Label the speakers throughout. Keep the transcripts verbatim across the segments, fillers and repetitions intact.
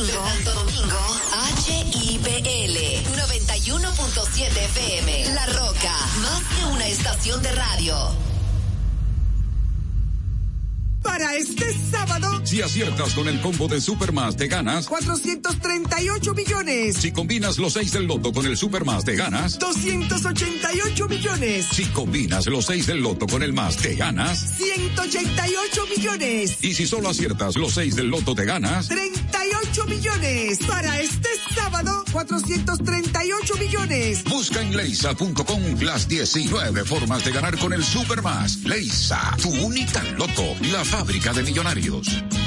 Speaker 1: Domingo, Santo Domingo, H I P L noventa y uno punto siete F M. La Roca, más que una estación de radio.
Speaker 2: Para este sábado,
Speaker 3: si aciertas con el combo de Supermás, te ganas
Speaker 2: cuatrocientos treinta y ocho millones.
Speaker 3: Si combinas los seis del loto con el Supermás, te ganas
Speaker 2: doscientos ochenta y ocho millones.
Speaker 3: Si combinas los seis del loto con el más, te ganas
Speaker 2: ciento ochenta y ocho millones.
Speaker 3: Y si solo aciertas los seis del loto, te ganas
Speaker 2: treinta y ocho millones. Para este sábado, cuatrocientos treinta y ocho millones.
Speaker 3: Busca en leisa punto com las diecinueve formas de ganar con el Supermás. Leisa, tu única loto, la fábrica de millonarios.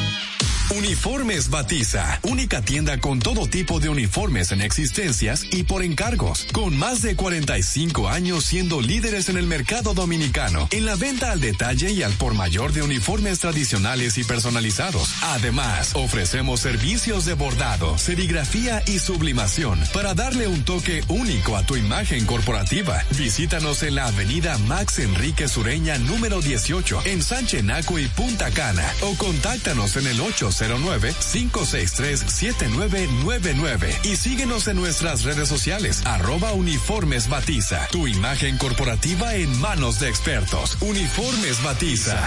Speaker 4: Uniformes Batiza, única tienda con todo tipo de uniformes en existencias y por encargos, con más de cuarenta y cinco años siendo líderes en el mercado dominicano, en la venta al detalle y al por mayor de uniformes tradicionales y personalizados. Además, ofrecemos servicios de bordado, serigrafía y sublimación para darle un toque único a tu imagen corporativa. Visítanos en la avenida Max Enrique Sureña número dieciocho en Sánchez Naco y Punta Cana o contáctanos en el ocho cero nueve, cinco seis tres, siete nueve nueve nueve y síguenos en nuestras redes sociales, arroba Uniformes Batiza. Tu imagen corporativa en manos de expertos. Uniformes Batiza.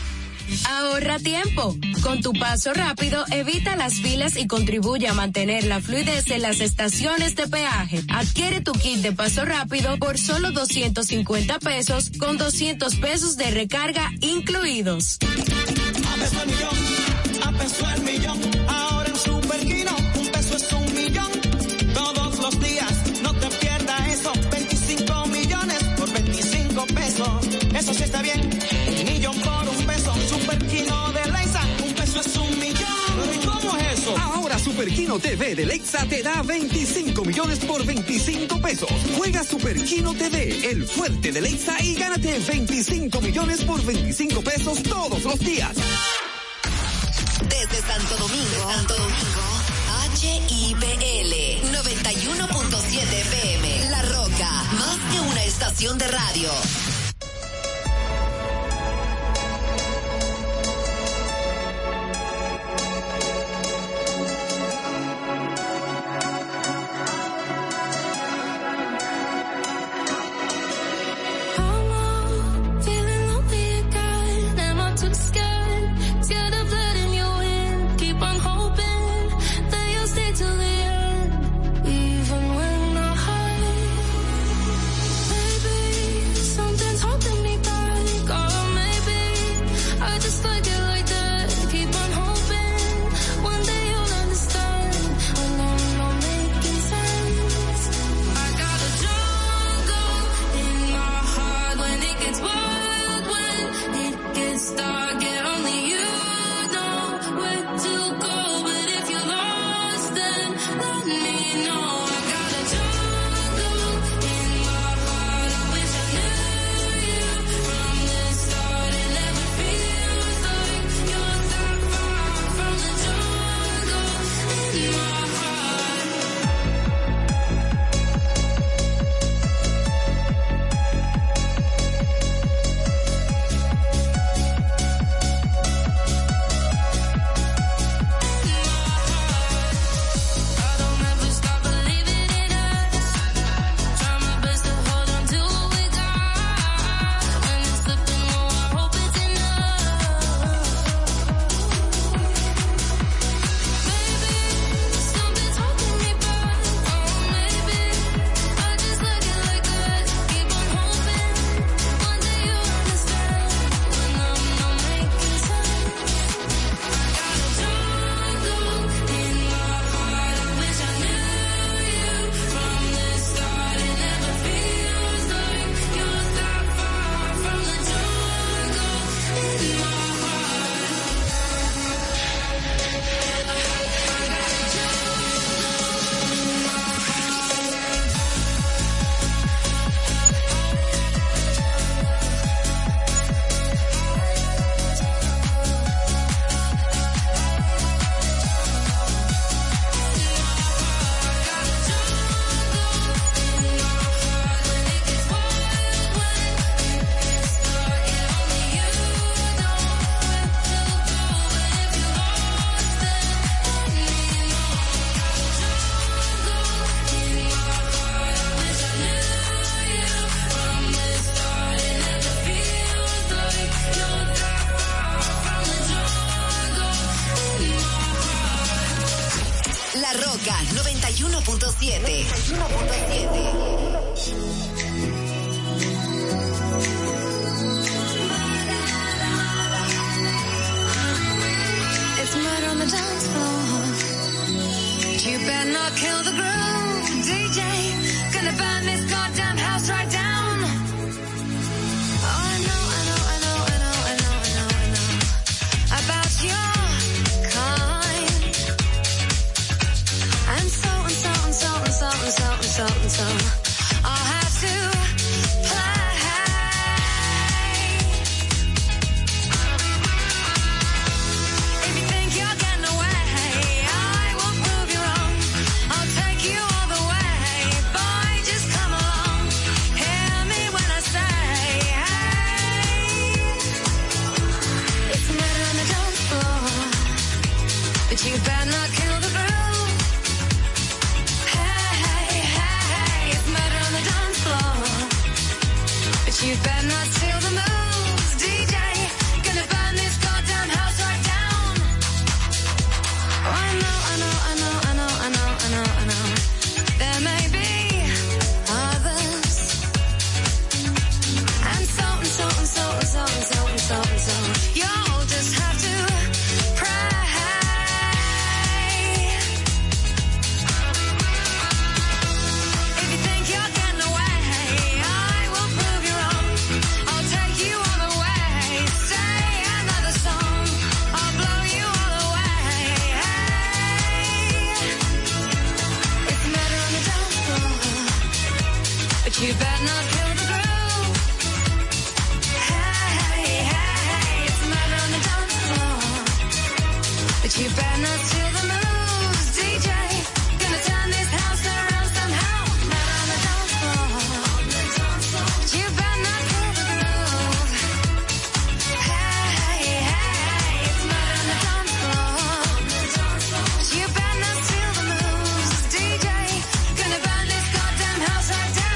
Speaker 5: Ahorra tiempo. Con tu paso rápido, evita las filas y contribuye a mantener la fluidez en las estaciones de peaje. Adquiere tu kit de paso rápido por solo doscientos cincuenta pesos con doscientos pesos de recarga incluidos.
Speaker 6: A peso el millón, a peso el millón, ahora en Superquino, un peso es un millón. Todos los días, no te pierdas eso, veinticinco millones por veinticinco pesos. Eso sí está bien, un millón por un peso. Superquino de Leisa, un peso es un millón. ¿Y cómo es eso?
Speaker 7: Ahora Superquino T V de Leisa te da veinticinco millones por veinticinco pesos. Juega Superquino T V, el fuerte de Leisa, y gánate veinticinco millones por veinticinco pesos todos los días.
Speaker 1: Desde Santo Domingo, Santo Domingo, H I P L noventa y uno punto siete F M. La Roca, más que una estación de radio. Roca noventa y uno punto siete.
Speaker 8: It's murder on the dance floor. You better not kill the groove, D J. Gonna burn this goddamn house right down. Oh, I know, I know, I know, I know, I know, I know, I know about your kind. And so and so and so and so and so and so and so I'll have to play. If you think you're getting away, I will prove you wrong. I'll take you all the way. Boy, just come along. Hear me when I say, hey. It's murder on the dance floor, but you better not kill the groove. Hey, hey, hey, it's murder on the dance floor, but you better not steal the moves, D J. Gonna burn this goddamn house right down. Oh, I know, I know, I know, I know, I know, I know, I know. There may be others, and so and so and so and so and so and so and so. You'll just have to pray. If you think you're getting away, I will prove you wrong. I'll take you all the way. Say another song, I'll blow you all away. It's murder on the dance floor, but you better not kill the groove. Hey, hey, hey, it's murder on the dance floor, but you better not steal the moves, D J. Gonna turn this house around somehow. Murder on the dance floor, but you better not kill the groove. Hey, hey, hey, it's murder on the dance floor, but you better not steal the moves, D J. Gonna burn this goddamn house right down.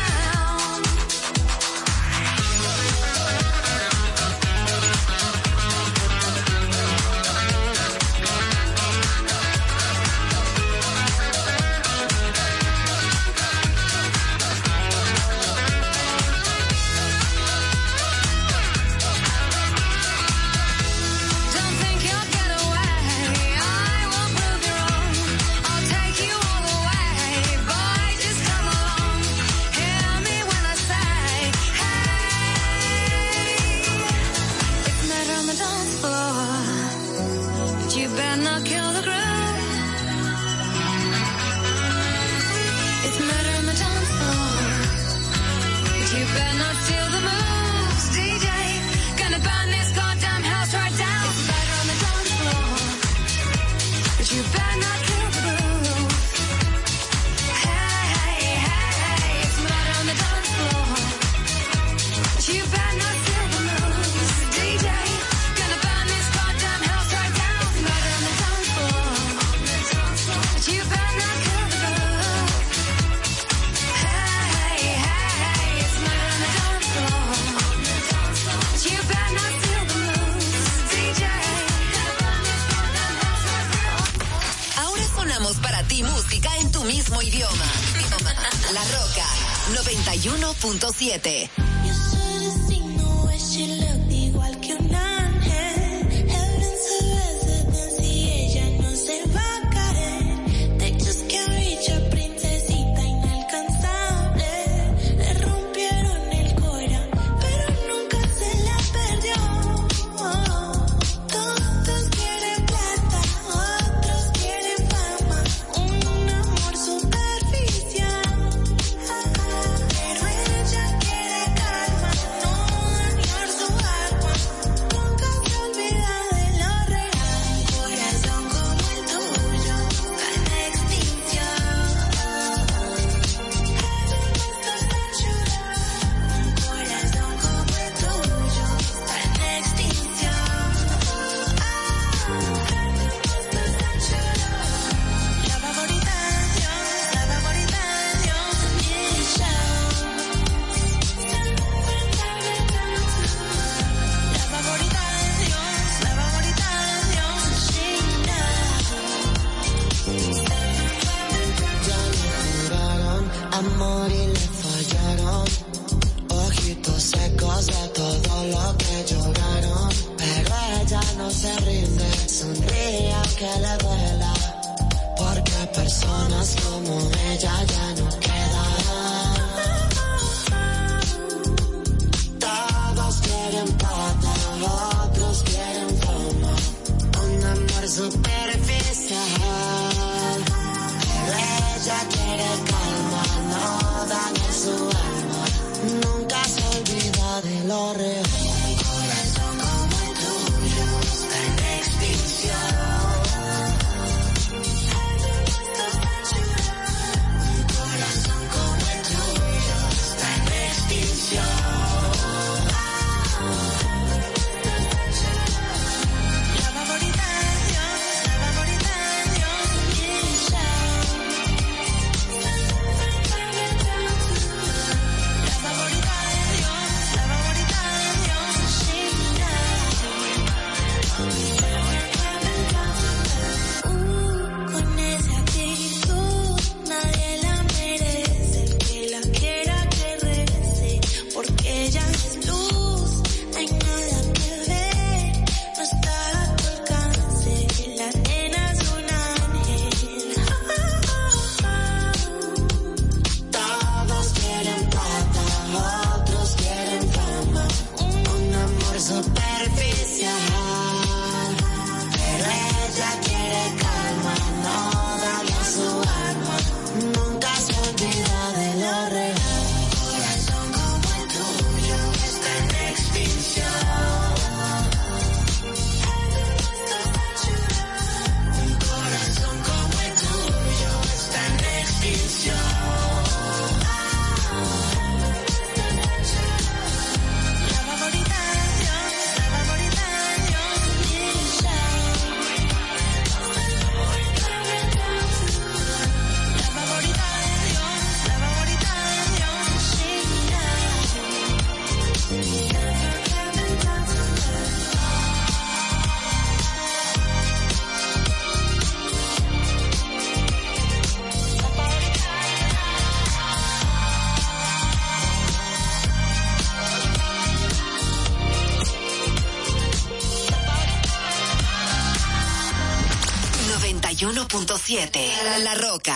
Speaker 8: Don't think you'll get away. I will prove you wrong. I'll take you all the way. Boy, just come along. Hear me when I say, hey. It's murder on the dance floor, but you better not kill the groove. It's murder on the dance floor, but you better not steal the moves, D J. Gonna burn this goddamn house right down. It's murder on the dance floor, but you better not kill the groove. Hey, hey, hey, it's murder on the dance floor, but you better not steal the moves, D J. Gonna burn this goddamn house right down. It's murder on the dance floor, but you better not kill the groove. Hey, hey, hey, it's murder on the dance floor, but you better not steal the moves, D J. Gonna burn this goddamn house right down.
Speaker 1: Ahora sonamos para ti música en tu mismo idioma. La Roca noventa y uno punto siete.
Speaker 8: You should have seen the way she looked, igual que un ángel. Él en su residencia y ella no se va a caer. They just can't reach her, princesita inalcanzable. Le rompieron el cora, pero nunca se la perdió. Todos quieren plata, otros quieren fama, un amor superficial. Pero ella quiere
Speaker 9: que le duela, porque personas como ella ya no quedan. Todos quieren plata, otros quieren fama, un amor superficial. Pero ella quiere calma, no dañar su alma, nunca se olvida de lo real.
Speaker 1: uno punto siete La Roca.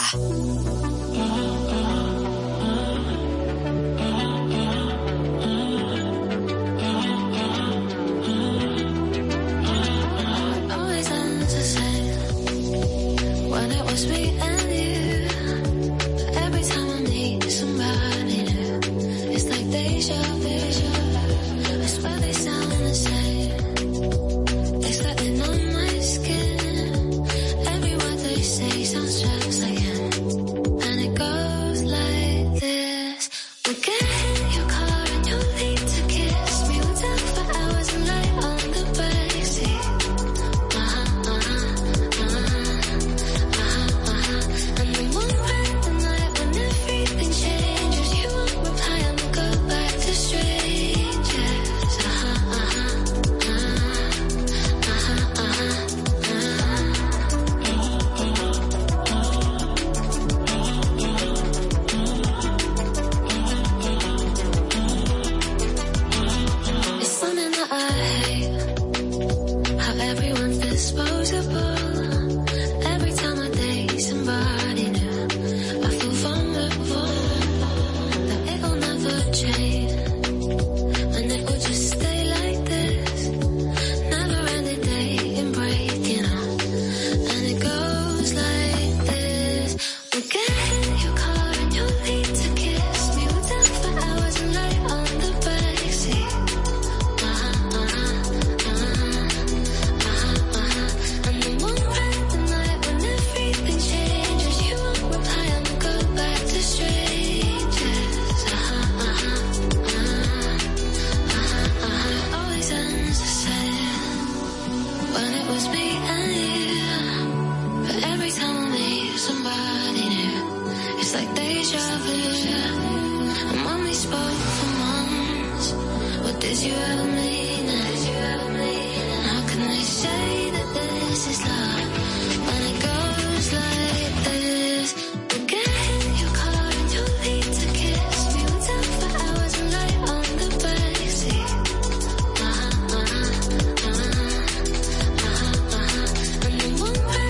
Speaker 8: One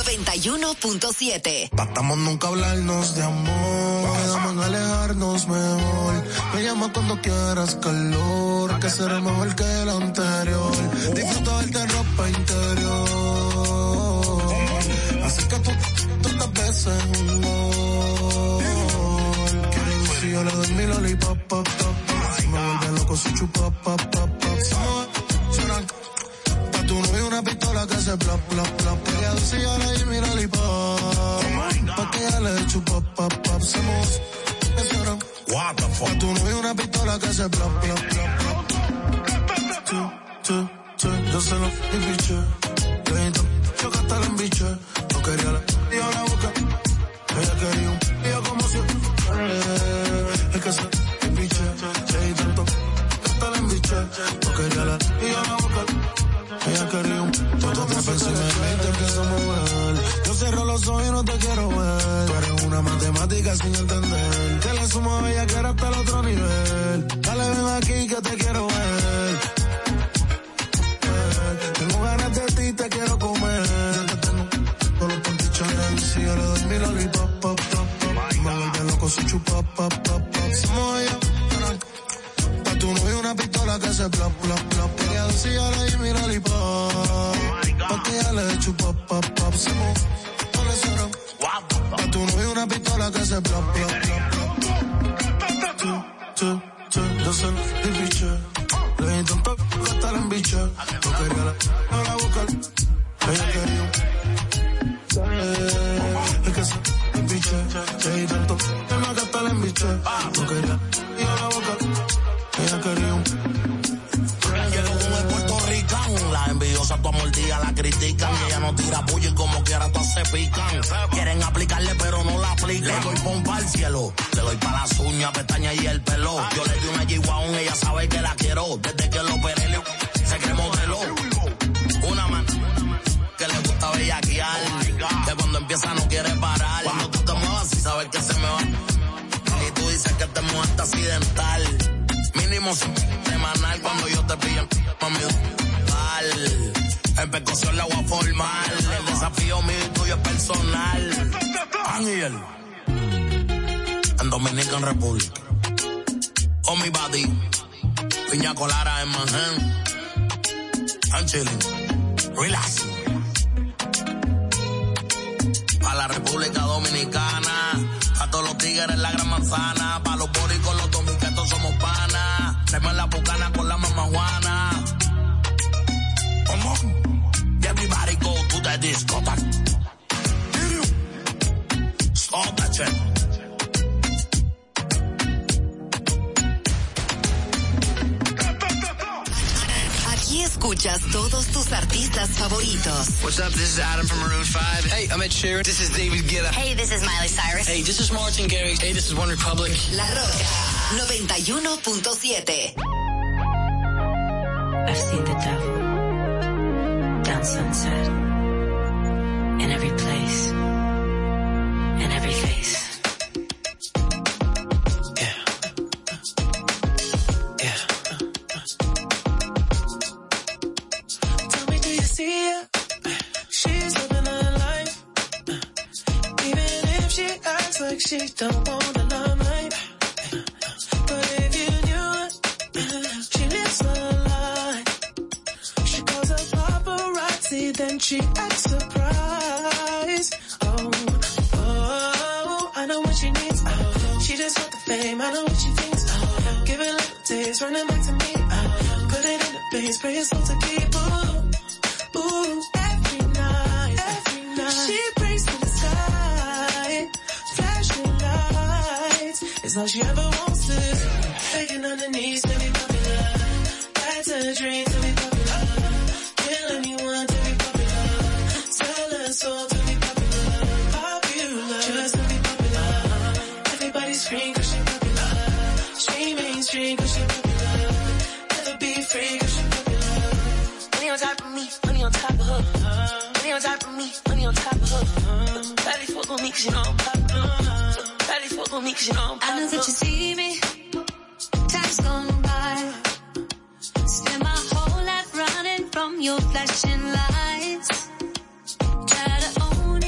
Speaker 1: noventa y uno punto siete.
Speaker 10: Tratamos nunca hablarnos de amor, quedamos en alejarnos mejor. Me llama cuando quieras calor, que será mejor que el anterior. Disfruta verte ropa interior, así que tú, tantas veces un gol. Quiero decir, yo le doy mi lollipop, pop, pop. Me vuelve loco su chupa, pop, pop, pop. Pa' tu novio una pistola que se plop, plop, plop. Ella dice, yo le doy mi lollipop, pa' que ella le chupa, pop, pop. Somos, what the fuck? Pa' tu novio una pistola que se plop, plop, plop, plop. Tú, tú, tú, yo se lo biche. Lento, yo que hasta la embiche. No quería la, yo la boca. Ella quería un, y yo como si, es que se biche. Leí tanto, que hasta la embiche. No quería la, y yo la boca. Ella quería un, todo te pensé en el mente que somos mujer. Yo cierro los ojos y no te quiero ver. Tú eres una matemática sin entender. Que le sumo a bella que era hasta el otro nivel. Dale, ven aquí que te quiero ver. Tengo ganas de ti, te quiero comer. Yo te tengo todos los pantichones. Si yo le doy mi lollipop, pop, pop, pop. Me vuelve loco su chupa, pop, pop, pop. Somos ella, pa' tu novio una pistola que se plop, plop, plop. Ella dice, yo le doy mi lollipop, pa' que ella le chupa, pop, pop. Somos, no le suena. Pa' tu novio una pistola que se plop, plop, plop, plop. Tú, tú, tú, yo se lo biche. Le intento gastar en biche. No quería la, no la buscar. Ella quería es que se biche. Le intento no gastar en biche. No quería y a la boca. Ella quería un. Llegó con el puertorricano. La envidiosa tu mordida la critican. Y ella no tira puya y como quiera todas se pican. Quieren aplicarle pero no la aplican. Le doy pompa al cielo. Le doy para las uñas, pestañas y el pelo. Yo le di una G-Wagon, ella sabe que la quiero. Desde que lo operé le se cree modelo. Una man que le gusta bellaquear. Que cuando empieza no quiere parar. Cuando tú te muevas y sabes que se me va. Y tú dices que te mueves accidental. Mínimo semanal cuando yo te pillo, mami, tal. En percusión la voy a formar. El desafío mío y tuyo es personal. Ángel. En Dominican Republic. Oh, mi body. Piña colada en Manhattan. I'm chilling. Relax. A la República Dominicana. A todos los tigres en la gran manzana. Pa' los boricos, los dominicanos somos panas. Traemos la bucana con la mamajuana. Come on. Everybody go to the discotheque. Stop that shit.
Speaker 1: Aquí escuchas todos tus artistas favoritos.
Speaker 11: What's up? This is Adam from Maroon five. Hey, I'm Ed Sheeran. This is David Guetta.
Speaker 1: Hey, this is Miley Cyrus.
Speaker 11: Hey, this is Martin Garrix. Hey, this is One Republic.
Speaker 1: La Roca noventa y uno punto siete.
Speaker 12: I've seen the devil down Sunset in every place, in every face.
Speaker 13: Like she don't want the limelight, but if you knew it, she lives a lie. She calls up paparazzi, then she acts surprised. Oh, oh, I know what she needs. Oh, she just want the fame. I know what she thinks. Oh, give it a little taste, running back to me. Oh, put it in the face, pray it's all to keep. Ooh, ooh, every night, every night she prays to the sky. It's all she ever wants to do. Begging on her knees to be popular. That's her dream to be popular. Kill anyone to be popular. Sell her soul to be popular. Popular, just to be popular. Everybody scream cause she popular. Scream mainstream cause she popular. Never be free cause she popular. Money on top of me, money on top of her. Money on top of me, money on top of her. Daddy fuck on me cause you know I'm popular. Me, you know, I know that you see me, time's gone by. Spend my whole life running from your flashing lights. Try to own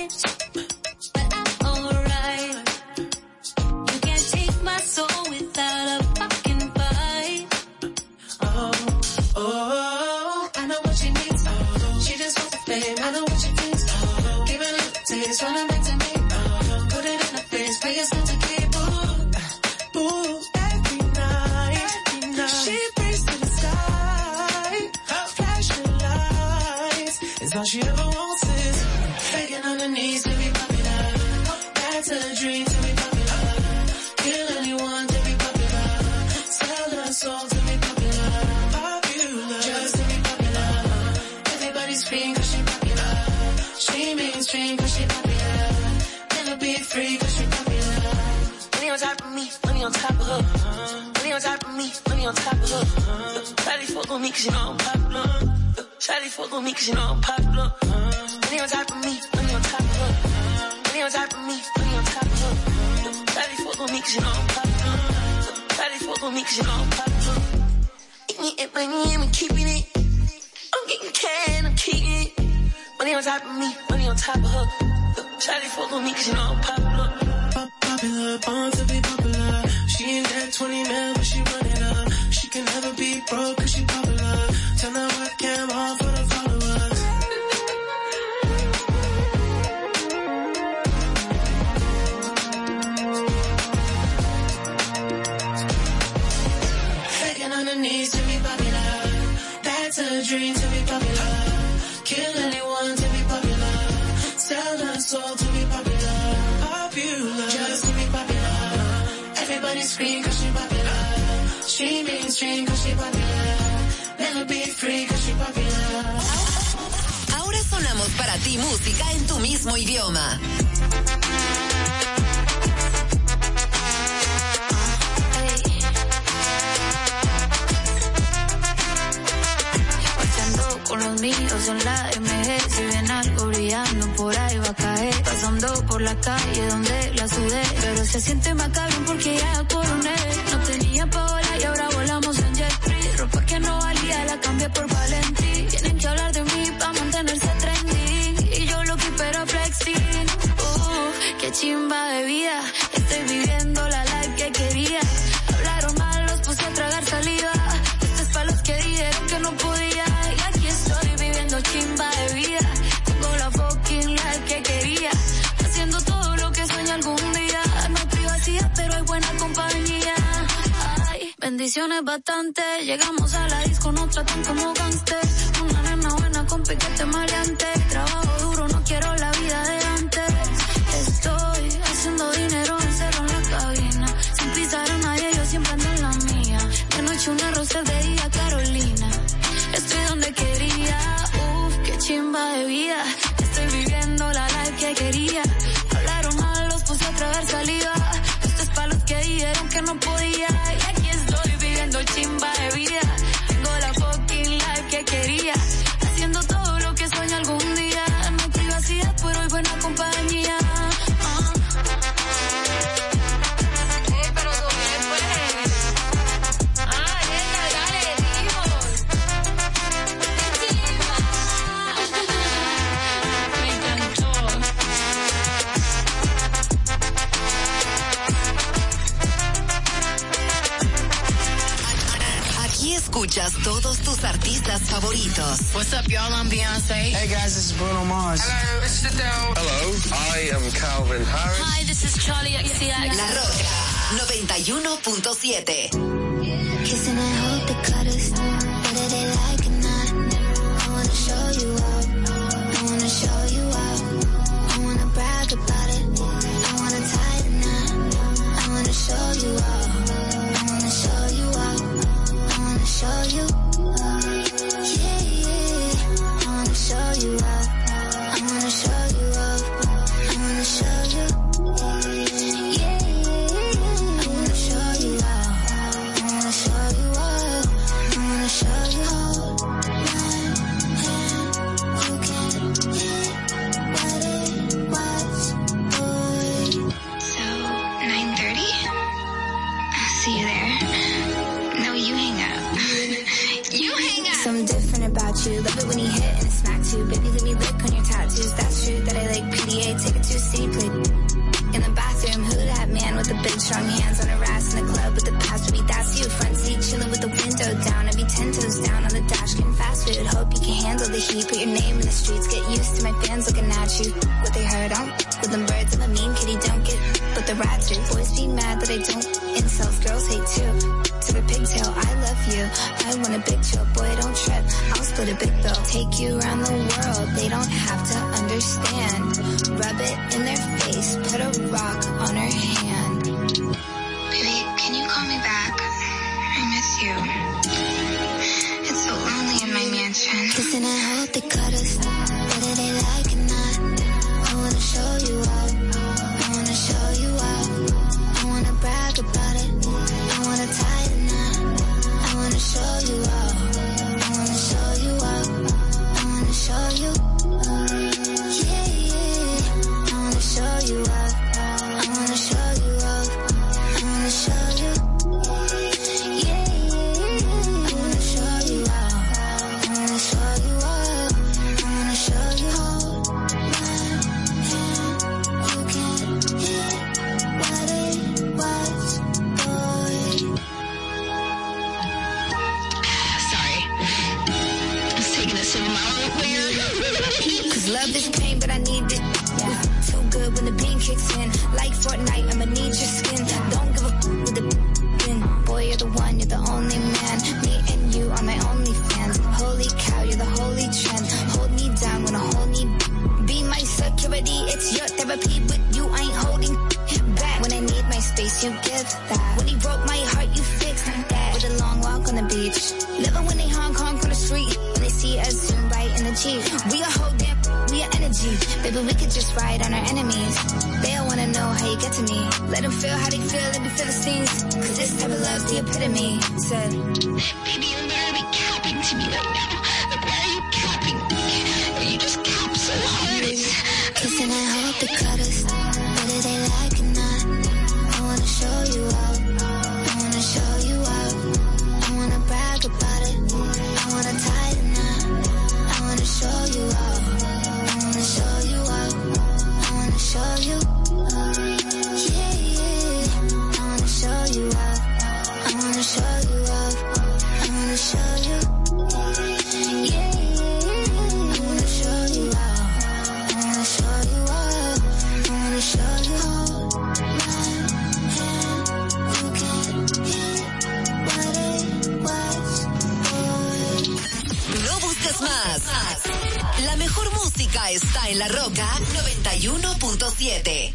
Speaker 13: what you think. Oh, give it a taste, wanna make to me. Oh, put it in the face, pay yourself to keep. Ooh, ooh, every night, every night. She prays to the sky, flashing lights. It's all she ever wants is begging on her knees to be popular. That's a dream to be popular. Kill anyone to be popular. Sell her soul to be popular. Popular, just to be popular. Everybody scream cause she popular. She mainstream cause she popular. Never be free cause she popular. Money on top of me, money on top of her. Money on top of me, money on top of her. Shawty fuck on me cause you know I'm popular. Shawty fuck on me cause you know I'm popular. Money on top of me, money on top of her. Money on top of me, money on top of her. Shawty fuck on me cause you know I'm popular. Shawty fuck on me cause you know I'm popular. Eating it, money, I'm keeping it. I'm getting can, I'm keeping it. Money on top of me, money on top of her. Shawty fuck on me cause you know I'm popular. Pop popular, born to be popular. She ain't that twenty mil, but she run it up. She can never be broke cause she popular. Turn the webcam on for the followers. Begging on her knees to be popular. That's a dream to be popular. Kill anyone to be popular. Sell her soul to be popular. Popular, just to be popular. Everybody scream cause she popular. She mainstream cause she popular. Never be free cause she popular.
Speaker 1: Ahora sonamos para ti música en tu mismo idioma.
Speaker 14: Con los míos en la M G, si ven algo brillando por ahí va a caer. Pasando por la calle donde la sudé, pero se siente más cabrón porque ya coroné. No tenía pa' volar y ahora volamos en jet free. Ropa que no valía la cambié por Valentí. Tienen que hablar de mí pa' mantenerse trending y yo lo que pero flexing. Uh, qué chimba de vida, estoy viviendo la life que quería. Hablaron mal, los puse a tragar saliva. Esto es pa' los que dijeron que no podía. Estoy viviendo chimba de vida. Tengo la fucking life que quería. Haciendo todo lo que sueño algún día. No hay privacidad, pero hay buena compañía. Ay, bendiciones bastante. Llegamos a la disco, no tratan como gangster. Una nena buena con piquete maleante. Trabajo duro, no quiero la vida de antes. Estoy haciendo dinero encerro en la cabina. Sin pisar a nadie, yo siempre ando en la mía. De noche un arroz, de día Carolina. Estoy donde quería, uff, qué chimba de vida. Estoy viviendo la life que quería. Hablaron mal, los puse a tragar saliva. Esto es pa' los que dijeron que no podía. Y aquí estoy viviendo chimba de vida. Tengo la fucking life que quería. Haciendo todo lo que sueño algún día. No hay privacidad, pero hay buena compañía. Uh. Eh, pero ¿dónde fue? Ah, nena, dale, dijimos.
Speaker 1: Aquí escuchas todos tus artistas favoritos.
Speaker 15: What's up, y'all? I'm Beyonce.
Speaker 16: Hey guys, this is Bruno Mars.
Speaker 15: Hello, it's Adele.
Speaker 17: Hello, I am Calvin Harris.
Speaker 14: Hi, this is Charlie X C X.
Speaker 1: La Roca noventa y uno punto siete.
Speaker 18: Kissing and hope the cutters, whether they like or not. I wanna show you out. I wanna show you out. I wanna brag about it. I wanna tie the knot. I wanna show you out. I wanna show you out. I wanna show you. Yeah, yeah. I wanna show you out. I wanna show you out. I wanna show you. Yeah, yeah. I wanna show you out. I wanna show you out. I wanna
Speaker 14: fans looking at you. What they heard, I'm with them birds. I'm a mean kitty, don't get, but the rat too. Boys be mad that I don't. Incels, girls hate too. To the pigtail, I love you. I want a big chill, boy, don't trip. I'll split a big bill. Take you around the world. They don't have to understand. Rub it in their face. Put a rock on her hand.
Speaker 18: Baby, can you call me back? I miss you. It's so lonely in my mansion.
Speaker 14: Kissing and hope they cut us. Whether they like it or not. I wanna show you out. I wanna show you out. I wanna brag about it. I wanna tie the knot. I wanna show you out. I wanna show you out. I wanna show you. Yeah, yeah. I wanna show you out. I wanna show you out. I wanna show you. Yeah, yeah. I wanna show you out. I wanna show you out. I wanna show you how. You can hear what it was, boy.
Speaker 18: Sorry. I was taking a sip of my own clear.
Speaker 14: Cause love is pain, but I need it. Yeah. Feel good when the beam kicks in. Like Fortnite, I'ma need your skin. Don't give a f- with the bin. Boy, you're the one, you're the only man. Me and you are my only fans. Holy cow, you're the holy trend. Hold me down when I hold me. Be my security, it's your therapy. With you, I ain't holding back. When I need my space, you give that. When he broke my heart, you fixed that. With a long walk on the beach. Living when they honk honk on the street. When they see us zoom right in the Jeep. We a whole damn, we are energy. Baby, we could just ride on our enemies. They all wanna know how you get to me. Let them feel how they feel and be Philistines. Cause this type of love's the epitome. Said,
Speaker 18: Baby, you're literally capping to me right now. Like, why are you capping? You just cap so hard.
Speaker 14: kissing and hope they cut us. Whether they like it or not. I wanna show you out. I wanna show you out. I wanna brag about it. I wanna tie the knot. I wanna show you out. I wanna show you out. I wanna show you. Yeah, yeah. I wanna show you out. I wanna show you out. I wanna show you. Yeah, yeah. I wanna show you out. I wanna show you out. I wanna show you how. You can hear what it was, boy.
Speaker 1: No busques más. La mejor música está en La Roca noventa y uno punto siete.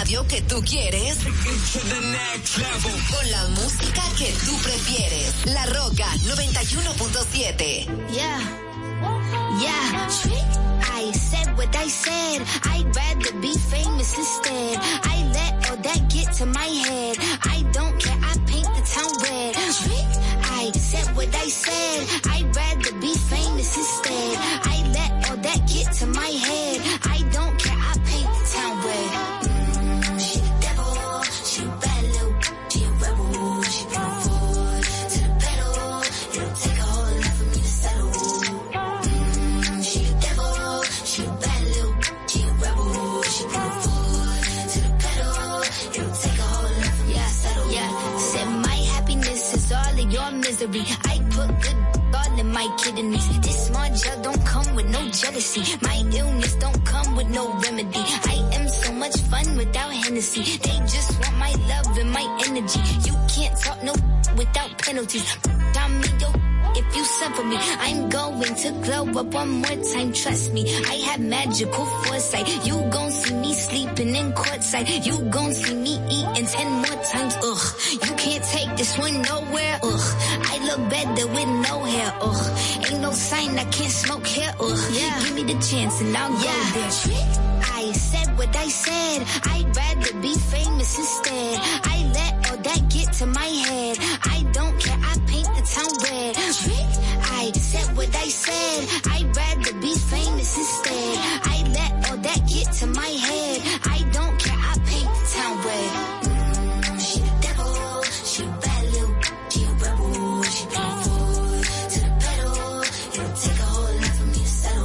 Speaker 1: radio que tú quieres. Con la música que tú prefieres. La Roca noventa y uno punto siete.
Speaker 18: Yeah. Yeah. I said what I said. I'd rather be famous instead. I let all that get to my head. I don't care. I paint the town red. I said what I said. I'd rather be famous instead. I let all that get to my head. I don't care. I paint the town red. Mm, she the devil. She a bad little. She a rebel. She bring forward to the pedal. It'll take a whole lot for me to settle. Mm, she the devil. She a bad little. She a rebel. She bring forward to the pedal. It'll take a whole lot for me to settle. Yeah, said my happiness is all of your misery. I put good all in my kidneys. This small gel don't come with no jealousy. My illness don't come with no remedy. I am so much fun without Hennessy. They just want my love and my energy. You can't talk no without penalties. Tell me yo, if you suffer me, I'm going to glow up one more time. Trust me, I have magical foresight. You gon' see me sleeping in courtside. You gon' see me eating ten more times. Ugh, you can't take this one nowhere. Ugh, I look better with no hair. Ugh, ain't no sign I can't smoke hair. Ugh, yeah. Give me the chance and I'll yeah. go there. I said what I said. I'd rather be famous instead. I let all that get to my head. I don't care. I paint the town red. I said what I said. I'd rather be famous instead. I let all that get to my head. I don't care. I paint the town red. Mm, she the devil. She a bad little. She a rebel. She bring forward to the pedal. It'll take a whole lot for me to settle.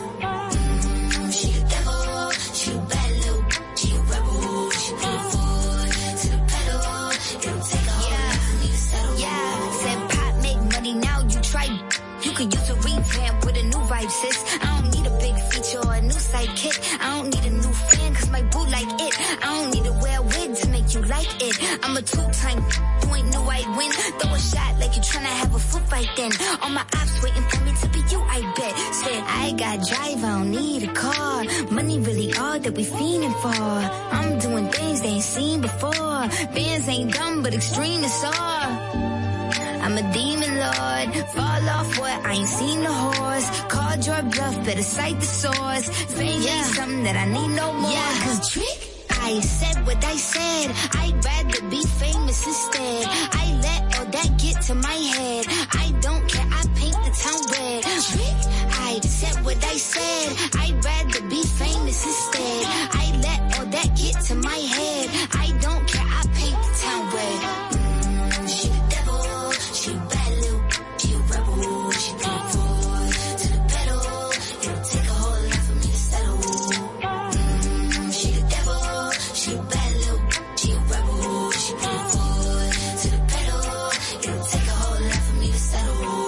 Speaker 18: Mm, she the devil. She a bad little. She a rebel. She bring forward to the pedal. It'll take a whole lot for me to settle. Yeah, said pop make money now. You try. You could use a revamp with a new vibe, sis. I don't need a big feature or a new sidekick. I don't need a new fan, cause my boo like it. I don't need to wear a wig to make you like it. I'm a two-time, you ain't know I'd win. Throw a shot like you tryna have a foot fight then. All my ops waiting for me to be you, I bet. Said, I got drive, I don't need a car. Money really all that we fiending for. I'm doing things they ain't seen before. Bands ain't dumb, but extreme is all. I'm a demon lord, fall off what, I ain't seen the horse. Called your bluff, better cite the source. Fame yeah. ain't something that I need no more. Yeah, cause trick, I said what I said. I'd rather be famous instead. I let all that get to my head. I don't care, I paint the town red. Trick, I said what I said. I'd rather be famous instead. I let all that get to my head. I don't care, I paint the town red. She a bad little, she a rebel, she bring forward to the pedal. It'll take a whole lot for me to settle. Mm, she the devil, she a bad little, she a rebel, she bring forward to the pedal. It'll take a whole lot for me to settle.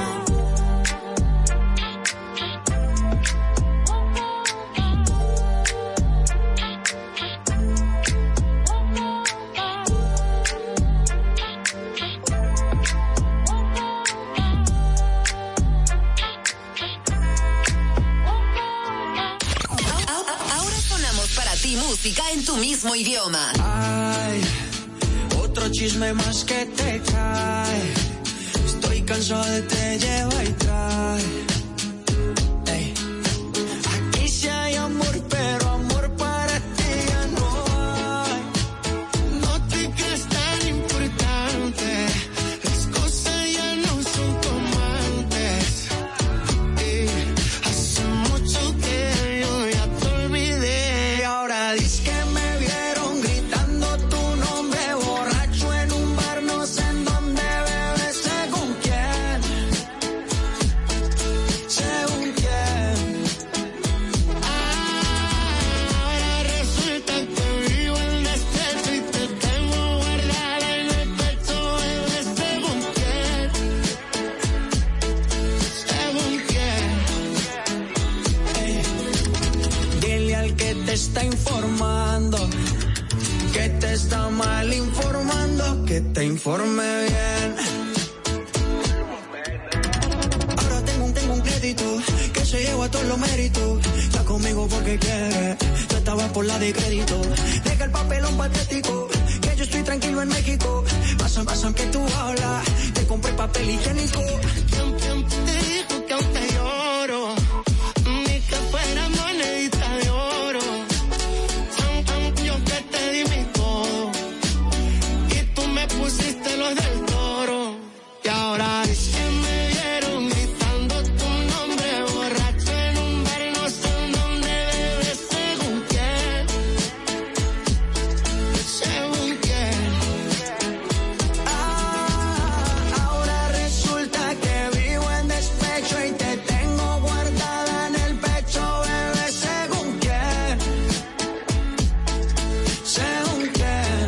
Speaker 1: Música en tu mismo idioma.
Speaker 6: Ay, otro chisme más que te cae. Estoy cansado de te lleva y trae. Ey. Aquí sí hay amor, pero amor para ti ya no hay. No te creas tan importante. Las cosas ya no son como antes. Y hace mucho que yo ya te olvidé. Ahora dices que me vieron gritando tu nombre borracho en un bar, no sé en dónde, bebé, según quién, según quién. Ahora resulta que vivo en este y te tengo guardada en el pecho, bebé, según quién, según quién. Ey. Dile al que te está informando que te está mal informando, que te informe bien. Ahora tengo un, tengo un crédito que se lleva todos los méritos. Está conmigo porque quiere. Yo estaba va por la de crédito. Deja el papelón patético, que yo estoy tranquilo en México. Paso, paso que tú hablas, te compré papel higiénico.
Speaker 13: ¿Quién, quién te dijo que aún te lloro? Ni que fuera monedita de oro. Aun, aun, yo que te di mi todo. Y tú me pusiste los del toro. Y ahora es que me vieron gritando tu nombre, borracho en un bar, no sé dónde bebes, según quién, según quién.
Speaker 6: Ah, ahora resulta que vivo en despecho y te tengo guardada en el pecho, bebé, según quién, según quién.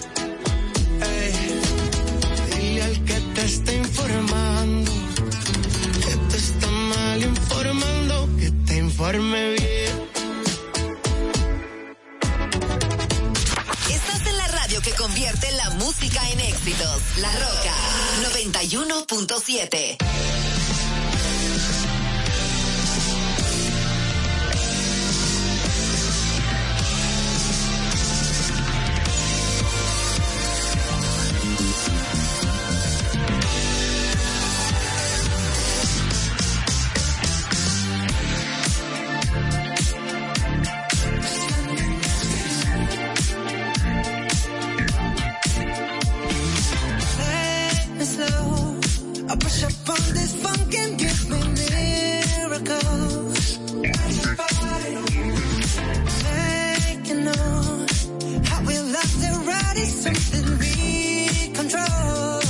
Speaker 6: Ey, dile al que te está informando que te está mal informando, que te informe bien.
Speaker 1: Estás en la radio que convierte la música en éxitos. La Roca noventa y uno punto siete.
Speaker 6: Take me slow. I push up on this funk and give me miracles. Make you know how we love the ride is something we control.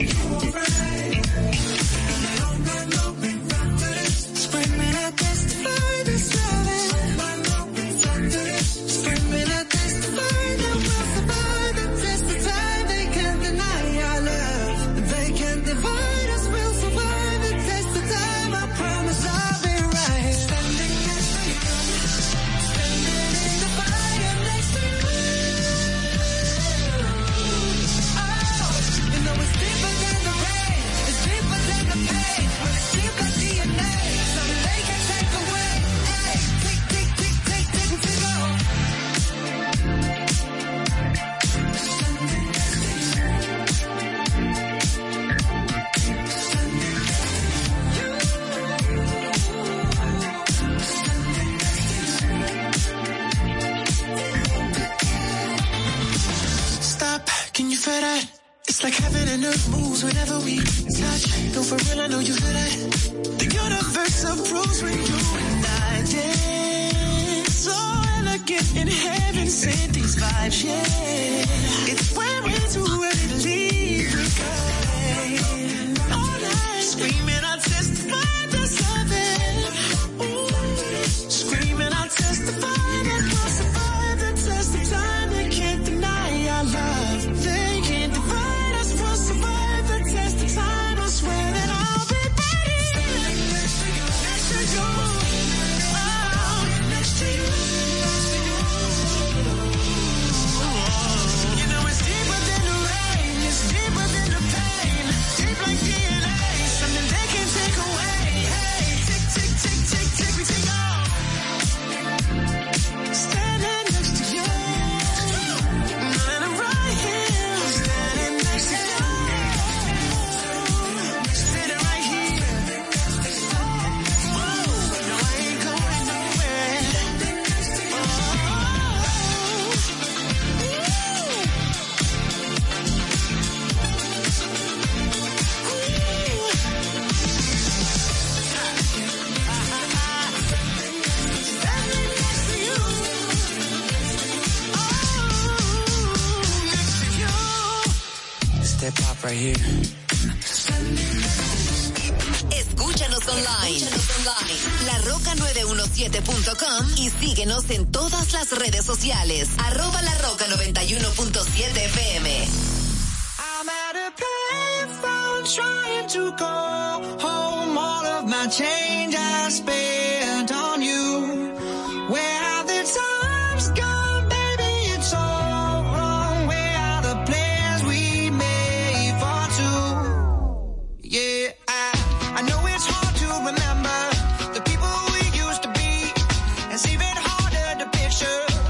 Speaker 6: Screaming I testify this loving. Screaming I testify that we'll survive the test of time. They can't deny our love. They can't divide us. We'll survive the test of time. I promise I'll be right. Standing next to you, standing in the fire next to you. Oh, you know it's deeper than the rain, it's deeper than the pain, but it's deep like D N A. Something they can't take away. Hey, tick, tick, tick, tick, tick, tick, oh.
Speaker 13: Stop, can you feel that? It's like heaven and earth moves whenever we touch. No, for real, I know you feel that. The universe approves when you and I dance. So elegant in heaven, sent these vibes, yeah. It's when we're too early to leave. We go all night, screaming, I testify there's something. Ooh, screaming, I testify that we'll survive the test of time. They can't deny our love. They can't divide us. We'll survive the test of time. I swear that I'll be ready. Next to you, next to you, oh, next to you. You know it's deeper than the rain, it's deeper than the pain, deep like D N A, something they can't take away. Hey, tick, tick, tick, tick, tick, we take off. Standing next to you, and I'm right here, standing next to you, sitting right here. Oh, no, I ain't going nowhere. Step up right here.
Speaker 1: Escúchanos online. Escúchanos online. La Roca nueve uno siete punto com y síguenos en todas las redes sociales. Arroba La Roca noventa y uno punto siete F M.
Speaker 6: I'm at a payphone trying to call home. All of my change I spent on you. Where have the times gone, baby? It's all wrong. Where are the plans we made for two? Yeah, I, I know it's hard to remember the people we used to be. It's even harder to picture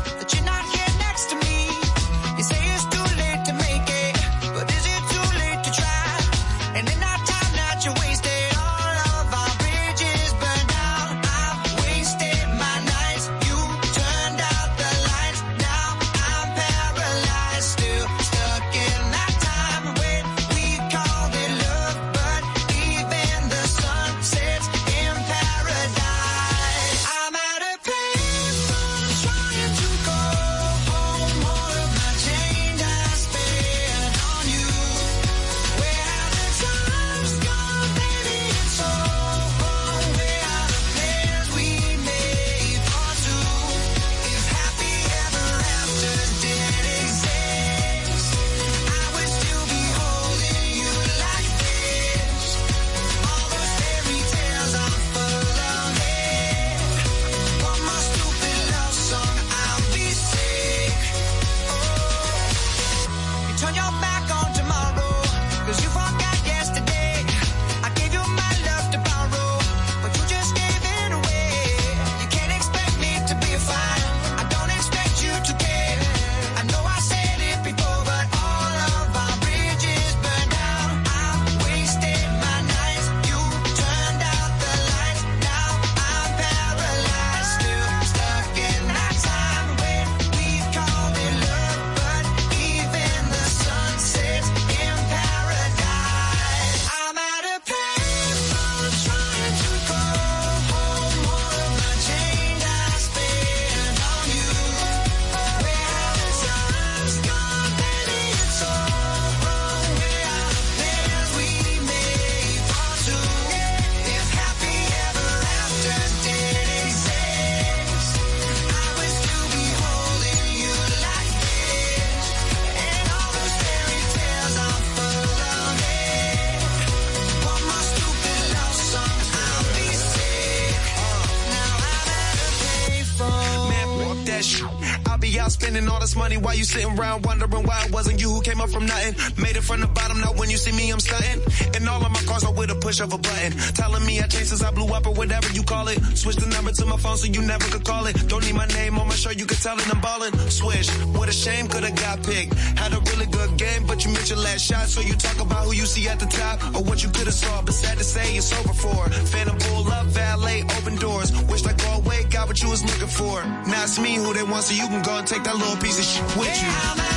Speaker 6: me out spending all this money while you sitting around wondering why it wasn't you who came up from nothing. Made it from the bottom, now when you see me, I'm stunting. And all of my cars are with a push of a button. Telling me I changed since I blew up or whatever you call it. Switch the number to my phone so you never could call it. Don't need my name on my shirt, you could tell it I'm ballin'. Swish, what a shame, could've got picked. Had a really good game, but you missed your last shot. So you talk about who you see at the top or what you could've saw. But sad to say, it's over for. Phantom pull up, valet, open doors. Wished I go away, got what you was looking for. Now it's me who they want, so you can go and take that little piece of shit with you.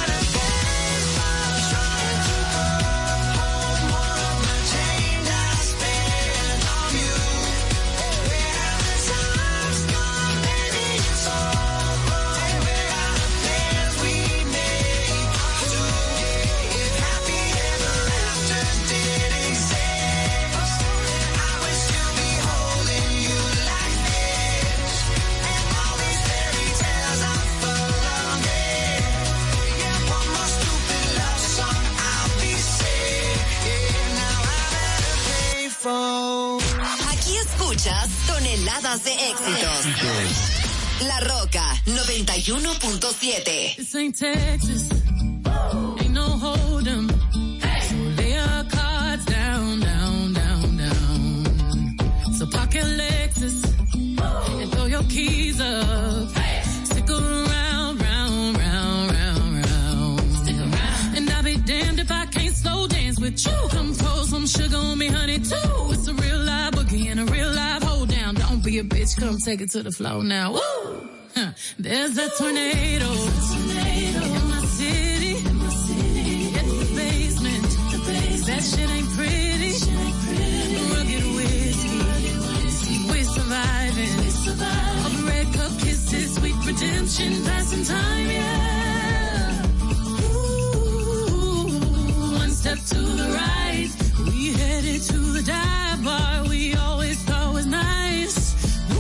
Speaker 1: Aquí escuchas toneladas de éxitos. La Roca noventa y uno punto siete.
Speaker 13: This ain't Texas. Ain't no hold'em. So lay your cards down, down, down, down. So park your Lexus and throw your keys up. Stick around, round, round, round, round. Stick around. And I'll be damned if I can't slow dance with you. Come pour some sugar on me, honey, too. It's a real live boogie and a real live hold down. Don't be a bitch, come take it to the floor now. Woo! Huh. There's a tornado, tornado in my city. In my city. It's the basement. The basement. That shit ain't pretty. Shit ain't pretty. Rugged whiskey. Rugged whiskey. We're surviving. We're surviving. All the red cup kisses, sweet redemption, passing time, yeah. Ooh, one step to the right. We headed to the dive bar we always thought was nice.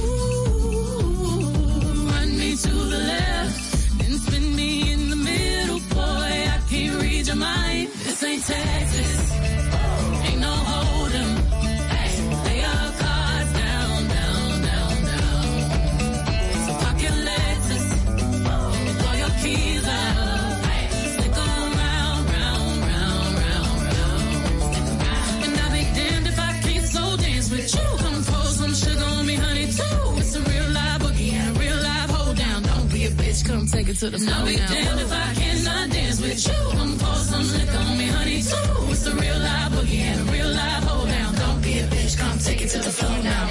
Speaker 13: To the left, then spin me in the middle, boy, I can't read your mind. This ain't Texas, ain't no hold'em. Lay your cards down, down, down, down. So park your Lexus, throw your keys up. Stick around, round, round, round, round. And I'll be damned if I can't slow dance with you. Come pour some sugar on me, honey, too. It's a real live boogie and a real live hold down. Don't be a bitch, come take it to the floor. I'll be damned if I cannot dance with you. Come pour some liquor on me, honey, too. It's a real live boogie and a real live hold down. Don't be a bitch, come take it to the floor now.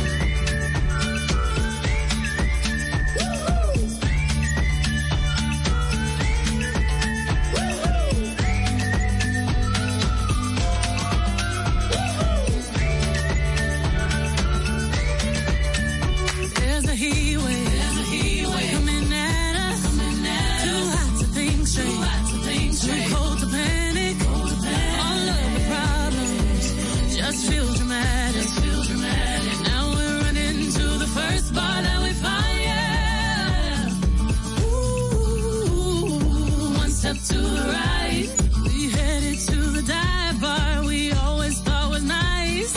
Speaker 13: There's a heat wave. There's a heat wave coming at us. Coming at Too us. hot to think straight. Too hot to think straight. Too cold to panic. Cold to panic. All of the problems just feel dramatic. Just feel dramatic. Now we're running to the first bar that we find. Yeah. Ooh, one step to the right. We headed to the dive bar we always thought was nice.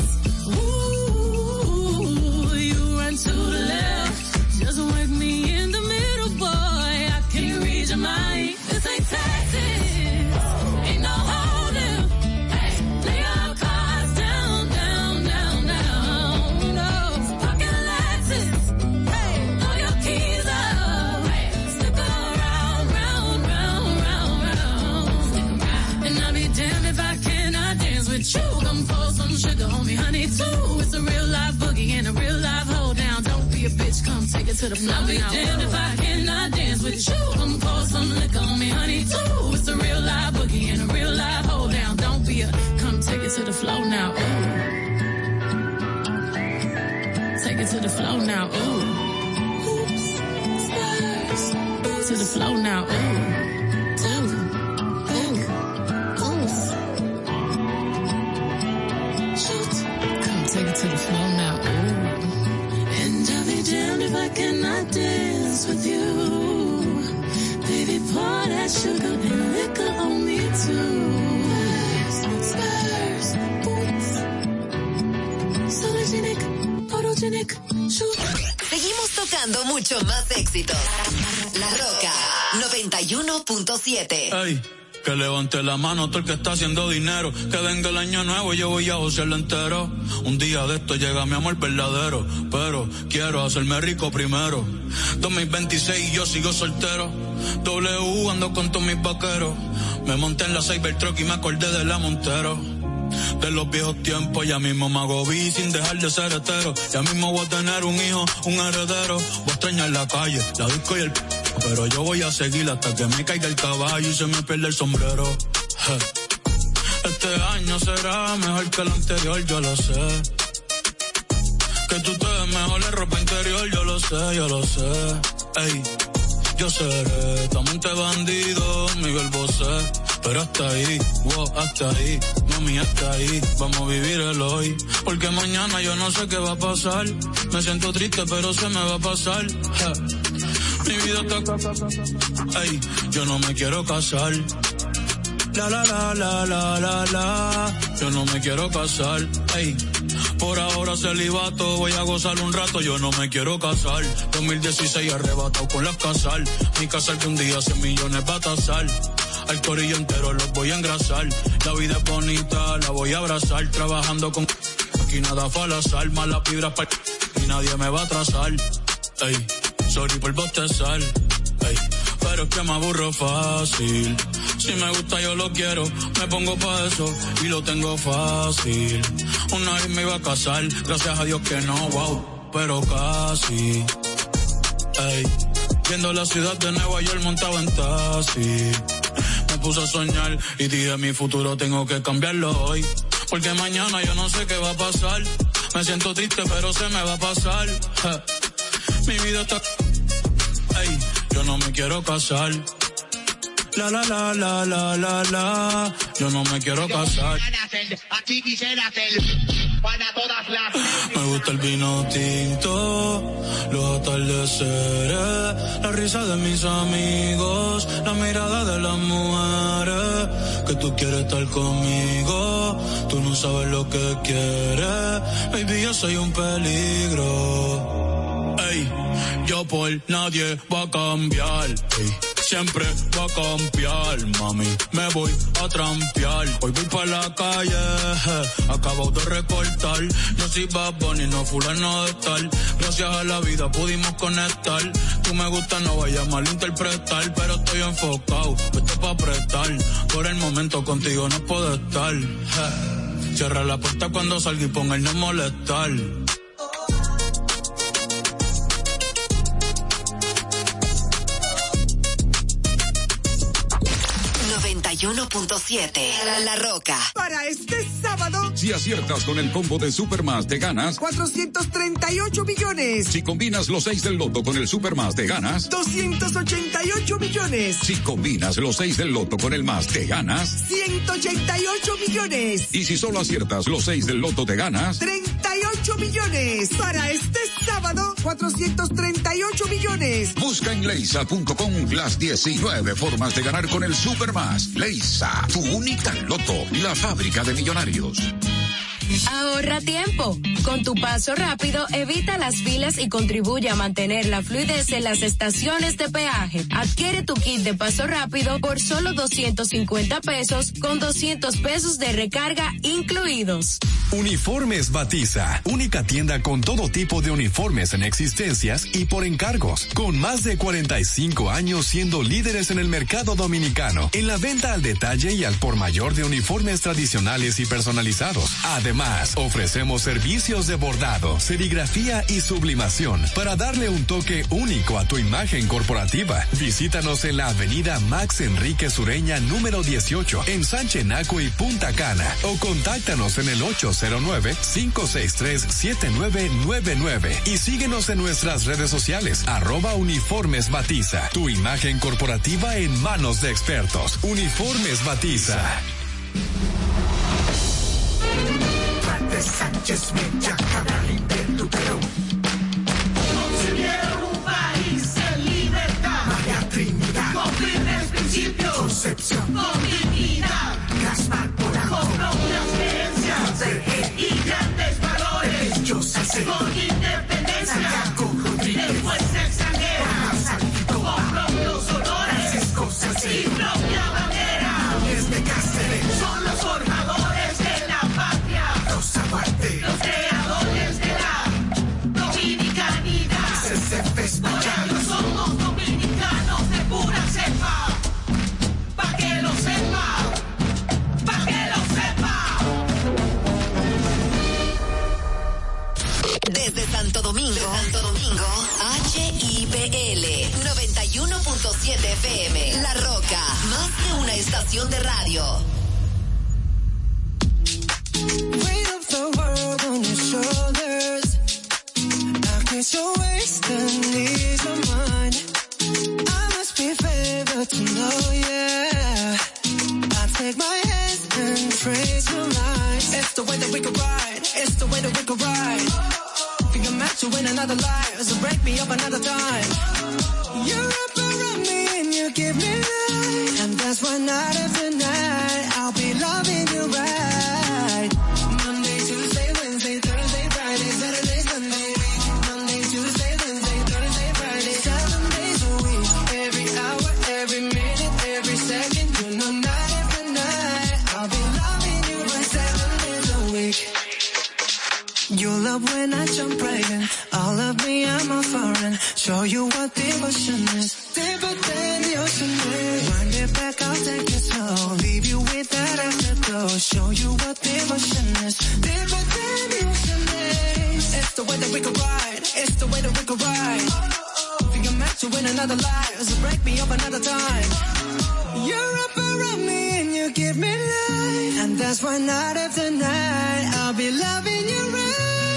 Speaker 13: Ooh, you run to the left. Just work me in the middle, boy. I can't read your mind. This ain't Texas. Ain't no hold'em. Lay your cards down, down, down, down. No, park your Lexus. Throw your keys up. Stick around, round, round, round, round. And I'll be damned if I cannot dance with you. Come pour some sugar on me, honey, too. It's a real live boogie and a real live hold down. Don't be a bitch, come take it to the floor. I'll be damned if I cannot dance with you. Come pour some liquor on me, honey, too. It's a real live boogie and a real live hold down. Don't be a, come take it to the floor now. Ooh. Take it to the floor now. Ooh. Oops. Spurs. To the floor now. Ooh. Ooh. Ooh. Ooh. Shoot. Come take it to the floor now. Ooh. And I'll be damned if I cannot dance with you. Baby, pour that sugar and liquor on me too. Spurs, boots, sologenic, photogenic, shoot.
Speaker 1: Seguimos tocando Escuchando mucho más éxitos. La Roca noventa y uno punto siete.
Speaker 16: Ey, que levante la mano todo el que está haciendo dinero. Que venga el año nuevo y yo voy a josearlo entero. Un día de esto llega mi amor verdadero, pero quiero hacerme rico primero. dos mil veintiséis y yo sigo soltero. W ando con todos mis vaqueros. Me monté en la Cybertruck y me acordé de la Montero. De los viejos tiempos, ya mismo me hago vi sin dejar de ser hetero. Ya mismo voy a tener un hijo, un heredero. Voy a extrañar la calle, la disco y el p***, pero yo voy a seguir hasta que me caiga el caballo y se me pierda el sombrero. Je. Este año será mejor que el anterior, yo lo sé. Que tú te ves mejor en ropa interior, yo lo sé, yo lo sé. Ey, yo seré tu amante bandido, Miguel Bosé. Pero hasta ahí, wow, hasta ahí, mami, hasta ahí, vamos a vivir el hoy. Porque mañana yo no sé qué va a pasar. Me siento triste, pero se me va a pasar. Ja. Mi vida está... Ay, yo no me quiero casar. La, la, la, la, la, la, la. Yo no me quiero casar. Ay, por ahora celibato, voy a gozar un rato, yo no me quiero casar. dos mil dieciséis arrebatado con las casal. Mi casal que un día cien millones va a tasar. Al corillo entero los voy a engrasar. La vida es bonita, la voy a abrazar. Trabajando con... Aquí nada fue al azar. Malas vibras para... Y nadie me va a atrasar. Ey, sorry por bostezar. Ey, pero es que me aburro fácil. Si me gusta yo lo quiero. Me pongo pa' eso y lo tengo fácil. Una vez me iba a casar. Gracias a Dios que no, wow. Pero casi. Ey, viendo la ciudad de Nueva York montado en taxi. Me puse a soñar y dije mi futuro tengo que cambiarlo hoy. Porque mañana yo no sé qué va a pasar. Me siento triste pero se me va a pasar. Ja. Mi vida está... Ey, yo no me quiero casar. La la la la la la la. Yo no me quiero casar.
Speaker 19: Aquí quisiera hacer para todas las...
Speaker 16: Me gusta el vino tinto, los atardeceres, la risa de mis amigos, la mirada de las mujeres. Que tú quieres estar conmigo, tú no sabes lo que quieres. Baby, yo soy un peligro. Ey, yo por nadie va a cambiar. Ey. Siempre va a cambiar, mami, me voy a trampear. Hoy voy pa' la calle, je, acabo de recortar. No soy Bad Bunny, no fulano de tal. Gracias a la vida pudimos conectar. Tú me gusta, no vayas a malinterpretar. Pero estoy enfocado, esto pa' prestar. Por el momento contigo no puedo estar. Je. Cierra la puerta cuando salga y ponga el no molestar.
Speaker 1: noventa y uno punto siete. La Roca.
Speaker 2: Para este sábado,
Speaker 3: si aciertas con el combo de Supermás te ganas
Speaker 2: cuatrocientos treinta y ocho millones.
Speaker 3: Si combinas los seis del loto con el Supermás te ganas
Speaker 2: doscientos ochenta y ocho millones.
Speaker 3: Si combinas los seis del loto con el más te ganas
Speaker 2: ciento ochenta y ocho millones.
Speaker 3: Y si solo aciertas los seis del loto te ganas
Speaker 2: treinta y ocho millones. Para este sábado, cuatrocientos treinta y ocho millones.
Speaker 3: Busca en leisa punto com las diecinueve formas de ganar con el Supermás. Leisa, tu única loto, la fábrica de millonarios.
Speaker 5: Ahorra tiempo. Con tu paso rápido, evita las filas y contribuye a mantener la fluidez en las estaciones de peaje. Adquiere tu kit de paso rápido por solo doscientos cincuenta pesos con doscientos pesos de recarga incluidos.
Speaker 4: Uniformes Batiza, única tienda con todo tipo de uniformes en existencias y por encargos, con más de cuarenta y cinco años siendo líderes en el mercado dominicano, en la venta al detalle y al por mayor de uniformes tradicionales y personalizados. Además, ofrecemos servicios de bordado, serigrafía y sublimación para darle un toque único a tu imagen corporativa. Visítanos en la avenida Max Enrique Sureña número dieciocho en Sánchez Naco y Punta Cana o contáctanos en el ocho cero nueve, cinco seis tres, siete nueve nueve nueve y síguenos en nuestras redes sociales arroba Uniformes Batiza. Tu imagen corporativa en manos de expertos. Uniformes Batiza.
Speaker 6: Sánchez Mecha, Cabral de Lutero. Concibieron un país en libertad. María Trinidad, con firmes principios. Concepción, con dignidad. Gaspar Polanco, con propias creencias y grandes valores. Yo sé, con independencia. Santiago Rodríguez, después
Speaker 1: F M. La Roca, más que una estación de radio.
Speaker 13: Weight of the world on your shoulders. I kiss your waist and ease your mind. I must be favored to know, yeah. I take my hands and trace your lines. It's the way that we could ride. It's the way that we could ride. Think I'm meant to win another life, so break me up another time. You're up around me and you give me life, and that's why night after night I'll be loving you right. Monday, Tuesday, Wednesday, Thursday, Friday, Saturday, Sunday. Monday, Tuesday, Wednesday, Thursday, Friday, seven days a week. Every hour, every minute, every second, you know night after night I'll be loving you right seven days a week. You love when I jump right in. All of me, I'm a foreign. Show you what devotion is. Deeper than the ocean is. Wind it back, I'll take it slow. Leave you with that afterglow. Show you what devotion is. Deeper than the ocean is. It's the way that we could ride. It's the way that we could ride. Think I'm meant to win another life, so break me up another time. You're up around me and you give me life, and that's why night after night I'll be loving you right.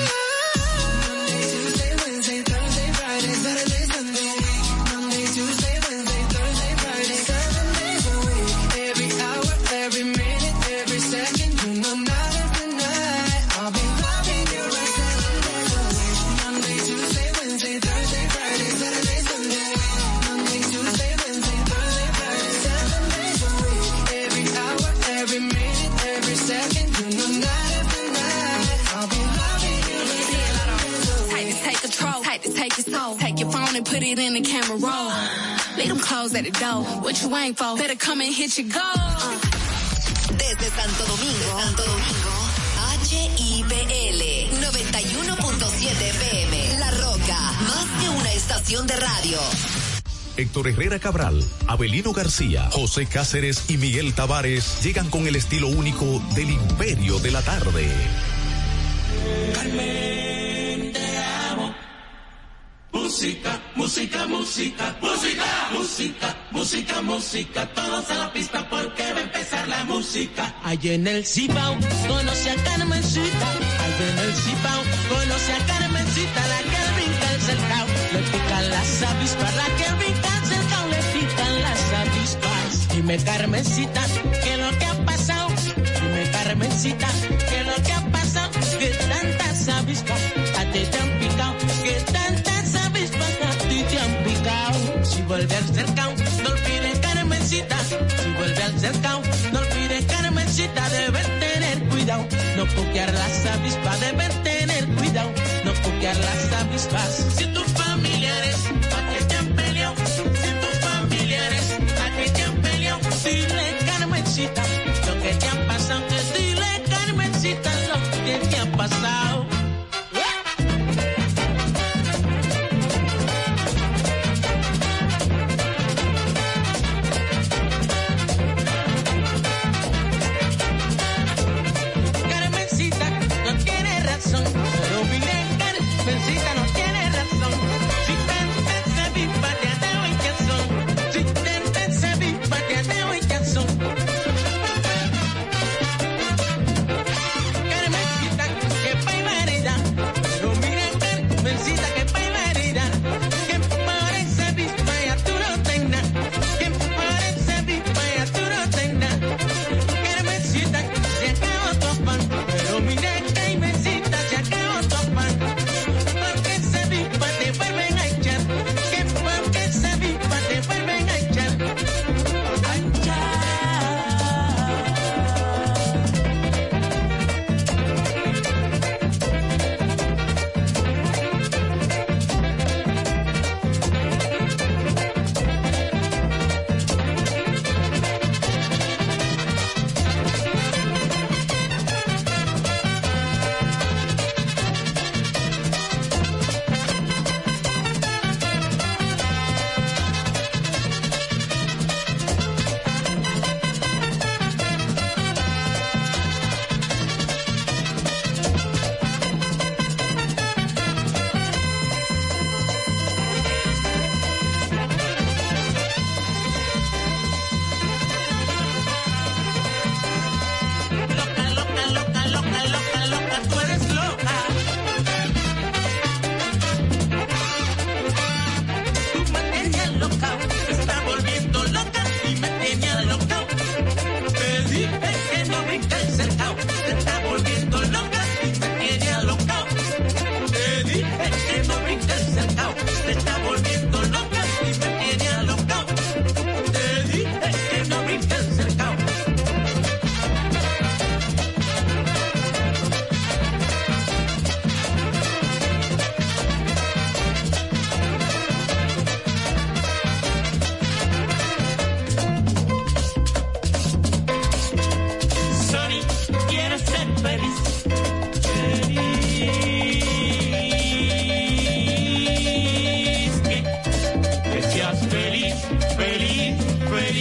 Speaker 20: Take your phone and put it in the camera roll. Leave them clothes at the door. What you ain't for? Better come and hit your goal. Uh.
Speaker 1: Desde Santo Domingo, Santo Domingo, H I P L noventa y uno punto siete F M. La Roca, más que una estación de radio.
Speaker 21: Héctor Herrera Cabral, Abelino García, José Cáceres y Miguel Tavares llegan con el estilo único del Imperio de la Tarde.
Speaker 6: Carmen, te amo. Música, música, música, música, música, música, música, todos a la pista porque va a empezar la música.
Speaker 22: Allí en el Cibao, conoce a Carmencita, allí en el Cibao, conoce a Carmencita, la que brinca el cercao, le pican las avispas, la que brinca el cercao, le pican las avispas. Dime Carmencita, ¿qué es lo que ha pasado? Dime Carmencita, ¿qué es lo que ha pasado? Que tantas avispas a ti te han picado, que tantas avispas a ti te han picado. Si vuelve al cercao, no olvides Carmencita, si vuelve al cercao, no olvides Carmencita, debes tener cuidado, no copiar las avispas, debes tener cuidado, no copiar las avispas. Si tus familiares a que te han peleado, si tus familiares a que te han peleado, dile Carmencita lo que te ha pasado, que dile Carmencita lo que te ha pasado. Pero mire, Carmencita no tiene razón. Si tantas avispas te ateo y que son, si tantas avispas te ateo y que son. Carmencita, que pa'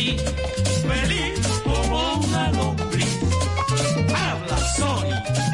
Speaker 6: feliz, feliz como una lombriz. Habla Sony.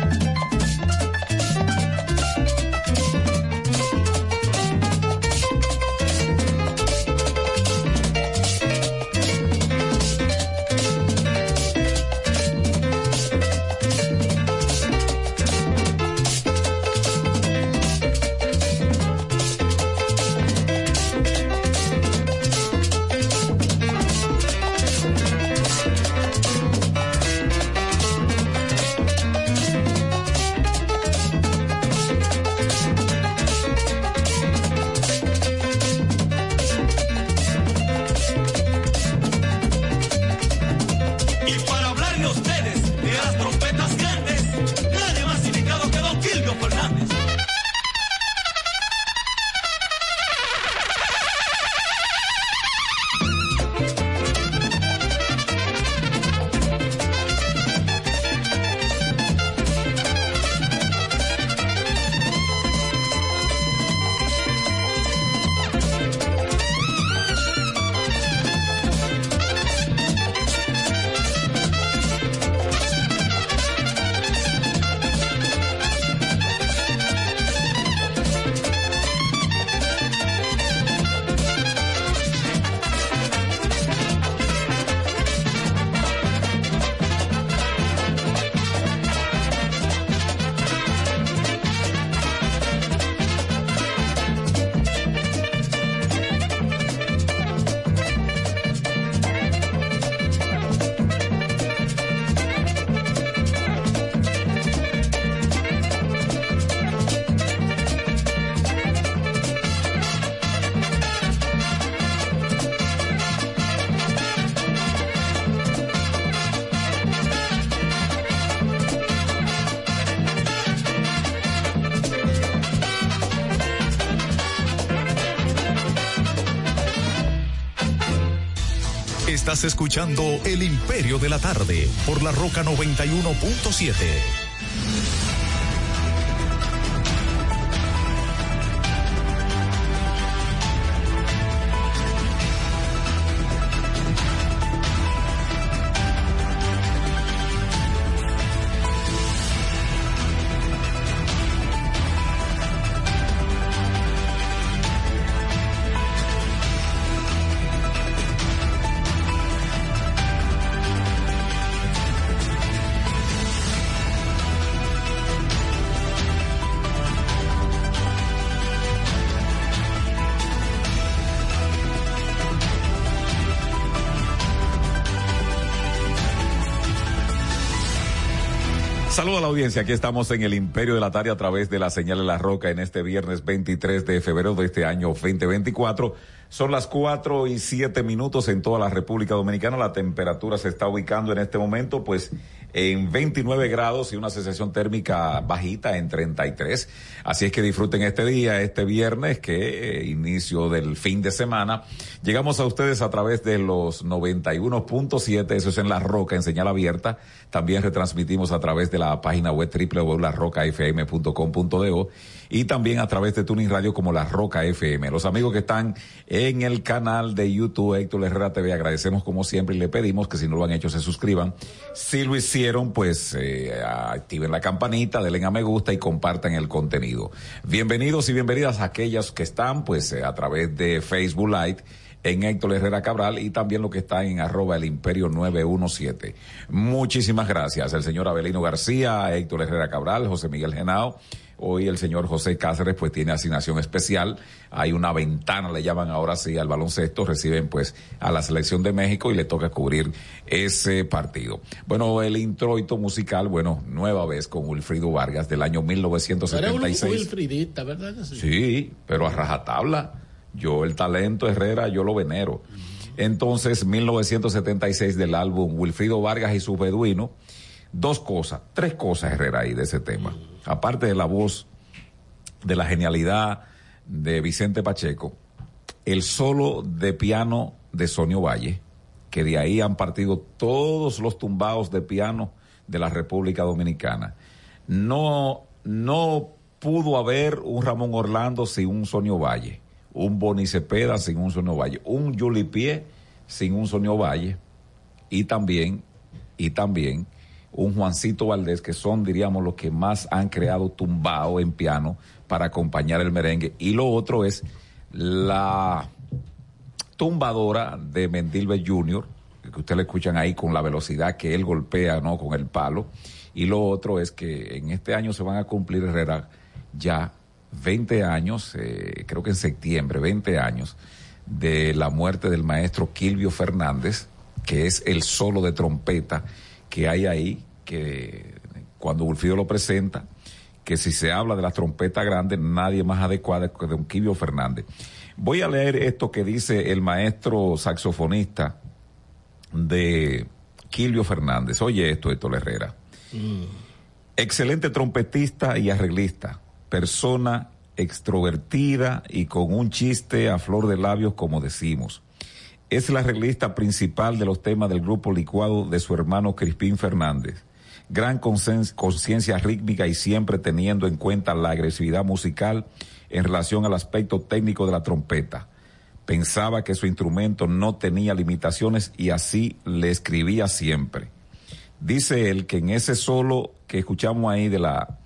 Speaker 21: Estás escuchando El Imperio de la Tarde por La Roca noventa y uno punto siete.
Speaker 7: Saludos a la audiencia, aquí estamos en el Imperio de la Tarde a través de la señal de La Roca en este viernes veintitrés de febrero de este año veinte veinticuatro. Son las cuatro y siete minutos en toda la República Dominicana. La temperatura se está ubicando en este momento pues en veintinueve grados y una sensación térmica bajita en treinta y tres. Así es que disfruten este día, este viernes, que eh, inicio del fin de semana. Llegamos a ustedes a través de los noventa y uno punto siete, eso es en La Roca, en señal abierta. También retransmitimos a través de la página web doble u doble u doble u punto la roca f m punto com punto do y también a través de Tuning Radio como La Roca F M. Los amigos que están en el canal de YouTube Héctor Herrera T V, agradecemos como siempre y le pedimos que si no lo han hecho se suscriban. Si lo hicieron, pues eh, activen la campanita, denle a me gusta y compartan el contenido. Bienvenidos y bienvenidas a aquellas que están pues eh, a través de Facebook Live en Héctor Herrera Cabral y también lo que está en arroba el imperio nueve uno siete. Muchísimas gracias. El señor Abelino García, Héctor Herrera Cabral, José Miguel Genao. Hoy el señor José Cáceres pues tiene asignación especial. Hay una ventana, le llaman ahora sí al baloncesto. Reciben pues a la selección de México y le toca cubrir ese partido. Bueno, el introito musical, bueno, nueva vez con Wilfrido Vargas del año mil novecientos setenta y seis.
Speaker 9: Era un Wilfridita, ¿verdad que sí?
Speaker 7: Sí, pero a rajatabla. Yo el talento Herrera, yo lo venero. Entonces, mil novecientos setenta y seis del álbum Wilfrido Vargas y sus beduinos. Dos cosas, tres cosas Herrera ahí de ese tema. Aparte de la voz, de la genialidad de Vicente Pacheco, el solo de piano de Sonio Valle, que de ahí han partido todos los tumbados de piano de la República Dominicana. No, no pudo haber un Ramón Orlando sin un Sonio Valle, un Boni Cepeda sin un Sonio Valle, un Julie Pie sin un Sonio Valle y también, y también un Juancito Valdés, que son, diríamos, los que más han creado tumbao en piano para acompañar el merengue. Y lo otro es la tumbadora de Mendilbe junior, que ustedes le escuchan ahí con la velocidad que él golpea, ¿no?, con el palo. Y lo otro es que en este año se van a cumplir, Herrera, ya veinte años, eh, creo que en septiembre, veinte años de la muerte del maestro Quilvio Fernández, que es el solo de trompeta que hay ahí, que cuando Wilfrido lo presenta, que si se habla de las trompetas grandes, nadie más adecuada que don Quilvio Fernández. Voy a leer esto que dice el maestro saxofonista de Quilvio Fernández. Oye esto, Héctor Herrera. Mm. Excelente trompetista y arreglista, persona extrovertida y con un chiste a flor de labios, como decimos. Es la arreglista principal de los temas del grupo licuado de su hermano Crispín Fernández. Gran conciencia rítmica y siempre teniendo en cuenta la agresividad musical en relación al aspecto técnico de la trompeta. Pensaba que su instrumento no tenía limitaciones y así le escribía siempre. Dice él que en ese solo que escuchamos ahí de la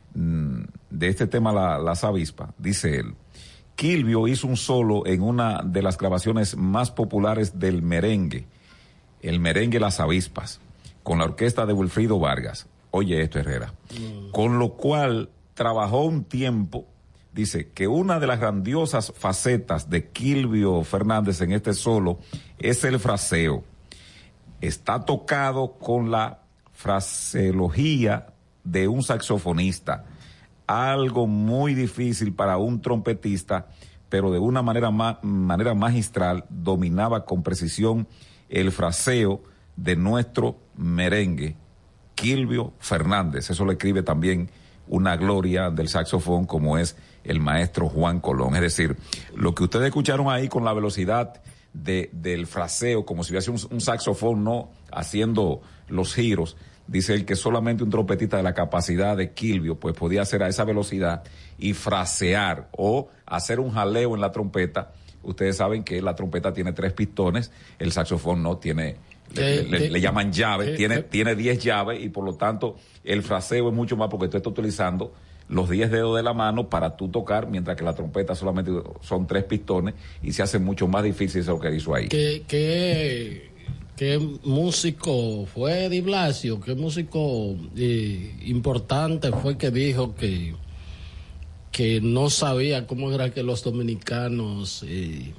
Speaker 7: de este tema la, Las Avispas, dice él, Quilvio hizo un solo en una de las grabaciones más populares del merengue, el merengue Las Avispas, con la orquesta de Wilfrido Vargas. Oye esto, Herrera. Mm. Con lo cual trabajó un tiempo. Dice que una de las grandiosas facetas de Quilvio Fernández en este solo es el fraseo. Está tocado con la fraseología de un saxofonista, algo muy difícil para un trompetista, pero de una manera, ma- manera magistral dominaba con precisión el fraseo de nuestro merengue, Quilvio Fernández. Eso lo escribe también una gloria del saxofón como es el maestro Juan Colón. Es decir, lo que ustedes escucharon ahí con la velocidad de, del fraseo, como si hubiese un, un saxofón, no haciendo los giros, dice él que solamente un trompetista de la capacidad de Quilvio pues podía hacer a esa velocidad y frasear o hacer un jaleo en la trompeta. Ustedes saben que la trompeta tiene tres pistones, el saxofón no tiene, le, le, le, le llaman llaves, tiene, tiene diez llaves y por lo tanto el fraseo es mucho más porque tú estás utilizando los diez dedos de la mano para tú tocar, mientras que la trompeta solamente son tres pistones y se hace mucho más difícil eso que hizo ahí.
Speaker 8: ¿Qué, qué, qué músico fue Di Blasio? ¿Qué músico eh, importante fue que dijo que, que no sabía cómo era que los dominicanos eh,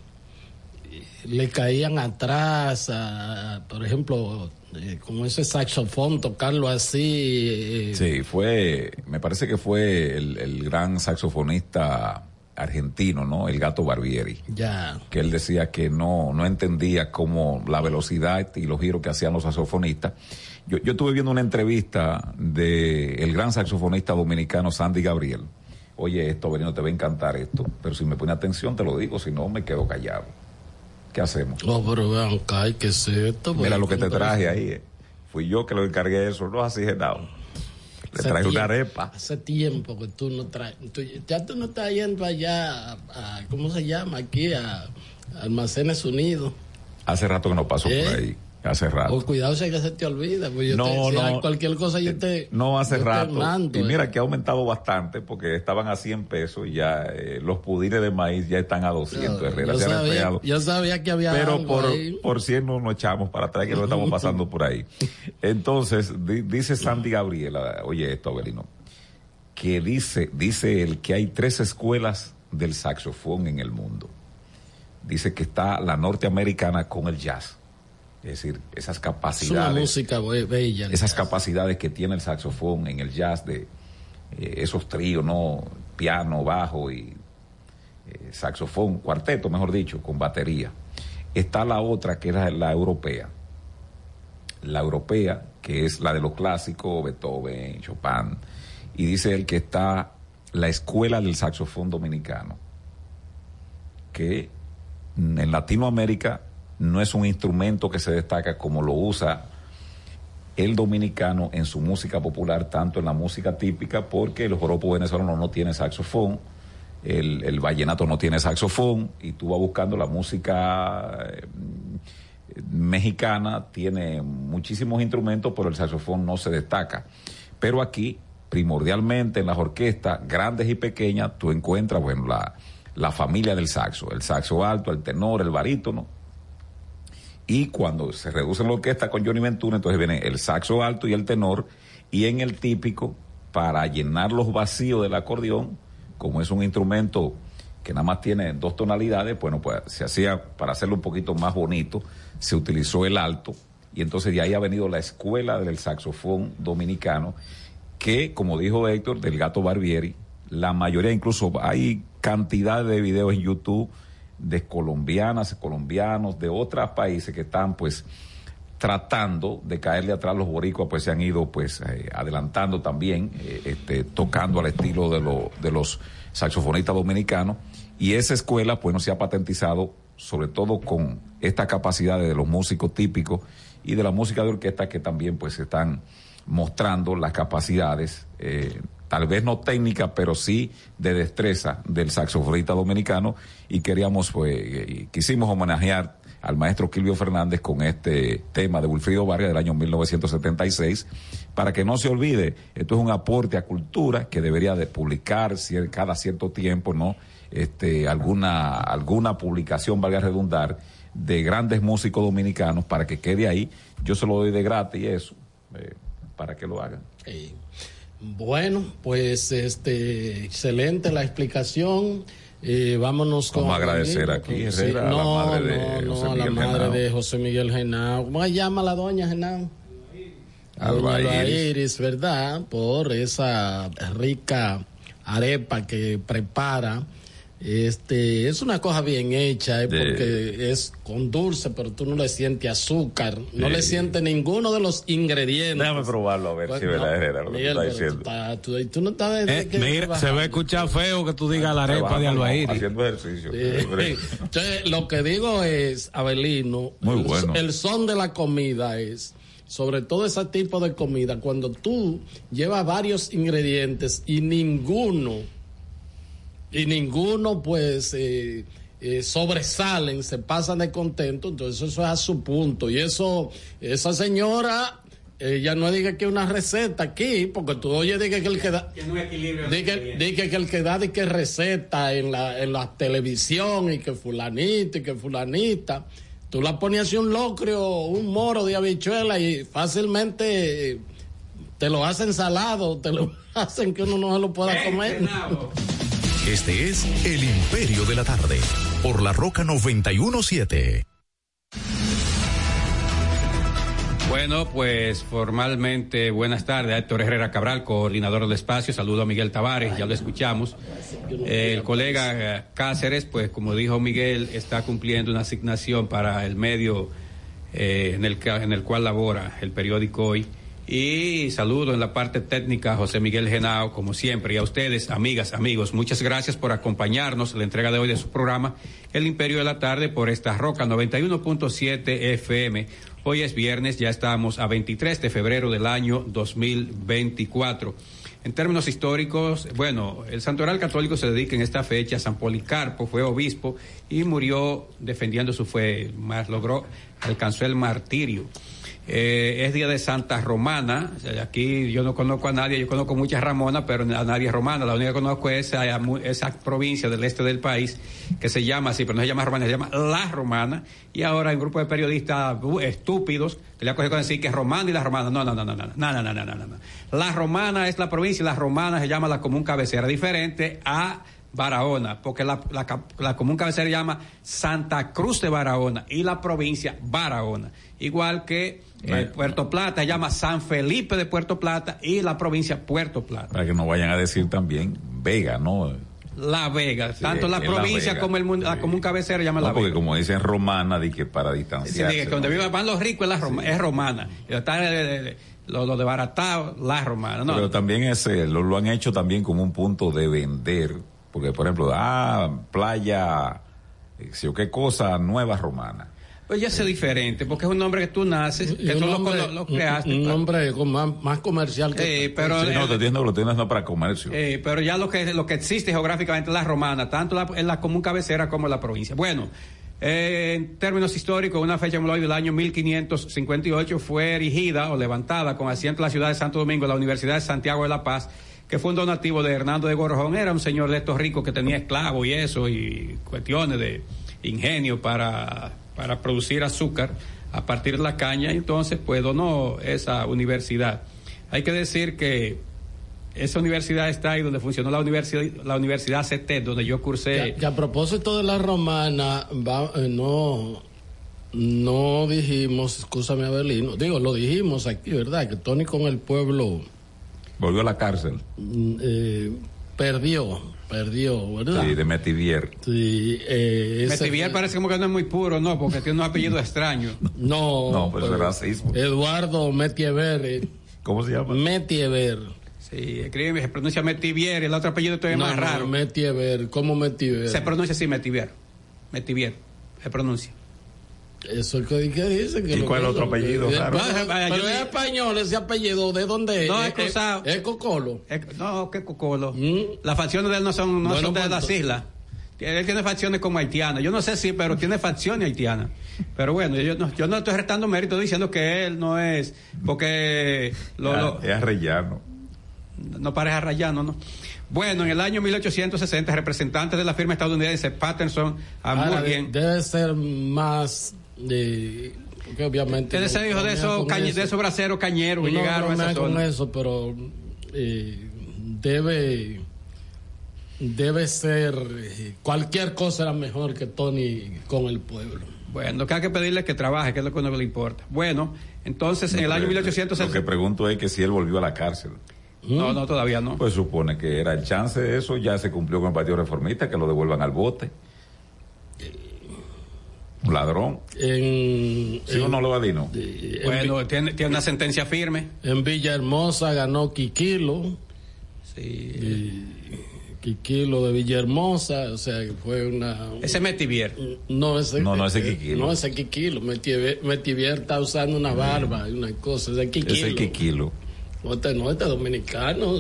Speaker 8: le caían atrás, a, por ejemplo, eh, como ese saxofón, tocarlo así? Eh.
Speaker 7: Sí, fue, me parece que fue el, el gran saxofonista argentino, ¿no? El Gato Barbieri.
Speaker 8: Ya.
Speaker 7: Que él decía que no, no entendía cómo la velocidad y los giros que hacían los saxofonistas. Yo, yo estuve viendo una entrevista de el gran saxofonista dominicano Sandy Gabriel. Oye, esto, Benito, te va a encantar esto, pero si me pone atención te lo digo, si no me quedo callado. ¿Qué hacemos?
Speaker 8: No, pero vean acá, hay que ser esto.
Speaker 7: Mira lo que te traje ahí, eh. Fui yo que lo encargué de eso, no así genado. Le traje una arepa.
Speaker 8: Hace tiempo que tú no traes, tú, ya tú no estás yendo allá a, a ¿cómo se llama? Aquí a, a Almacenes Unidos.
Speaker 7: Hace rato que no paso ¿Eh? por ahí. Hace rato.
Speaker 8: Oh, cuidado si que se te olvida, pues yo
Speaker 7: no,
Speaker 8: te, si
Speaker 7: no,
Speaker 8: hay cualquier cosa yo te
Speaker 7: no hace
Speaker 8: yo
Speaker 7: rato.
Speaker 8: Te mando,
Speaker 7: y mira
Speaker 8: eh.
Speaker 7: que ha aumentado bastante porque estaban a cien pesos y ya eh, los pudines de maíz ya están a doscientos.
Speaker 8: No,
Speaker 7: Herrera,
Speaker 8: yo, sabía, yo sabía que había
Speaker 7: pero
Speaker 8: algo
Speaker 7: por
Speaker 8: ahí.
Speaker 7: por cien no nos echamos para atrás que lo estamos pasando por ahí. Entonces di, dice Sandy Gabriela, oye esto, Abelino, que dice dice él que hay tres escuelas del saxofón en el mundo. Dice que está la norteamericana con el jazz. Es decir, esas capacidades.
Speaker 8: Es una música bella.
Speaker 7: Esas capacidades que tiene el saxofón en el jazz de eh, esos tríos, ¿no? Piano, bajo y eh, saxofón, cuarteto, mejor dicho, con batería. Está la otra que es la, la europea. La europea, que es la de los clásicos, Beethoven, Chopin. Y dice él que está la escuela del saxofón dominicano, que en Latinoamérica no es un instrumento que se destaca como lo usa el dominicano en su música popular, tanto en la música típica, porque el joropo venezolano no tiene saxofón, el, el vallenato no tiene saxofón, y tú vas buscando la música, eh, mexicana tiene muchísimos instrumentos, pero el saxofón no se destaca. Pero aquí, primordialmente en las orquestas grandes y pequeñas, tú encuentras, bueno, la, la familia del saxo, el saxo alto, el tenor, el barítono. Y cuando se reduce la orquesta con Johnny Ventura, entonces viene el saxo alto y el tenor, y en el típico, para llenar los vacíos del acordeón, como es un instrumento que nada más tiene dos tonalidades, bueno, pues se hacía, para hacerlo un poquito más bonito, se utilizó el alto, y entonces de ahí ha venido la escuela del saxofón dominicano, que, como dijo Héctor, del Gato Barbieri, la mayoría, incluso hay cantidad de videos en YouTube de colombianas, colombianos, de otros países que están, pues, tratando de caerle atrás. Los boricuas, pues, se han ido, pues, eh, adelantando también, eh, este, tocando al estilo de, lo, de los saxofonistas dominicanos, y esa escuela, pues, no se ha patentizado, sobre todo con esta capacidad de los músicos típicos y de la música de orquesta, que también, pues, están mostrando las capacidades, eh, tal vez no técnicas, pero sí de destreza del saxofonista dominicano, y queríamos, pues, quisimos homenajear al maestro Quilvio Fernández con este tema de Wilfrido Vargas del año mil novecientos setenta y seis, para que no se olvide, esto es un aporte a cultura que debería de publicar cada cierto tiempo, ¿no? Este, alguna, alguna publicación, valga redundar, de grandes músicos dominicanos, para que quede ahí. Yo se lo doy de gratis, eso, eh, para que lo hagan.
Speaker 8: Okay. Bueno, pues este excelente la explicación. Eh, vámonos con.
Speaker 7: Vamos a agradecer aquí, Herrera, sí, no, a la madre de
Speaker 8: no,
Speaker 7: José
Speaker 8: no,
Speaker 7: Miguel
Speaker 8: a la madre
Speaker 7: Genao.
Speaker 8: de José Miguel Genao. ¿Cómo se llama la doña Genao?
Speaker 7: Alba
Speaker 8: Doña
Speaker 7: Iris.
Speaker 8: Iris, ¿verdad? Por esa rica arepa que prepara. Este, es una cosa bien hecha, ¿eh? Porque es con dulce, pero tú no le sientes azúcar, no
Speaker 7: Sí.
Speaker 8: le sientes ninguno de los ingredientes.
Speaker 7: Déjame probarlo a ver
Speaker 8: Pues
Speaker 7: si
Speaker 8: no,
Speaker 7: es verdad lo que
Speaker 8: Miguel,
Speaker 7: tú
Speaker 8: pero
Speaker 7: estás diciendo.
Speaker 8: tú, estás- tú- tú no estás de-
Speaker 9: Eh,
Speaker 8: que-
Speaker 9: mira, se va a escuchar feo que tú digas la arepa de Albaíri.
Speaker 7: Haciendo ejercicio.
Speaker 8: Sí. Entonces, lo que digo es, Abelino,
Speaker 7: Muy
Speaker 8: el,
Speaker 7: bueno.
Speaker 8: el son de la comida es, sobre todo ese tipo de comida, cuando tú llevas varios ingredientes y ninguno, y ninguno pues eh, eh, sobresalen, se pasan de contento, entonces eso es a su punto. Y eso, esa señora, ella no diga que una receta aquí, porque tú oyes diga que el que da,
Speaker 9: Tiene un equilibrio.
Speaker 8: diga, diga que el que da de que receta en la, en la televisión, y que fulanito y que fulanita, tú la pones así un locrio, un moro de habichuela, y fácilmente eh, te lo hacen salado, te lo hacen que uno no se lo pueda comer.
Speaker 21: Este es El Imperio de la Tarde, por La Roca noventa y uno punto siete.
Speaker 9: Bueno, pues formalmente buenas tardes a Héctor Herrera Cabral, coordinador del espacio. Saludo a Miguel Tavares, ya lo escuchamos. Eh, el colega eh, Cáceres, pues como dijo Miguel, está cumpliendo una asignación para el medio eh, en, el, ca- en el cual labora el periódico Hoy. Y saludo en la parte técnica a José Miguel Genao, como siempre, y a ustedes, amigas, amigos, muchas gracias por acompañarnos en la entrega de hoy de su programa El Imperio de la Tarde por esta Roca noventa y uno punto siete F M. Hoy es viernes, ya estamos a veintitrés de febrero del año dos mil veinticuatro. En términos históricos, bueno, el Santoral Católico se dedica en esta fecha. San Policarpo fue obispo y murió defendiendo su fe, más logró, alcanzó el martirio. Eh, es día de Santa Romana. O sea, aquí yo no conozco a nadie, yo conozco muchas Ramonas, pero a nadie Romana. La única que conozco es esa, esa provincia del este del país que se llama así, pero no se llama Romana, se llama La Romana. Y ahora hay un grupo de periodistas uh, estúpidos que le ha cogido con decir que es Romana y La Romana. No, no, no, no, no, no, no, no, no, no, no. La Romana es la provincia y La Romana se llama la común cabecera, diferente a Barahona, porque la, la, la común cabecera se llama Santa Cruz de Barahona y la provincia Barahona. Igual que eh, Puerto Plata se llama San Felipe de Puerto Plata y la provincia Puerto Plata.
Speaker 7: Para que no vayan a decir también Vega, ¿no?
Speaker 9: La Vega,
Speaker 7: Sí,
Speaker 9: tanto la
Speaker 7: es la
Speaker 9: provincia
Speaker 7: Vega.
Speaker 9: como el mundo, la común cabecera se llama
Speaker 7: No,
Speaker 9: La
Speaker 7: porque
Speaker 9: Vega.
Speaker 7: como dicen romana, di que para
Speaker 9: Sí,
Speaker 7: distanciarse.
Speaker 9: diga que
Speaker 7: ¿no?
Speaker 9: donde viven, van los ricos es, la Roma, es romana. Y está eh, eh, lo, lo de baratado, la romana. No,
Speaker 7: Pero también ese, lo, lo han hecho también como un punto de vender, porque por ejemplo, ah, playa, eh, si o qué cosa, Nueva Romana.
Speaker 9: pues ya es diferente, porque es un nombre que tú naces, que
Speaker 8: un
Speaker 9: tú lo,
Speaker 8: nombre-
Speaker 9: lo, lo creaste.
Speaker 8: un nombre con más, más comercial que
Speaker 9: Eh, pero,
Speaker 7: Sí, no, te entiendo, lo tienes no para comercio.
Speaker 9: Eh, pero ya lo que lo que existe geográficamente es la romana, tanto la, en la común cabecera como en la provincia. Bueno, Eh, en términos históricos, una fecha muy del año mil quinientos cincuenta y ocho fue erigida o levantada con asiento en la ciudad de Santo Domingo la Universidad de Santiago de la Paz, que fue un donativo de Hernando de Gorjón. Era un señor de estos ricos que tenía esclavos y eso, y cuestiones de ingenio para, para producir azúcar a partir de la caña, y entonces pues donó esa universidad. Hay que decir que esa universidad está ahí donde funcionó la universidad, la Universidad C E T, donde yo cursé.
Speaker 8: Que, que a propósito de la romana, va, eh, no, no dijimos, escúchame Abelino, digo, lo dijimos aquí, ¿verdad? Que Tony con el pueblo...
Speaker 7: Volvió a la cárcel.
Speaker 8: Eh, perdió, perdió, ¿verdad?
Speaker 7: Sí, de Metivier.
Speaker 8: Sí, eh,
Speaker 9: Metivier fue... parece como que no es muy puro, ¿no? Porque tiene unos apellidos extraños.
Speaker 8: No.
Speaker 7: No, pues es racismo.
Speaker 8: Eduardo Metiever. Eh,
Speaker 7: ¿Cómo se llama?
Speaker 8: Metiever.
Speaker 9: Sí, escribe, se pronuncia Metivier, el otro apellido todavía
Speaker 8: no,
Speaker 9: más
Speaker 8: no,
Speaker 9: raro.
Speaker 8: Metiever, ¿cómo Metiever?
Speaker 9: Se pronuncia así, Metivier. Metivier, se pronuncia.
Speaker 8: Eso es que, que dice que...
Speaker 7: ¿Y cuál es otro apellido?
Speaker 8: Claro.
Speaker 9: Pero,
Speaker 8: pero
Speaker 9: yo,
Speaker 8: es español ese apellido, ¿de dónde es?
Speaker 9: No,
Speaker 8: es,
Speaker 9: es cruzado.
Speaker 8: Es, es Cocolo.
Speaker 9: Es, no, ¿qué Cocolo?
Speaker 8: ¿Mm?
Speaker 9: Las facciones de él no son, no
Speaker 8: bueno,
Speaker 9: son de
Speaker 8: pues,
Speaker 9: las islas. Él tiene facciones como haitianas. Yo no sé si, pero tiene facciones haitianas. Pero bueno, yo no, yo no estoy restando mérito, estoy diciendo que él no es, porque... Lo,
Speaker 7: ya,
Speaker 9: lo,
Speaker 7: es arrellano.
Speaker 9: No parece arrellano, ¿no? Bueno, en el año mil ochocientos sesenta, representantes de la firma estadounidense Patterson Hamburgen...
Speaker 8: Debe ser más... de que obviamente
Speaker 9: debe ser hijo de esos cañe, de esos braceros cañeros que
Speaker 8: no,
Speaker 9: llegaron
Speaker 8: no
Speaker 9: a esa
Speaker 8: con
Speaker 9: zona.
Speaker 8: eso, pero eh, debe debe ser eh, cualquier cosa era mejor que Tony con el pueblo.
Speaker 9: Bueno, lo que hay que pedirle es que trabaje, que es lo que a uno le importa. Bueno, entonces en el año mil ochocientos sesenta...
Speaker 7: Lo que pregunto es que si él volvió a la cárcel.
Speaker 9: No, no, todavía no.
Speaker 7: Pues supone que era el chance de eso, ya se cumplió con el Partido Reformista, que lo devuelvan al bote. Un ladrón.
Speaker 8: En,
Speaker 7: ¿Sí o no lo va a decir, no?
Speaker 9: Bueno, tiene, tiene una sentencia firme.
Speaker 8: En Villahermosa ganó Quiquilo.
Speaker 9: Sí.
Speaker 8: Quiquilo de Villahermosa, o sea, fue una...
Speaker 9: Ese Metivier.
Speaker 8: No, ese,
Speaker 7: no, no ese Quiquilo.
Speaker 8: No, ese Quiquilo. Metivier, Metivier está usando una barba y una cosa. Ese Quiquilo.
Speaker 7: Ese Quiquilo.
Speaker 8: No, este no, este dominicano.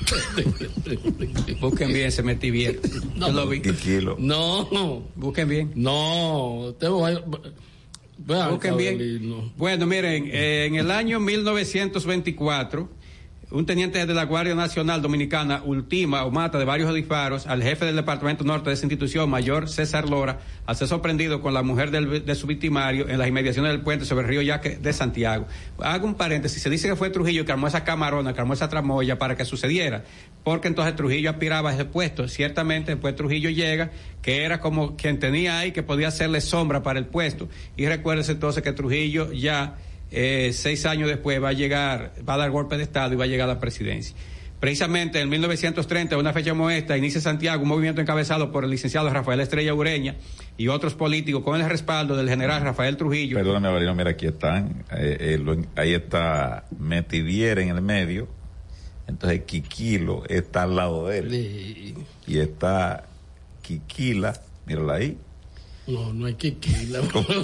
Speaker 9: Busquen bien ese Metivier.
Speaker 8: No,
Speaker 9: yo lo vi.
Speaker 7: Quiquilo.
Speaker 8: No.
Speaker 9: Busquen bien.
Speaker 8: No. Te voy a... Vean,
Speaker 9: Busquen bien. No. Bueno, miren, eh, en el año mil novecientos veinticuatro, un teniente de la Guardia Nacional Dominicana ultima o mata de varios disparos al jefe del Departamento Norte de esa institución, mayor César Lora, al ser sorprendido con la mujer del, de su victimario en las inmediaciones del puente sobre el río Yaque de Santiago. Hago un paréntesis, se dice que fue Trujillo que armó esa camarona, que armó esa tramoya para que sucediera, porque entonces Trujillo aspiraba a ese puesto. Ciertamente después Trujillo llega, que era como quien tenía ahí, que podía hacerle sombra para el puesto, y recuérdense entonces que Trujillo ya... Eh, seis años después va a llegar, va a dar golpe de Estado y va a llegar a la presidencia. Precisamente en mil novecientos treinta, una fecha como esta, inicia Santiago un movimiento encabezado por el licenciado Rafael Estrella Ureña y otros políticos con el respaldo del general Rafael Trujillo.
Speaker 7: Perdóname, Avelino, mira, aquí están, eh, eh, lo, ahí está Metivier en el medio, entonces Quiquilo está al lado de él,
Speaker 8: sí.
Speaker 7: Y está Quiquila, mírala ahí.
Speaker 8: No, no hay Quiquila.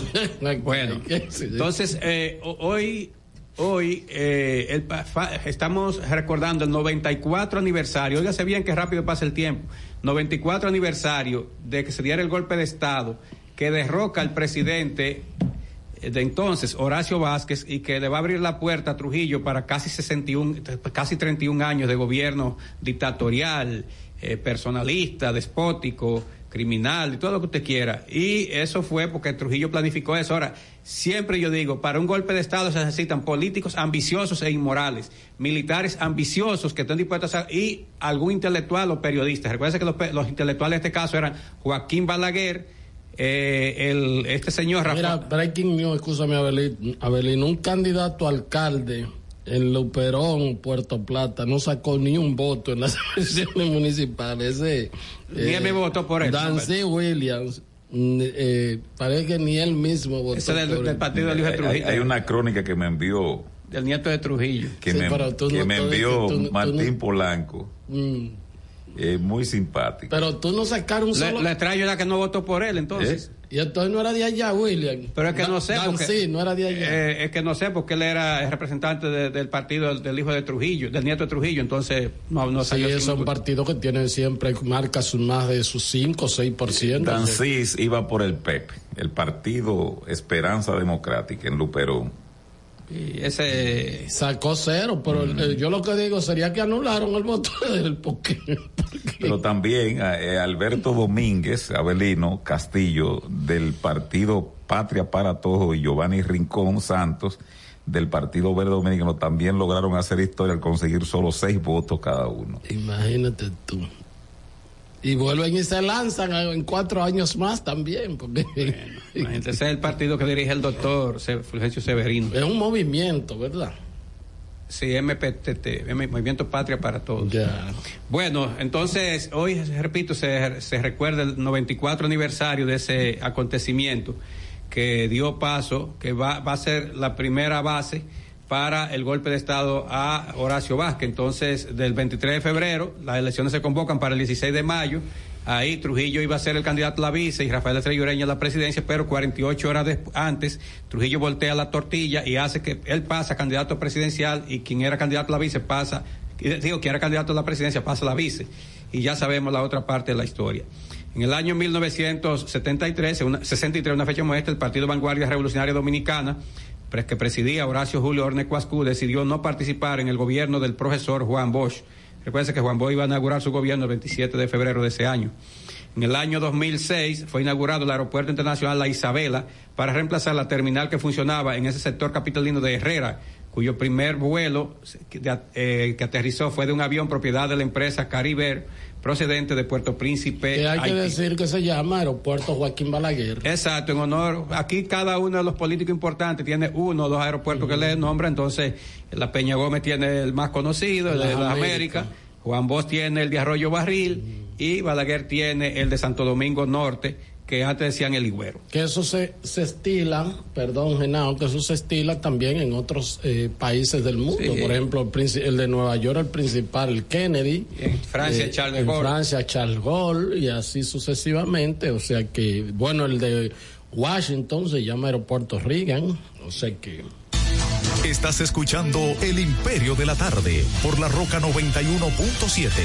Speaker 9: Bueno, entonces eh, hoy, hoy eh, el, fa, estamos recordando el noventa y cuatro aniversario. Óigase bien que rápido pasa el tiempo. noventa y cuatro aniversario de que se diera el golpe de Estado que derroca al presidente de entonces, Horacio Vázquez, y que le va a abrir la puerta a Trujillo para casi sesenta y uno, casi treinta y un años de gobierno dictatorial, eh, personalista, despótico, criminal y todo lo que usted quiera. Y eso fue porque Trujillo planificó eso. Ahora, siempre yo digo, para un golpe de Estado se necesitan políticos ambiciosos e inmorales, militares ambiciosos que estén dispuestos a... y algún intelectual o periodista. Recuerden que los, los intelectuales en este caso eran Joaquín Balaguer, eh, el este señor Rafael...
Speaker 8: Mira, breaking news, escúchame Abelino, Abelino, un candidato a alcalde en Luperón, Puerto Plata, no sacó ni un voto en las elecciones municipales. Ese,
Speaker 9: ni eh, él me votó por él.
Speaker 8: Dancy Williams, eh, parece que ni él mismo votó.
Speaker 9: Ese del, del partido del hijo de Trujillo.
Speaker 7: Hay, hay una crónica que me envió.
Speaker 9: Del nieto de Trujillo.
Speaker 7: Que
Speaker 8: sí,
Speaker 7: me,
Speaker 8: pero tú
Speaker 7: que
Speaker 8: no,
Speaker 7: me
Speaker 8: tú
Speaker 7: envió
Speaker 8: tú,
Speaker 7: Martín
Speaker 8: tú no,
Speaker 7: Polanco.
Speaker 8: Mm.
Speaker 7: Eh, muy simpático.
Speaker 8: Pero tú no sacaron un solo...
Speaker 9: Le, le extraño era que no votó por él, entonces.
Speaker 8: ¿Eh? Y entonces no era de allá, William.
Speaker 9: Pero es que no sé.
Speaker 8: Porque, sí, no era de allá.
Speaker 9: Eh, es que no sé porque él era el representante de, del partido del, del hijo de Trujillo, del nieto de Trujillo, entonces no, no
Speaker 8: sí, es un partido que tiene siempre, marca sus más de sus cinco o seis por ciento.
Speaker 7: Dancis iba por el P E P, el Partido Esperanza Democrática en Luperón.
Speaker 9: Y ese
Speaker 8: sacó cero, pero mm. eh, yo lo que digo sería que anularon el voto de él porque, porque...
Speaker 7: pero también eh, Alberto Domínguez Abelino Castillo del Partido Patria para Todos y Giovanni Rincón Santos del Partido Verde Dominicano también lograron hacer historia al conseguir solo seis votos cada uno.
Speaker 8: Imagínate tú. Y vuelven y se lanzan en cuatro años más también. Porque...
Speaker 9: Bueno, ese es el partido que dirige el doctor Fulgencio Severino.
Speaker 8: Es un movimiento, ¿verdad?
Speaker 9: Sí, M P T T, Movimiento Patria para Todos.
Speaker 8: Yeah.
Speaker 9: Bueno, entonces, hoy, repito, se, se recuerda el noventa y cuatro aniversario de ese acontecimiento que dio paso, que va, va a ser la primera base para el golpe de Estado a Horacio Vázquez. Entonces, del veintitrés de febrero, las elecciones se convocan para el dieciséis de mayo. Ahí Trujillo iba a ser el candidato a la vice y Rafael Estrella Ureña a la presidencia, pero cuarenta y ocho horas de, antes, Trujillo voltea la tortilla y hace que él pasa candidato presidencial y quien era candidato a la vice pasa, digo, quien era candidato a la presidencia pasa a la vice. Y ya sabemos la otra parte de la historia. En el año mil novecientos setenta y tres, una, sesenta y tres, una fecha como esta, el Partido Vanguardia Revolucionaria Dominicana, que presidía Horacio Julio Orne Cuascú, decidió no participar en el gobierno del profesor Juan Bosch. Recuerden que Juan Bosch iba a inaugurar su gobierno el veintisiete de febrero de ese año. En el año dos mil seis fue inaugurado el Aeropuerto Internacional La Isabela para reemplazar la terminal que funcionaba en ese sector capitalino de Herrera, cuyo primer vuelo que, eh, que aterrizó fue de un avión propiedad de la empresa Cariber procedente de Puerto Príncipe.
Speaker 8: Que hay
Speaker 9: Haití.
Speaker 8: que decir que se llama Aeropuerto Joaquín Balaguer.
Speaker 9: Exacto, en honor, aquí cada uno de los políticos importantes tiene uno o dos aeropuertos uh-huh. que le nombra, entonces la Peña Gómez tiene el más conocido, el de las Américas, América. Juan Bosch tiene el de Arroyo Barril uh-huh. y Balaguer tiene el de Santo Domingo Norte, que antes decían el Higüero.
Speaker 8: Que eso se, se estila, perdón, Genao, que eso se estila también en otros eh, países del mundo. Sí. Por ejemplo, el, el de Nueva York, el principal, el Kennedy.
Speaker 9: Y en Francia, eh, Charles de Gaulle.
Speaker 8: En Francia, Charles Gaulle, y así sucesivamente. O sea que, bueno, el de Washington se llama Aeropuerto Reagan. O sea que...
Speaker 21: Estás escuchando El Imperio de la Tarde por La Roca noventa y uno punto siete.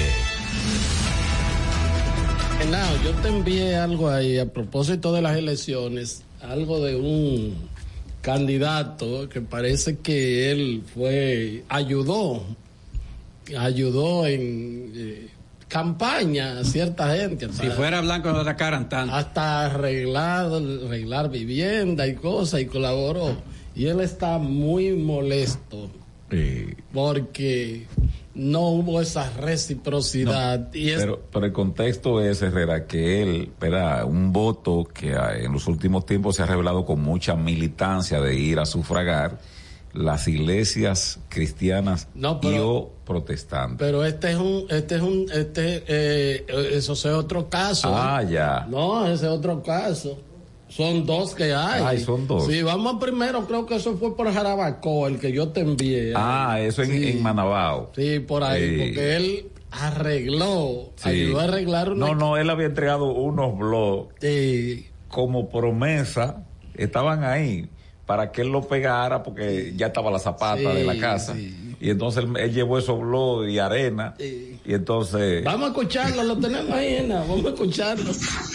Speaker 8: No, yo te envié algo ahí a propósito de las elecciones, algo de un candidato que parece que él fue, ayudó, ayudó en eh, campaña a cierta gente.
Speaker 9: Si para, fuera blanco no atacaran tanto.
Speaker 8: Hasta arreglar, arreglar vivienda y cosas y colaboró. Y él está muy molesto
Speaker 7: sí.
Speaker 8: porque... no hubo esa reciprocidad.
Speaker 7: No,
Speaker 8: y es...
Speaker 7: pero, pero el contexto es, Herrera, que él, espera, un voto que en los últimos tiempos se ha revelado con mucha militancia de ir a sufragar las iglesias cristianas
Speaker 8: no, pero,
Speaker 7: y o protestantes.
Speaker 8: Pero este es un, este es un, este, eh, eso es otro caso.
Speaker 7: Ah,
Speaker 8: ¿eh?
Speaker 7: ya.
Speaker 8: No, ese es otro caso. Son dos que hay.
Speaker 7: Ay, son dos.
Speaker 8: Sí, vamos primero, creo que eso fue por Jarabacoa, el que yo te envié.
Speaker 7: Ah, ahí. Eso en, sí. en Manabao.
Speaker 8: Sí, por ahí, sí. Porque él arregló, sí. ayudó a arreglar una...
Speaker 7: No, no, él había entregado unos blogs
Speaker 8: sí.
Speaker 7: como promesa, estaban ahí para que él lo pegara porque ya estaba la zapata sí, de la casa. Sí. Y entonces él, él llevó esos blogs y arena. Sí. Y entonces...
Speaker 8: Vamos a escucharlo, lo tenemos ahí, Ana, vamos a escucharlo.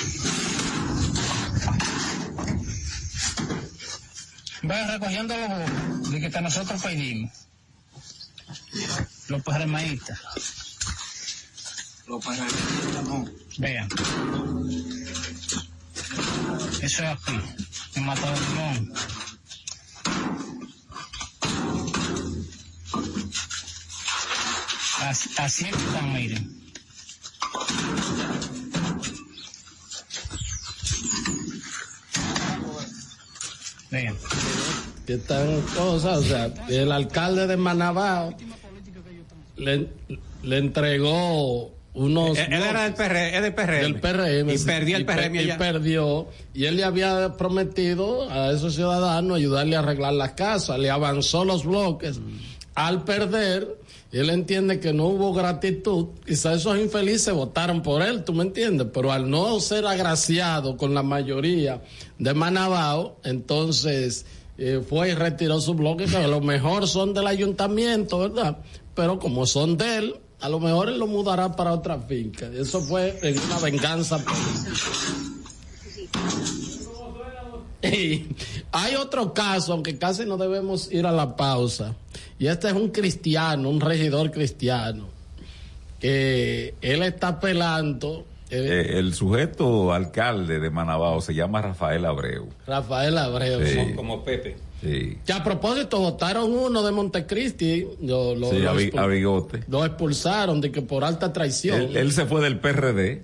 Speaker 10: Va recogiendo los de que nosotros pedimos. Los parremaístas. Los parremaístas, no. Vean. Eso es aquí. En Mata de Limón. Así, así es que están, miren. Vean.
Speaker 8: Que están cosas, o sea, el alcalde de Manabao le, le entregó unos...
Speaker 9: Él, él era del P R M, del P R M.
Speaker 8: Del P R M.
Speaker 9: Y perdió el P R M
Speaker 8: y, y perdió. Y él le había prometido a esos ciudadanos ayudarle a arreglar las casas, le avanzó los bloques. al perder, él entiende que no hubo gratitud, quizás esos infelices votaron por él, tú me entiendes, pero al no ser agraciado con la mayoría de Manabao, entonces eh, fue y retiró su bloque, que a lo mejor son del ayuntamiento, ¿verdad? Pero como son de él, a lo mejor él lo mudará para otra finca. Eso fue en una venganza política. Y hay otro caso, aunque casi no debemos ir a la pausa, y este es un cristiano, un regidor cristiano, que él está apelando.
Speaker 7: Eh, el sujeto alcalde de Manabao se llama Rafael Abreu.
Speaker 8: Rafael Abreu.
Speaker 7: Sí.
Speaker 9: Como, como Pepe.
Speaker 7: Sí.
Speaker 8: Que a propósito votaron uno de Montecristi, lo, lo,
Speaker 7: sí,
Speaker 8: lo,
Speaker 7: a,
Speaker 8: expul-
Speaker 7: a Bigote.
Speaker 8: lo expulsaron de que por alta traición.
Speaker 7: Él, él se fue del P R D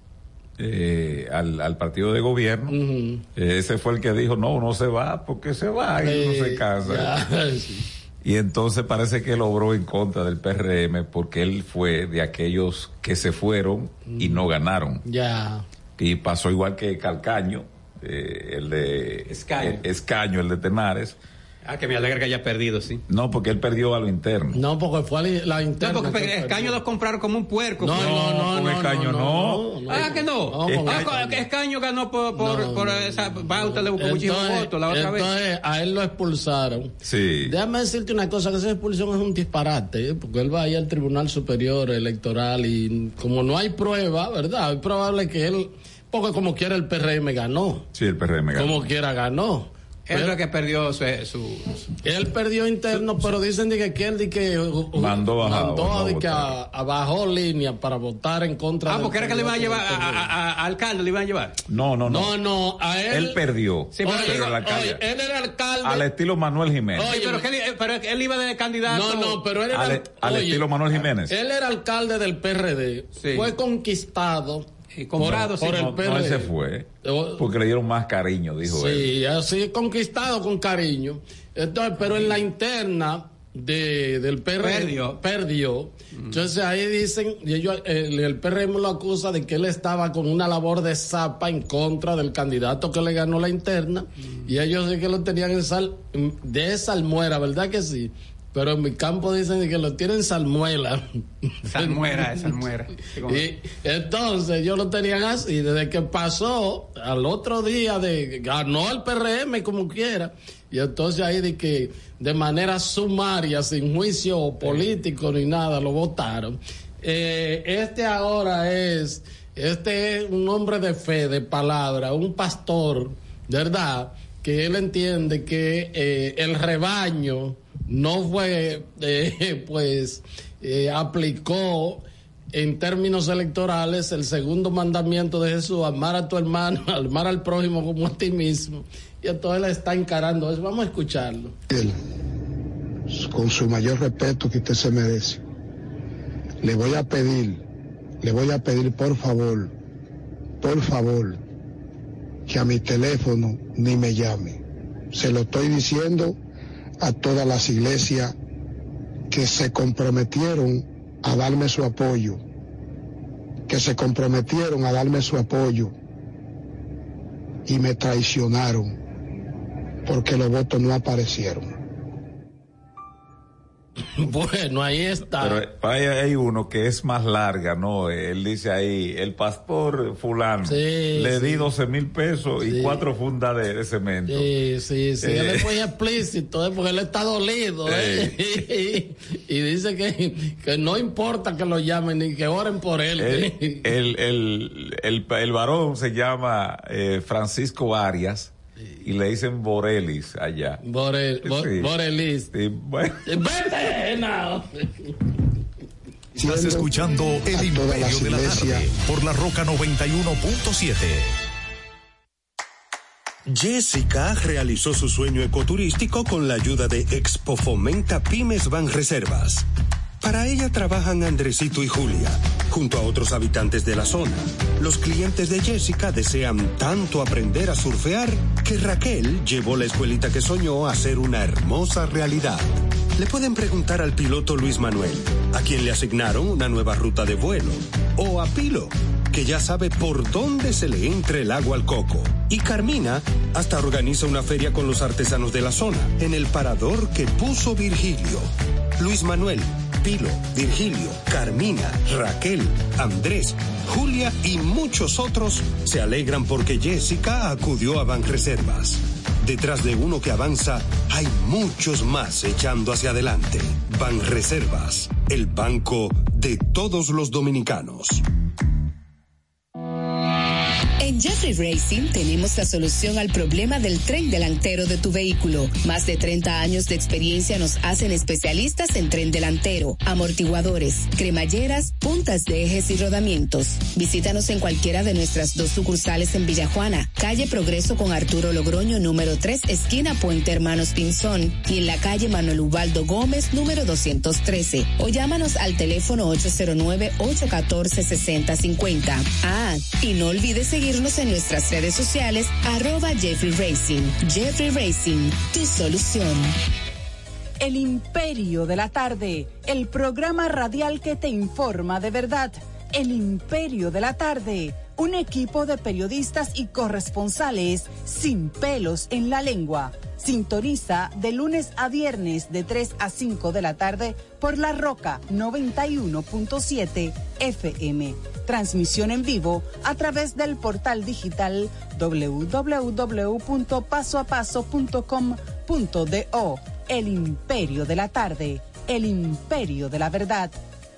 Speaker 7: eh, al, al partido de gobierno. Uh-huh. eh, ese fue el que dijo, no, uno se va porque se va y
Speaker 8: eh,
Speaker 7: uno se casa.
Speaker 8: Ya, sí.
Speaker 7: Y entonces parece que él obró en contra del P R M porque él fue de aquellos que se fueron y no ganaron.
Speaker 8: Ya.
Speaker 7: Y pasó igual que Calcaño, eh, el de
Speaker 9: Escaño.
Speaker 7: El, Escaño, el de Tenares.
Speaker 9: Ah, que me alegra que haya perdido, sí.
Speaker 7: No, porque él perdió a lo interno.
Speaker 8: No, porque fue a la interna.
Speaker 9: No, porque Escaño lo compraron como un puerco.
Speaker 8: No,
Speaker 9: pues.
Speaker 8: no, no,
Speaker 7: con
Speaker 8: no,
Speaker 7: Escaño no.
Speaker 8: no, no.
Speaker 9: Ah, que no.
Speaker 8: No, con
Speaker 9: ah,
Speaker 8: Escaño.
Speaker 9: que Escaño ganó por, por,
Speaker 8: No,
Speaker 9: por
Speaker 8: no.
Speaker 9: esa pauta, le buscó muchísimos votos la otra vez.
Speaker 8: Entonces, a él lo expulsaron.
Speaker 7: Sí.
Speaker 8: Déjame decirte una cosa, que esa expulsión es un disparate, ¿eh? Porque él va ahí al Tribunal Superior Electoral y como no hay prueba, ¿verdad? Es probable que él, porque como quiera el P R M ganó.
Speaker 7: Sí, el P R M ganó.
Speaker 8: Como quiera ganó.
Speaker 9: Él es el que perdió su, su, su...
Speaker 8: Él perdió interno, pero dicen de que, que él de que uh,
Speaker 7: mandó, a,
Speaker 8: mandó
Speaker 7: a,
Speaker 8: de que a, a bajó línea para votar en contra.
Speaker 9: Ah, porque era que le iban a llevar a, a, a, a alcalde, le iban a llevar.
Speaker 7: No, no, no.
Speaker 8: No, no, a él.
Speaker 7: Él perdió.
Speaker 9: Sí, pero,
Speaker 8: Oye,
Speaker 9: digo,
Speaker 7: el alcalde,
Speaker 8: oye, él era alcalde.
Speaker 7: al estilo Manuel Jiménez.
Speaker 8: Oye,
Speaker 9: pero, que él, pero él iba de candidato.
Speaker 8: No, no, pero él era.
Speaker 7: al, al
Speaker 8: oye,
Speaker 7: estilo Manuel Jiménez.
Speaker 8: Él era alcalde del P R D.
Speaker 9: Sí.
Speaker 8: Fue conquistado.
Speaker 9: Y comprado,
Speaker 8: por,
Speaker 9: sí,
Speaker 8: por
Speaker 7: no,
Speaker 8: el P R D.
Speaker 7: no, él se fue. Porque le dieron más cariño, dijo él.
Speaker 8: Sí, así conquistado con cariño. Entonces, pero en la interna de, del P R D
Speaker 9: Perdió.
Speaker 8: perdió. Mm. Entonces ahí dicen, y ellos, el, el P R M lo acusa de que él estaba con una labor de zapa en contra del candidato que le ganó la interna. Mm. Y ellos sí que lo tenían en sal, de salmuera, ¿verdad que sí? Pero en mi campo dicen que lo tienen salmuela.
Speaker 9: Salmuera, salmuera.
Speaker 8: Y entonces ellos lo tenían así, desde que pasó al otro día de ganó el P R M como quiera. Y entonces ahí de que de manera sumaria, sin juicio político ni nada, lo votaron. Eh, este ahora es, este es un hombre de fe, de palabra, un pastor, ¿verdad? Que él entiende que eh, el rebaño no fue, eh, pues, eh, aplicó en términos electorales el segundo mandamiento de Jesús, amar a tu hermano, amar al prójimo como a ti mismo. Y entonces él está encarando eso. Vamos a escucharlo.
Speaker 11: Él, con su mayor respeto que usted se merece, le voy a pedir, le voy a pedir por favor, por favor, que a mi teléfono ni me llame. Se lo estoy diciendo a todas las iglesias que se comprometieron a darme su apoyo, que se comprometieron a darme su apoyo y me traicionaron porque los votos no aparecieron.
Speaker 8: Bueno, ahí está.
Speaker 7: Pero hay, hay uno que es más larga, ¿no? Él dice ahí, el pastor fulano,
Speaker 8: sí,
Speaker 7: le
Speaker 8: sí.
Speaker 7: di doce mil pesos
Speaker 8: Sí.
Speaker 7: y cuatro fundas de, de cemento.
Speaker 8: Sí, sí, sí.
Speaker 7: Eh.
Speaker 8: Él es muy explícito, ¿eh? Porque él está dolido, ¿eh? y, y dice que, que no importa que lo llamen ni que oren por él.
Speaker 7: El, el, el, el, el varón se llama eh, Francisco Arias. Y le dicen Borelis allá.
Speaker 8: Borel, Bo,
Speaker 7: sí.
Speaker 8: Borelis.
Speaker 7: Sí, bueno.
Speaker 8: Vete, no.
Speaker 21: Estás escuchando El Imperio de la Tarde por La Roca noventa y uno punto siete.
Speaker 12: Jessica realizó su sueño ecoturístico con la ayuda de Expo Fomenta Pymes Banreservas. Para ella trabajan Andresito y Julia, junto a otros habitantes de la zona. Los clientes de Jessica desean tanto aprender a surfear que Raquel llevó la escuelita que soñó a ser una hermosa realidad. Le pueden preguntar al piloto Luis Manuel, a quien le asignaron una nueva ruta de vuelo, o a Pilo, que ya sabe por dónde se le entra el agua al coco. Y Carmina hasta organiza una feria con los artesanos de la zona, en el parador que puso Virgilio. Luis Manuel, Pilo, Virgilio, Carmina, Raquel, Andrés, Julia y muchos otros se alegran porque Jessica acudió a Banreservas. Detrás de uno que avanza, hay muchos más echando hacia adelante. Banreservas, el banco de todos los dominicanos.
Speaker 15: En Jeffrey Racing tenemos la solución al problema del tren delantero de tu vehículo. Más de treinta años de experiencia nos hacen especialistas en tren delantero, amortiguadores, cremalleras, puntas de ejes y rodamientos. Visítanos en cualquiera de nuestras dos sucursales en Villajuana, calle Progreso con Arturo Logroño, número tres, esquina Puente Hermanos Pinzón, y en la calle Manuel Ubaldo Gómez, número doscientos trece. O llámanos al teléfono ocho cero nueve, ocho uno cuatro, seis cero cinco cero. Ah, y no olvides seguirnos en nuestras redes sociales, arroba Jeffrey Racing. Jeffrey Racing, tu solución.
Speaker 17: El Imperio de la Tarde, el programa radial que te informa de verdad. El Imperio de la Tarde, un equipo de periodistas y corresponsales sin pelos en la lengua. Sintoniza de lunes a viernes de tres a cinco de la tarde por La Roca noventa y uno punto siete F M. Transmisión en vivo a través del portal digital doble u doble u doble u punto paso a paso punto com punto do. El Imperio de la Tarde, el Imperio de la Verdad.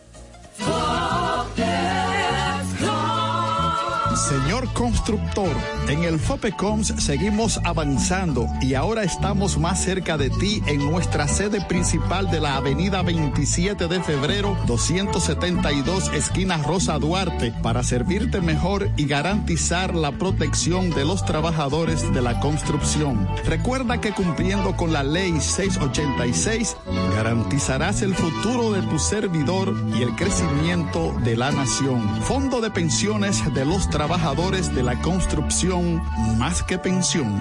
Speaker 23: Señor constructor, en el FOPECOMS seguimos avanzando y ahora estamos más cerca de ti en nuestra sede principal de la avenida veintisiete de febrero, doscientos setenta y dos, esquina Rosa Duarte, para servirte mejor y garantizar la protección de los trabajadores de la construcción. Recuerda que cumpliendo con la ley seiscientos ochenta y seis, garantizarás el futuro de tu servidor y el crecimiento de la nación. Fondo de pensiones de los trabajadores Trabajadores de la construcción, más que pensión.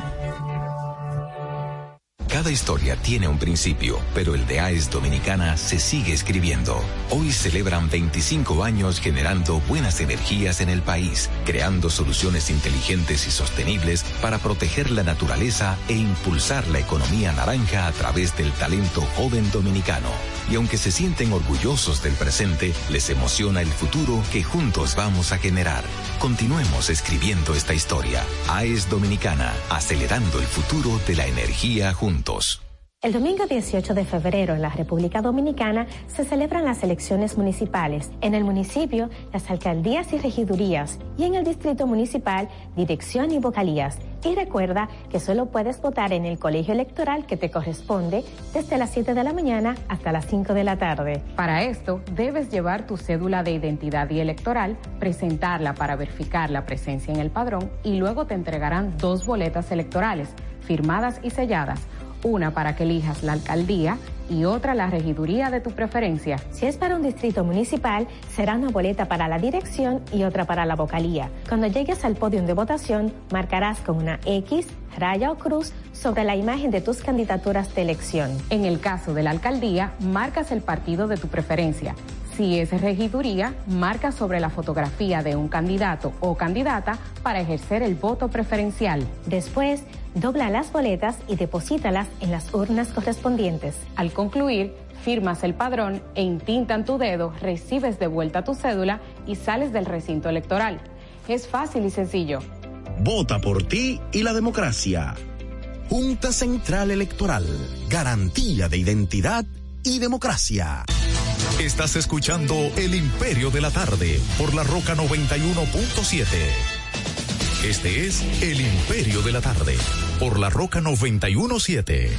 Speaker 24: Cada historia tiene un principio, pero el de A E S Dominicana se sigue escribiendo. Hoy celebran veinticinco años generando buenas energías en el país, creando soluciones inteligentes y sostenibles para proteger la naturaleza e impulsar la economía naranja a través del talento joven dominicano. Y aunque se sienten orgullosos del presente, les emociona el futuro que juntos vamos a generar. Continuemos escribiendo esta historia. A E S Dominicana, acelerando el futuro de la energía juntos.
Speaker 25: El domingo dieciocho de febrero en la República Dominicana se celebran las elecciones municipales. En el municipio, las alcaldías y regidurías, y en el distrito municipal, dirección y vocalías. Y recuerda que solo puedes votar en el colegio electoral que te corresponde desde las siete de la mañana hasta las cinco de la tarde.
Speaker 26: Para esto, debes llevar tu cédula de identidad y electoral, presentarla para verificar la presencia en el padrón y luego te entregarán dos boletas electorales, firmadas y selladas, una para que elijas la alcaldía y otra la regiduría de tu preferencia.
Speaker 25: Si es para un distrito municipal, será una boleta para la dirección y otra para la vocalía. Cuando llegues al podio de votación, marcarás con una X, raya o cruz sobre la imagen de tus candidaturas de elección.
Speaker 26: En el caso de la alcaldía, marcas el partido de tu preferencia. Si es regiduría, marca sobre la fotografía de un candidato o candidata para ejercer el voto preferencial.
Speaker 25: Después, dobla las boletas y deposítalas en las urnas correspondientes.
Speaker 26: Al concluir, firmas el padrón e intintan tu dedo, recibes de vuelta tu cédula y sales del recinto electoral. Es fácil y sencillo.
Speaker 27: Vota por ti y la democracia. Junta Central Electoral. Garantía de identidad y democracia.
Speaker 21: Estás escuchando El Imperio de la Tarde por La Roca noventa y uno punto siete. Este es El Imperio de la Tarde por La Roca noventa y uno punto siete.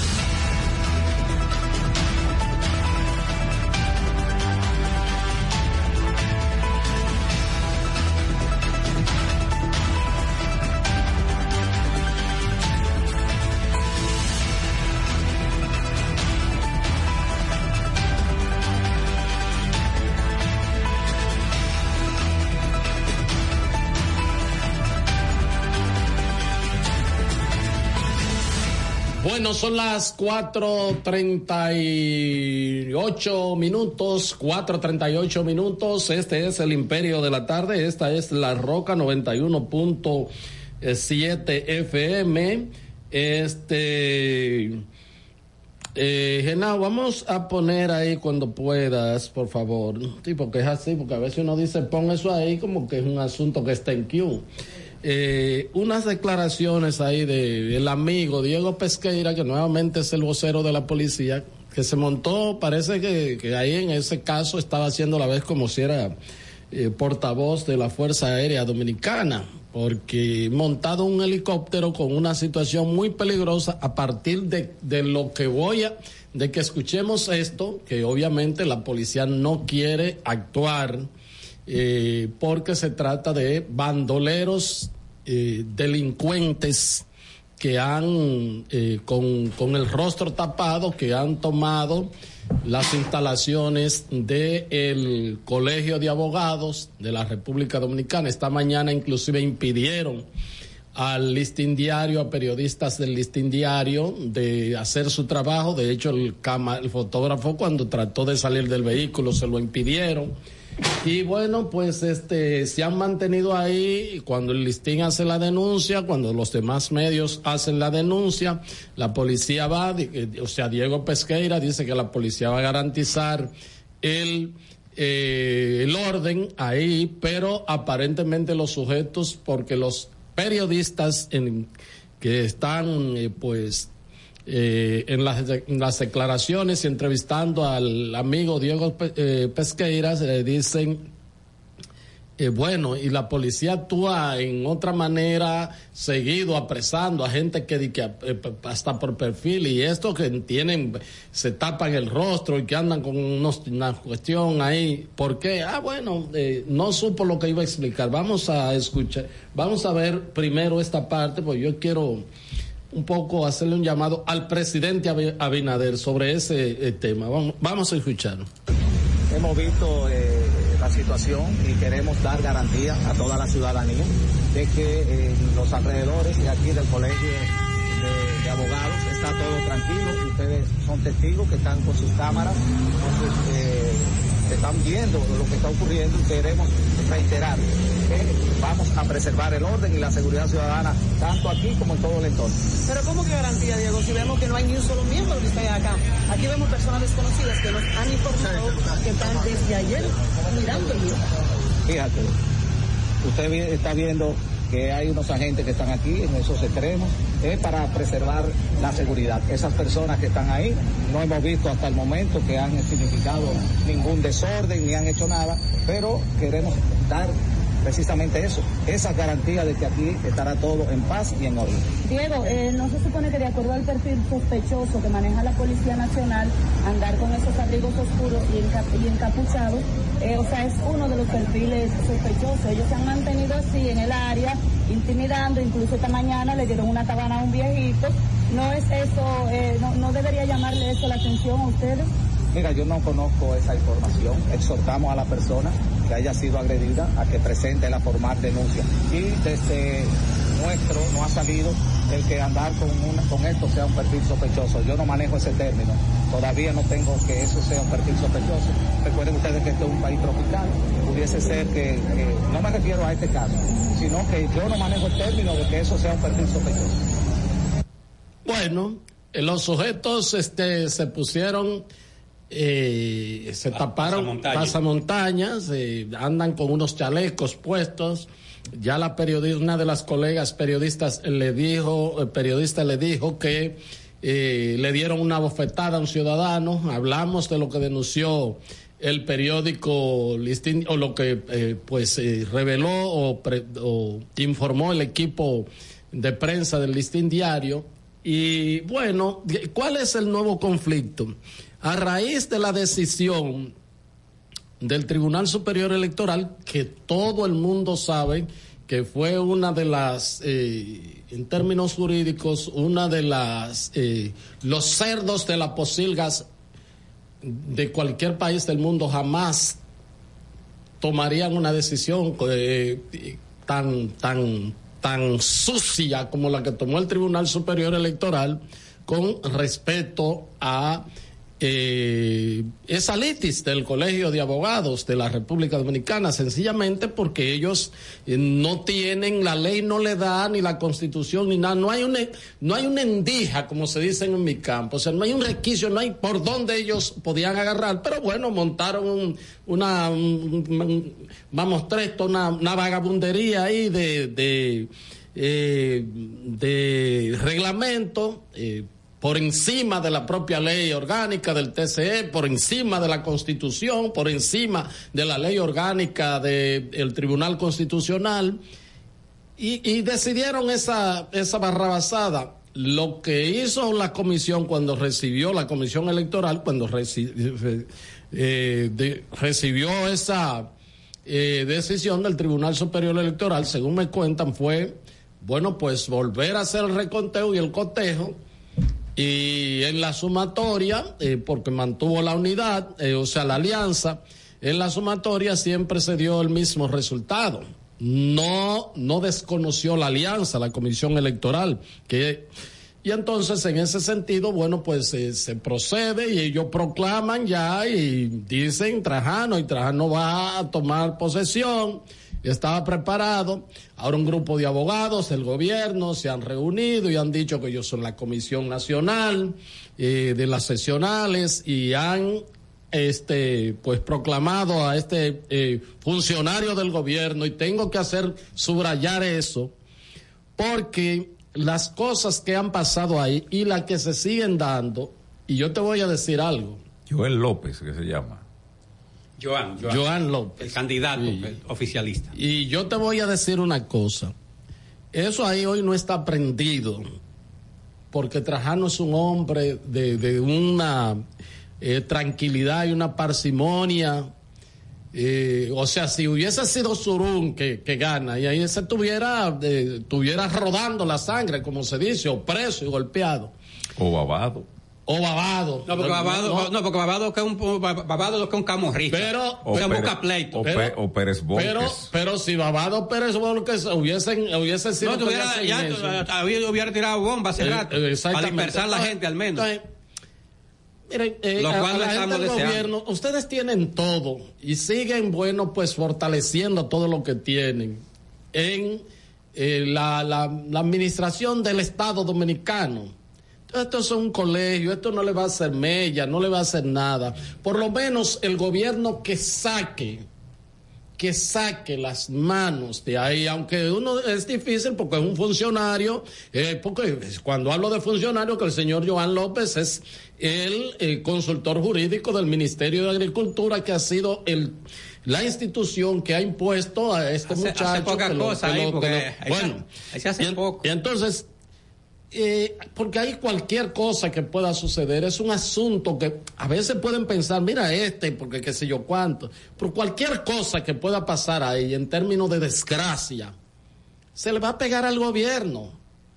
Speaker 8: Bueno, son las cuatro treinta y ocho minutos, cuatro treinta y ocho minutos. Este es el Imperio de la Tarde. Esta es La Roca noventa y uno punto siete F M. Este, Eh, Genao, vamos a poner ahí cuando puedas, por favor. Sí, porque es así, porque a veces uno dice pon eso ahí como que es un asunto que está en Q. Eh, unas declaraciones ahí de, del amigo Diego Pesqueira, que nuevamente es el vocero de la policía, que se montó, parece que, que ahí en ese caso estaba haciendo la vez como si era eh, portavoz de la Fuerza Aérea Dominicana, porque montado un helicóptero con una situación muy peligrosa a partir de, de lo que voy a, de que escuchemos esto, que obviamente la policía no quiere actuar, eh, porque se trata de bandoleros, eh, delincuentes que han, eh, con, con el rostro tapado, que han tomado las instalaciones del Colegio de Abogados de la República Dominicana. Esta mañana inclusive impidieron al Listín Diario, a periodistas del Listín Diario, de hacer su trabajo. De hecho, el, cama, el fotógrafo, cuando trató de salir del vehículo, se lo impidieron. Y bueno, pues este se han mantenido ahí. Cuando el Listín hace la denuncia, cuando los demás medios hacen la denuncia, la policía va, o sea, Diego Pesqueira dice que la policía va a garantizar el eh, el orden ahí, pero aparentemente los sujetos, porque los periodistas en, que están eh, pues Eh, en, las, en las declaraciones y entrevistando al amigo Diego eh, Pesqueira, se le dicen, eh, bueno, y la policía actúa en otra manera, seguido apresando a gente que, que eh, hasta por perfil, y esto que tienen, se tapan el rostro y que andan con unos, una cuestión ahí. ¿Por qué? Ah, bueno, eh, no supo lo que iba a explicar. Vamos a escuchar, vamos a ver primero esta parte, porque yo quiero un poco hacerle un llamado al presidente Abinader sobre ese eh, tema. Vamos, vamos a escucharlo.
Speaker 2: Hemos visto eh, la situación y queremos dar garantía a toda la ciudadanía de que eh, los alrededores de aquí del Colegio de, de Abogados está todo tranquilo. Ustedes son testigos que están con sus cámaras, entonces eh, están viendo lo que está ocurriendo y queremos reiterar que vamos a preservar el orden y la seguridad ciudadana tanto aquí como en todo el entorno.
Speaker 3: Pero ¿cómo que garantía, Diego, si vemos que no hay ni un solo miembro que esté acá? Aquí vemos personas desconocidas que nos han informado que están desde ayer mirando.
Speaker 2: Fíjate, usted está viendo que hay unos agentes que están aquí en esos extremos, es eh, para preservar la seguridad. Esas personas que están ahí, no hemos visto hasta el momento que han significado ningún desorden ni han hecho nada, pero queremos dar precisamente eso, esa garantía de que aquí estará todo en paz y en orden.
Speaker 3: Diego, eh, ¿no se supone que de acuerdo al perfil sospechoso que maneja la Policía Nacional, andar con esos abrigos oscuros y, enca y encapuchados, eh, o sea, es uno de los perfiles sospechosos? Ellos se han mantenido así en el área, intimidando, incluso esta mañana le dieron una tabana a un viejito. ¿No es eso, eh, no, no debería llamarle eso la atención a ustedes?
Speaker 2: Mira, yo no conozco esa información. Exhortamos a la persona que haya sido agredida a que presente la formal denuncia. Y desde nuestro no ha salido el que andar con, una, con esto sea un perfil sospechoso. Yo no manejo ese término. Todavía no tengo que eso sea un perfil sospechoso. Recuerden ustedes que este es un país tropical. Pudiese ser que, que, no me refiero a este caso, sino que yo no manejo el término de que eso sea un perfil sospechoso.
Speaker 8: Bueno, los sujetos este, se pusieron... Eh, se taparon pasamontañas, eh, andan con unos chalecos puestos. Ya la periodista, una de las colegas periodistas le dijo, el periodista le dijo que eh, le dieron una bofetada a un ciudadano. Hablamos de lo que denunció el periódico Listín, o lo que eh, pues eh, reveló o, pre, o informó el equipo de prensa del Listín Diario. Y bueno, ¿cuál es el nuevo conflicto? A raíz de la decisión del Tribunal Superior Electoral, que todo el mundo sabe que fue una de las, eh, en términos jurídicos, una de las, eh, los cerdos de la pocilgas de cualquier país del mundo jamás tomarían una decisión eh, tan, tan, tan sucia como la que tomó el Tribunal Superior Electoral con respecto a eh, esa litis del Colegio de Abogados de la República Dominicana, sencillamente porque ellos eh, no tienen, la ley no le da, ni la Constitución, ni nada, no hay una, no hay una endija, como se dice en mi campo, o sea, no hay un requisito, no hay por dónde ellos podían agarrar, pero bueno, montaron un, una, un, un, vamos, tresto, una, una vagabundería ahí de, de, eh, de reglamento, eh, por encima de la propia ley orgánica del T C E, por encima de la Constitución, por encima de la ley orgánica del Tribunal Constitucional, y, y decidieron esa, esa barrabasada. Lo que hizo la comisión cuando recibió, la comisión electoral, cuando reci, eh, de, recibió esa eh, decisión del Tribunal Superior Electoral, según me cuentan, fue, bueno, pues volver a hacer el reconteo y el cotejo. Y en la sumatoria, eh, porque mantuvo la unidad, eh, o sea, la alianza, en la sumatoria siempre se dio el mismo resultado. No, no desconoció la alianza, la comisión electoral, que, y entonces en ese sentido, bueno, pues eh, se procede y ellos proclaman ya y dicen Trajano, y Trajano va a tomar posesión. Estaba preparado. Ahora un grupo de abogados del gobierno se han reunido y han dicho que ellos son la Comisión Nacional eh, de las Sesionales y han este pues proclamado a este eh, funcionario del gobierno, y tengo que hacer subrayar eso porque las cosas que han pasado ahí y las que se siguen dando, y yo te voy a decir algo.
Speaker 7: Joel López, que se llama.
Speaker 9: Joan, Joan,
Speaker 8: Joan López.
Speaker 9: El candidato
Speaker 8: sí.
Speaker 9: el oficialista.
Speaker 8: Y yo te voy a decir una cosa. Eso ahí hoy no está prendido, porque Trajano es un hombre de, de una eh, tranquilidad y una parsimonia. Eh, o sea, si hubiese sido Surún que, que gana, y ahí se tuviera, eh, tuviera rodando la sangre, como se dice, o preso y golpeado.
Speaker 7: O babado.
Speaker 8: O babado.
Speaker 9: No, porque babado, no, no porque babado que es un babado que es un camorrista.
Speaker 8: Pero,
Speaker 9: o sea,
Speaker 8: Pérez,
Speaker 9: busca pleito.
Speaker 7: O,
Speaker 8: pero,
Speaker 7: Pe, o Pérez Borges.
Speaker 8: Pero, pero si babado Pérez Borges hubiesen, hubiesen sido.
Speaker 9: No, tuviera, ya, ya hubiera tirado bombas hace rato.
Speaker 8: Eh,
Speaker 9: para dispersar la gente al menos.
Speaker 8: Entonces, miren, eh,
Speaker 9: Lo
Speaker 8: a,
Speaker 9: cual
Speaker 8: a la gente del gobierno, ustedes tienen todo y siguen, bueno, pues fortaleciendo todo lo que tienen en eh, la, la, la administración del Estado Dominicano. Esto es un colegio, esto no le va a hacer mella, no le va a hacer nada. Por lo menos el gobierno que saque, que saque las manos de ahí, aunque uno es difícil porque es un funcionario, eh, porque cuando hablo de funcionario, que el señor Joan López es el eh, consultor jurídico del Ministerio de Agricultura, que ha sido el la institución que ha impuesto a este hace, muchacho.
Speaker 9: Hace poca cosa ahí, porque
Speaker 8: lo, bueno,
Speaker 9: ahí se hace
Speaker 8: y,
Speaker 9: poco.
Speaker 8: Y entonces, Eh, porque hay cualquier cosa que pueda suceder, es un asunto que a veces pueden pensar, mira este, porque qué sé yo cuánto, pero cualquier cosa que pueda pasar ahí en términos de desgracia, se le va a pegar al gobierno,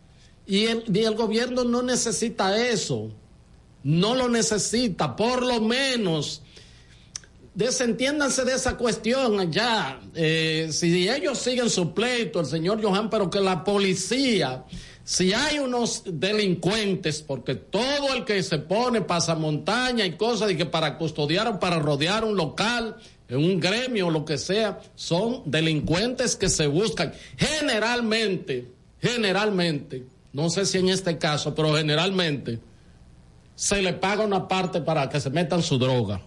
Speaker 8: y el, y el gobierno no necesita eso, no lo necesita, por lo menos desentiéndanse de esa cuestión ya, eh, si ellos siguen su pleito, el señor Johan, pero que la policía, si hay unos delincuentes, porque todo el que se pone pasamontaña y cosas, y que para custodiar o para rodear un local, en un gremio o lo que sea, son delincuentes que se buscan. Generalmente, generalmente, no sé si en este caso, pero generalmente, se le paga una parte para que se metan su droga.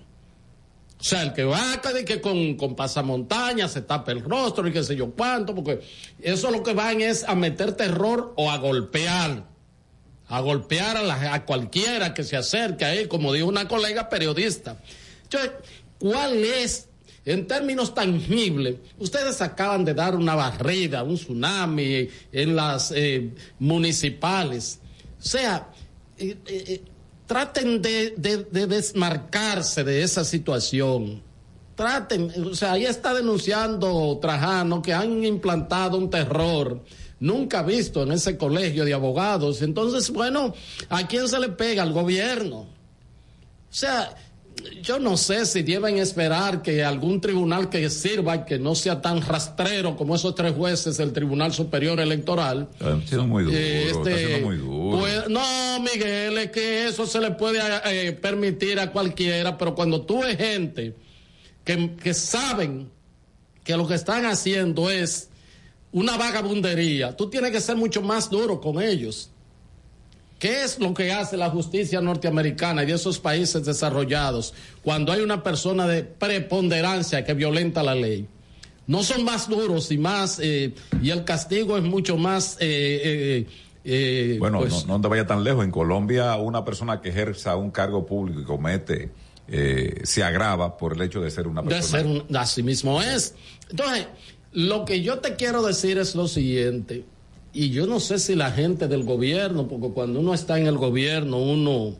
Speaker 8: O sea, el que va acá de que con, con pasamontaña se tapa el rostro y qué sé yo cuánto, porque eso lo que van es a meter terror o a golpear, a golpear a, la, a cualquiera que se acerque a él, como dijo una colega periodista. Entonces, ¿cuál es, en términos tangibles? Ustedes acaban de dar una barrida, un tsunami en las eh, municipales. O sea, eh, eh, traten de, de, de desmarcarse de esa situación. Traten, o sea, ahí está denunciando Trajano que han implantado un terror nunca visto en ese colegio de abogados. Entonces, bueno, ¿a quién se le pega? Al gobierno. O sea, yo no sé si deben esperar que algún tribunal que sirva y que no sea tan rastrero como esos tres jueces del Tribunal Superior Electoral.
Speaker 7: Está siendo muy duro,
Speaker 8: este,
Speaker 7: está siendo muy duro.
Speaker 8: Pues, no, Miguel, es que eso se le puede eh, permitir a cualquiera, pero cuando tú ves gente que, que saben que lo que están haciendo es una vagabundería, tú tienes que ser mucho más duro con ellos. ¿Qué es lo que hace la justicia norteamericana y de esos países desarrollados cuando hay una persona de preponderancia que violenta la ley? No son más duros y más, eh, y el castigo es mucho más... Eh, eh, eh,
Speaker 7: bueno,
Speaker 8: pues,
Speaker 7: no, no te vayas tan lejos. En Colombia, una persona que ejerza un cargo público y comete, eh, se agrava por el hecho de ser una persona...
Speaker 8: De ser un, así mismo es. Entonces, lo que yo te quiero decir es lo siguiente... Y yo no sé si la gente del gobierno, porque cuando uno está en el gobierno, uno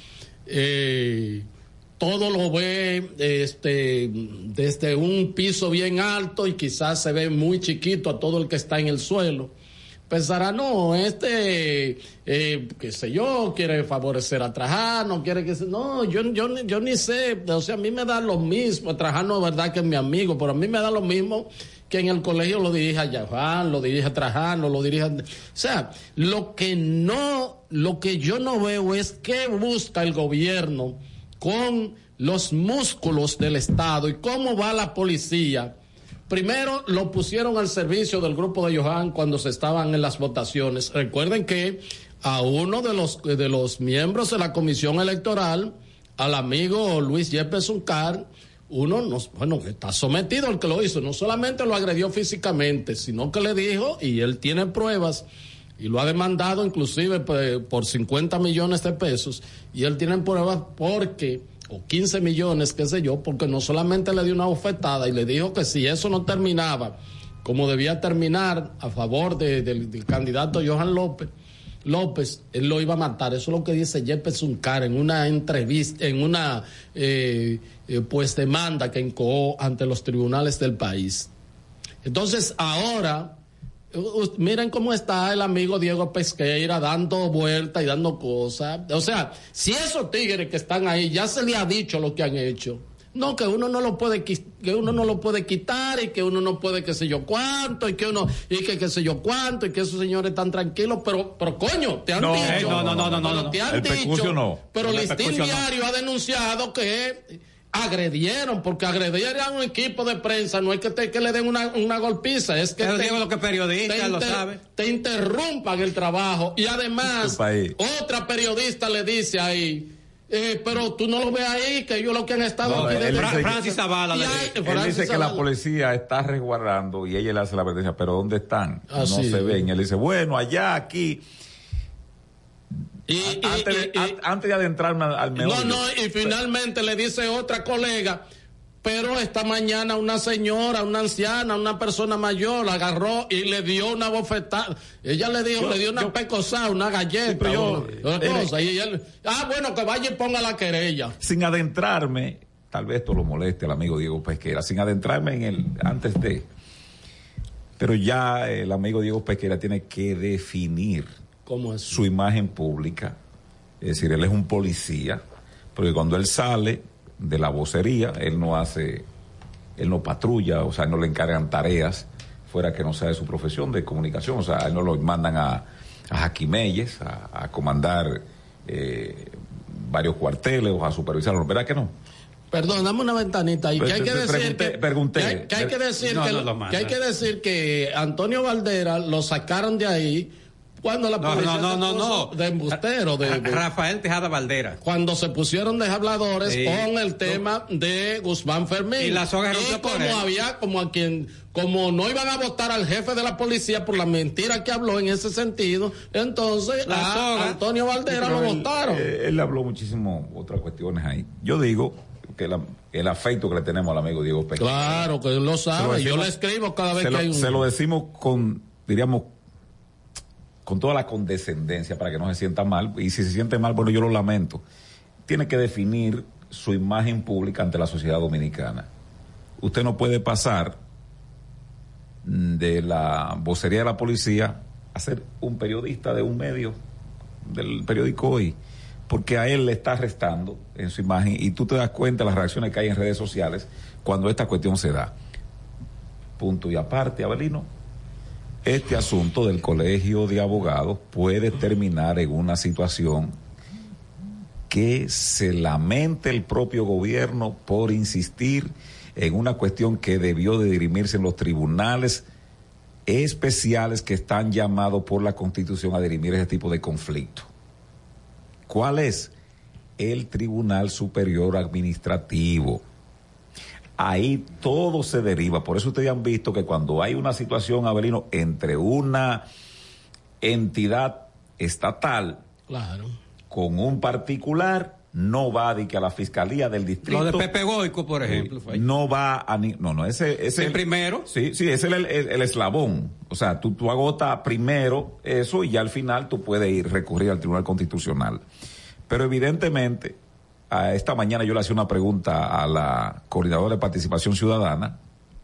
Speaker 8: eh, todo lo ve este, desde un piso bien alto y quizás se ve muy chiquito a todo el que está en el suelo. Pensará, no, este, eh, qué sé yo, quiere favorecer a Trajano, quiere que se... No, yo, yo, yo ni sé, o sea, a mí me da lo mismo, Trajano es verdad que es mi amigo, pero a mí me da lo mismo que en el colegio lo dirija Yaján, lo dirija Trajano, lo dirija... O sea, lo que no, lo que yo no veo es qué busca el gobierno con los músculos del Estado y cómo va la policía. Primero lo pusieron al servicio del grupo de Johan cuando se estaban en las votaciones. Recuerden que a uno de los, de los miembros de la comisión electoral, al amigo Luis Yepes Uncar, uno, no, bueno, está sometido el que lo hizo, no solamente lo agredió físicamente, sino que le dijo, y él tiene pruebas, y lo ha demandado inclusive por cincuenta millones de pesos, y él tiene pruebas porque, o quince millones, qué sé yo, porque no solamente le dio una bofetada y le dijo que si eso no terminaba como debía terminar a favor de, de, del candidato Johan López, López, él lo iba a matar. Eso es lo que dice Yepes Uncar en una entrevista, en una eh, eh, pues demanda que incoó ante los tribunales del país. Entonces ahora, uh, miren cómo está el amigo Diego Pesqueira dando vueltas y dando cosas. O sea, si esos tigres que están ahí ya se le ha dicho lo que han hecho, no, que uno no lo puede que uno no lo puede quitar y que uno no puede qué sé yo cuánto y que uno y que qué sé yo cuánto y que esos señores están tranquilos, pero pero coño, te han
Speaker 7: no,
Speaker 8: dicho.
Speaker 7: No, no, no, no, no, no.
Speaker 8: Te han
Speaker 7: el
Speaker 8: dicho,
Speaker 7: no.
Speaker 8: Pero
Speaker 7: el
Speaker 8: Listín Diario no. ha denunciado que agredieron, porque agredir a un equipo de prensa no es que te que le den una, una golpiza, es que
Speaker 9: pero
Speaker 8: te,
Speaker 9: digo lo que periodista
Speaker 8: te,
Speaker 9: lo
Speaker 8: inter,
Speaker 9: sabe.
Speaker 8: te interrumpan el trabajo y además otra periodista le dice ahí Eh, pero tú no lo ves ahí, que ellos lo que han estado
Speaker 7: no,
Speaker 8: aquí
Speaker 7: él
Speaker 8: desde...
Speaker 7: dice,
Speaker 9: Francis Zavala.
Speaker 7: Él, él
Speaker 8: Francis
Speaker 7: dice que
Speaker 8: Zavala.
Speaker 7: la policía está resguardando y ella le hace la advertencia, pero ¿dónde están?
Speaker 8: Ah,
Speaker 7: no
Speaker 8: sí.
Speaker 7: se ven. Y él dice, bueno, allá, aquí.
Speaker 8: Y,
Speaker 7: a, antes,
Speaker 8: y,
Speaker 7: de,
Speaker 8: y,
Speaker 7: a, antes de adentrarme al meollo.
Speaker 8: No, no, y finalmente le dice otra colega, pero esta mañana una señora, una anciana, una persona mayor agarró y le dio una bofetada. Ella le dijo, yo, le dio una yo, pecosada, una galleta, sí, yo, una eh, cosa. Eh, y él, ah, bueno, que vaya y ponga la querella.
Speaker 7: Sin adentrarme, tal vez esto lo moleste al amigo Diego Pesquera, sin adentrarme en el antes de, pero ya el amigo Diego Pesquera tiene que definir
Speaker 8: ¿Cómo es?
Speaker 7: Su imagen pública. Es decir, él es un policía, porque cuando él sale de la vocería, él no hace, él no patrulla, o sea, no le encargan tareas fuera que no sea de su profesión de comunicación, o sea, a él no lo mandan a, a Jaquimelles a, a comandar eh, varios cuarteles o a supervisarlos, ¿verdad que no?
Speaker 8: Perdón, dame una ventanita ahí. Que hay que decir
Speaker 7: pregunté,
Speaker 8: que,
Speaker 7: pregunté,
Speaker 8: que, hay, que hay que decir
Speaker 9: no,
Speaker 8: que,
Speaker 9: no lo
Speaker 8: que hay que decir que Antonio Valdera lo sacaron de ahí cuando la policía
Speaker 9: no, no,
Speaker 8: se
Speaker 9: no,
Speaker 8: puso
Speaker 9: no.
Speaker 8: de embustero, de, de
Speaker 9: Rafael Tejada Valdera.
Speaker 8: Cuando se pusieron de habladores
Speaker 9: sí.
Speaker 8: con el tema no. de Guzmán Fermín.
Speaker 9: Y la soga
Speaker 8: y como había, como a quien, como no iban a votar al jefe de la policía por la mentira que habló en ese sentido, entonces
Speaker 9: la
Speaker 8: a
Speaker 9: soga.
Speaker 8: Antonio Valdera lo
Speaker 7: él,
Speaker 8: votaron.
Speaker 7: Eh, él habló muchísimo otras cuestiones ahí. Yo digo que la, el afecto que le tenemos al amigo Diego Pesquera.
Speaker 8: Claro, que él lo sabe. Lo decimos, yo le escribo cada vez
Speaker 7: que
Speaker 8: lo,
Speaker 7: hay
Speaker 8: un...
Speaker 7: Se lo decimos con, diríamos, con toda la condescendencia para que no se sienta mal, y si se siente mal, bueno, yo lo lamento. Tiene que definir su imagen pública ante la sociedad dominicana. Usted no puede pasar de la vocería de la policía a ser un periodista de un medio, del periódico Hoy. porque a él le está restando en su imagen y tú te das cuenta de las reacciones que hay en redes sociales cuando esta cuestión se da. Punto y aparte, Abelino, este asunto del colegio de abogados puede terminar en una situación que se lamente el propio gobierno por insistir en una cuestión que debió de dirimirse en los tribunales especiales que están llamados por la Constitución a dirimir ese tipo de conflicto. ¿Cuál es? El Tribunal Superior Administrativo. Ahí todo se deriva. Por eso ustedes han visto que cuando hay una situación, Abelino, entre una entidad estatal,
Speaker 8: claro, con
Speaker 7: un particular, no va de que a la fiscalía del distrito.
Speaker 9: Lo de Pepe Goico, por ejemplo. Fue.
Speaker 7: No va a ni, no, no, ese, ese
Speaker 9: el primero.
Speaker 7: Sí, sí, ese es el, el, el eslabón. O sea, tú, tú agotas primero eso y ya al final tú puedes ir recurrir al Tribunal Constitucional. Pero evidentemente, a esta mañana yo le hacía una pregunta a la coordinadora de participación ciudadana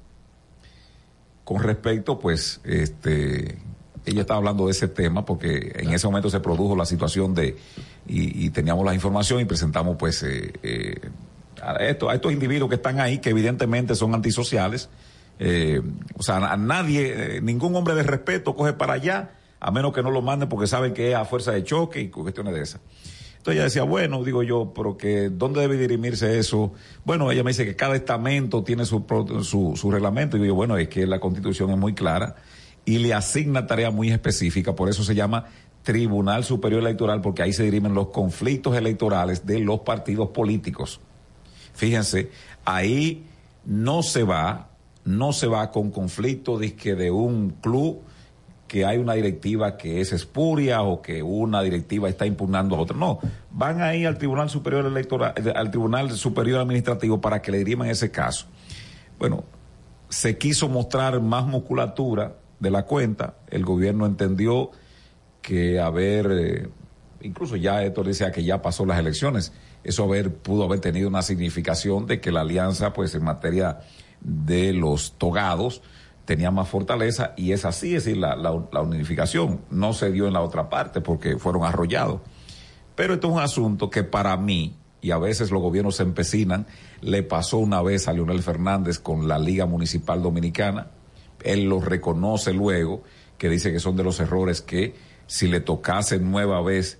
Speaker 7: con respecto, pues, este, ella estaba hablando de ese tema porque en ese momento se produjo la situación de, y, y teníamos la información y presentamos, pues, eh, eh, a, esto, a estos individuos que están ahí, que evidentemente son antisociales. Eh, o sea, a nadie, eh, ningún hombre de respeto coge para allá, a menos que no lo manden porque saben que es a fuerza de choque y cuestiones de esas. Entonces ella decía, bueno, digo yo, pero que ¿dónde debe dirimirse eso? Bueno, ella me dice que cada estamento tiene su, su, su reglamento. Y digo yo, bueno, es que la Constitución es muy clara y le asigna tarea muy específica, por eso se llama Tribunal Superior Electoral, porque ahí se dirimen los conflictos electorales de los partidos políticos. Fíjense, ahí no se va, no se va con conflicto de que de un club que hay una directiva que es espuria o que una directiva está impugnando a otra. No, van ahí al Tribunal Superior Electoral, al Tribunal Superior Administrativo para que le diriman ese caso. Bueno, se quiso mostrar más musculatura de la cuenta, el gobierno entendió que haber, eh, incluso ya Héctor decía que ya pasó las elecciones, eso haber, pudo haber tenido una significación de que la alianza, pues en materia de los togados, tenía más fortaleza, y es así, es decir, la, la, la unificación no se dio en la otra parte porque fueron arrollados. Pero esto es un asunto que para mí, y a veces los gobiernos se empecinan, le pasó una vez a Leonel Fernández con la Liga Municipal Dominicana, él lo reconoce luego, que dice que son de los errores que si le tocase nueva vez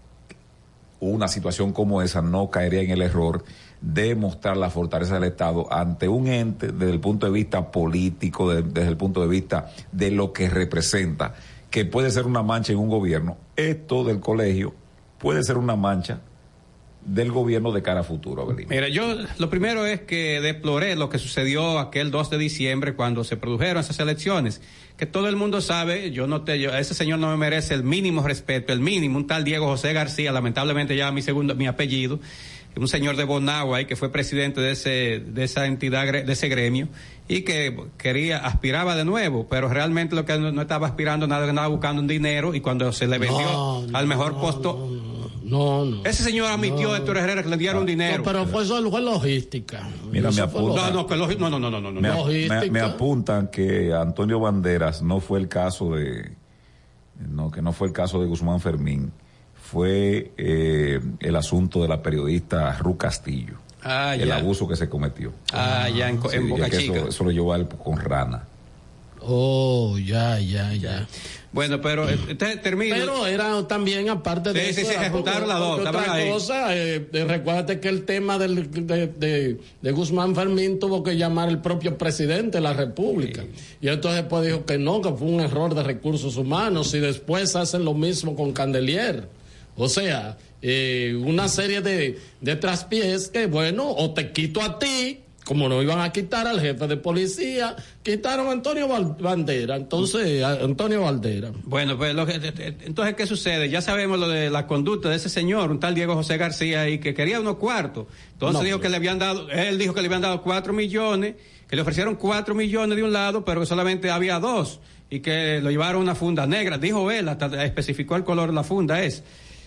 Speaker 7: una situación como esa, no caería en el error de mostrar la fortaleza del Estado ante un ente desde el punto de vista político, de, desde el punto de vista de lo que representa, que puede ser una mancha en un gobierno. Esto del colegio puede ser una mancha del gobierno de cara a futuro, Abelino.
Speaker 9: Mira, yo lo primero es que deploré lo que sucedió aquel dos de diciembre cuando se produjeron esas elecciones, que todo el mundo sabe, yo no te, yo, ese señor no me merece el mínimo respeto, el mínimo, un tal Diego José García, lamentablemente ya mi segundo, mi apellido, un señor de Bonagua y que fue presidente de ese, de esa entidad, de ese gremio, y que quería, aspiraba de nuevo, pero realmente lo que no, no estaba aspirando nada, andaba buscando un dinero, y cuando se le vendió no, no, al mejor no, puesto,
Speaker 8: no, no,
Speaker 9: ese señor admitió a Héctor Herrera que le dieron no, dinero.
Speaker 8: No, pero fue eso fue logística.
Speaker 7: Mira, me apuntan,
Speaker 9: no, no, que log, no, no, no, no, no,
Speaker 7: me, me, me apuntan que Antonio Banderas no fue el caso de, no, que no fue el caso de Guzmán Fermín. Fue eh, el asunto de la periodista Ru Castillo,
Speaker 9: ah,
Speaker 7: el
Speaker 9: ya.
Speaker 7: abuso que se cometió.
Speaker 9: Ah, ya en,
Speaker 7: sí,
Speaker 9: en Boca Chica.
Speaker 7: Eso, eso lo llevó a él con Rana.
Speaker 8: Oh, ya, ya, ya.
Speaker 9: Bueno, pero usted termina.
Speaker 8: Pero era también, aparte de
Speaker 9: sí,
Speaker 8: eso.
Speaker 9: Sí, sí, se juntaron las dos.
Speaker 8: Otra
Speaker 9: ahí.
Speaker 8: cosa, eh, eh, recuérdate que el tema del, de, de, de Guzmán Fermín tuvo que llamar el propio presidente de la República. Sí. Y entonces después dijo que no, que fue un error de recursos humanos, y después hacen lo mismo con Candelier. O sea, eh, una serie de, de traspiés que, bueno, o te quito a ti, como no iban a quitar al jefe de policía, quitaron a Antonio Bandera, entonces, a Antonio Valdera.
Speaker 9: Bueno, pues, lo que, entonces, ¿qué sucede? Ya sabemos lo de la conducta de ese señor, un tal Diego José García, y que quería unos cuartos. Entonces no, dijo que le habían dado, él dijo que le habían dado cuatro millones, que le ofrecieron cuatro millones de un lado, pero que solamente había dos, y que lo llevaron a una funda negra. Dijo él, hasta especificó el color de la funda es.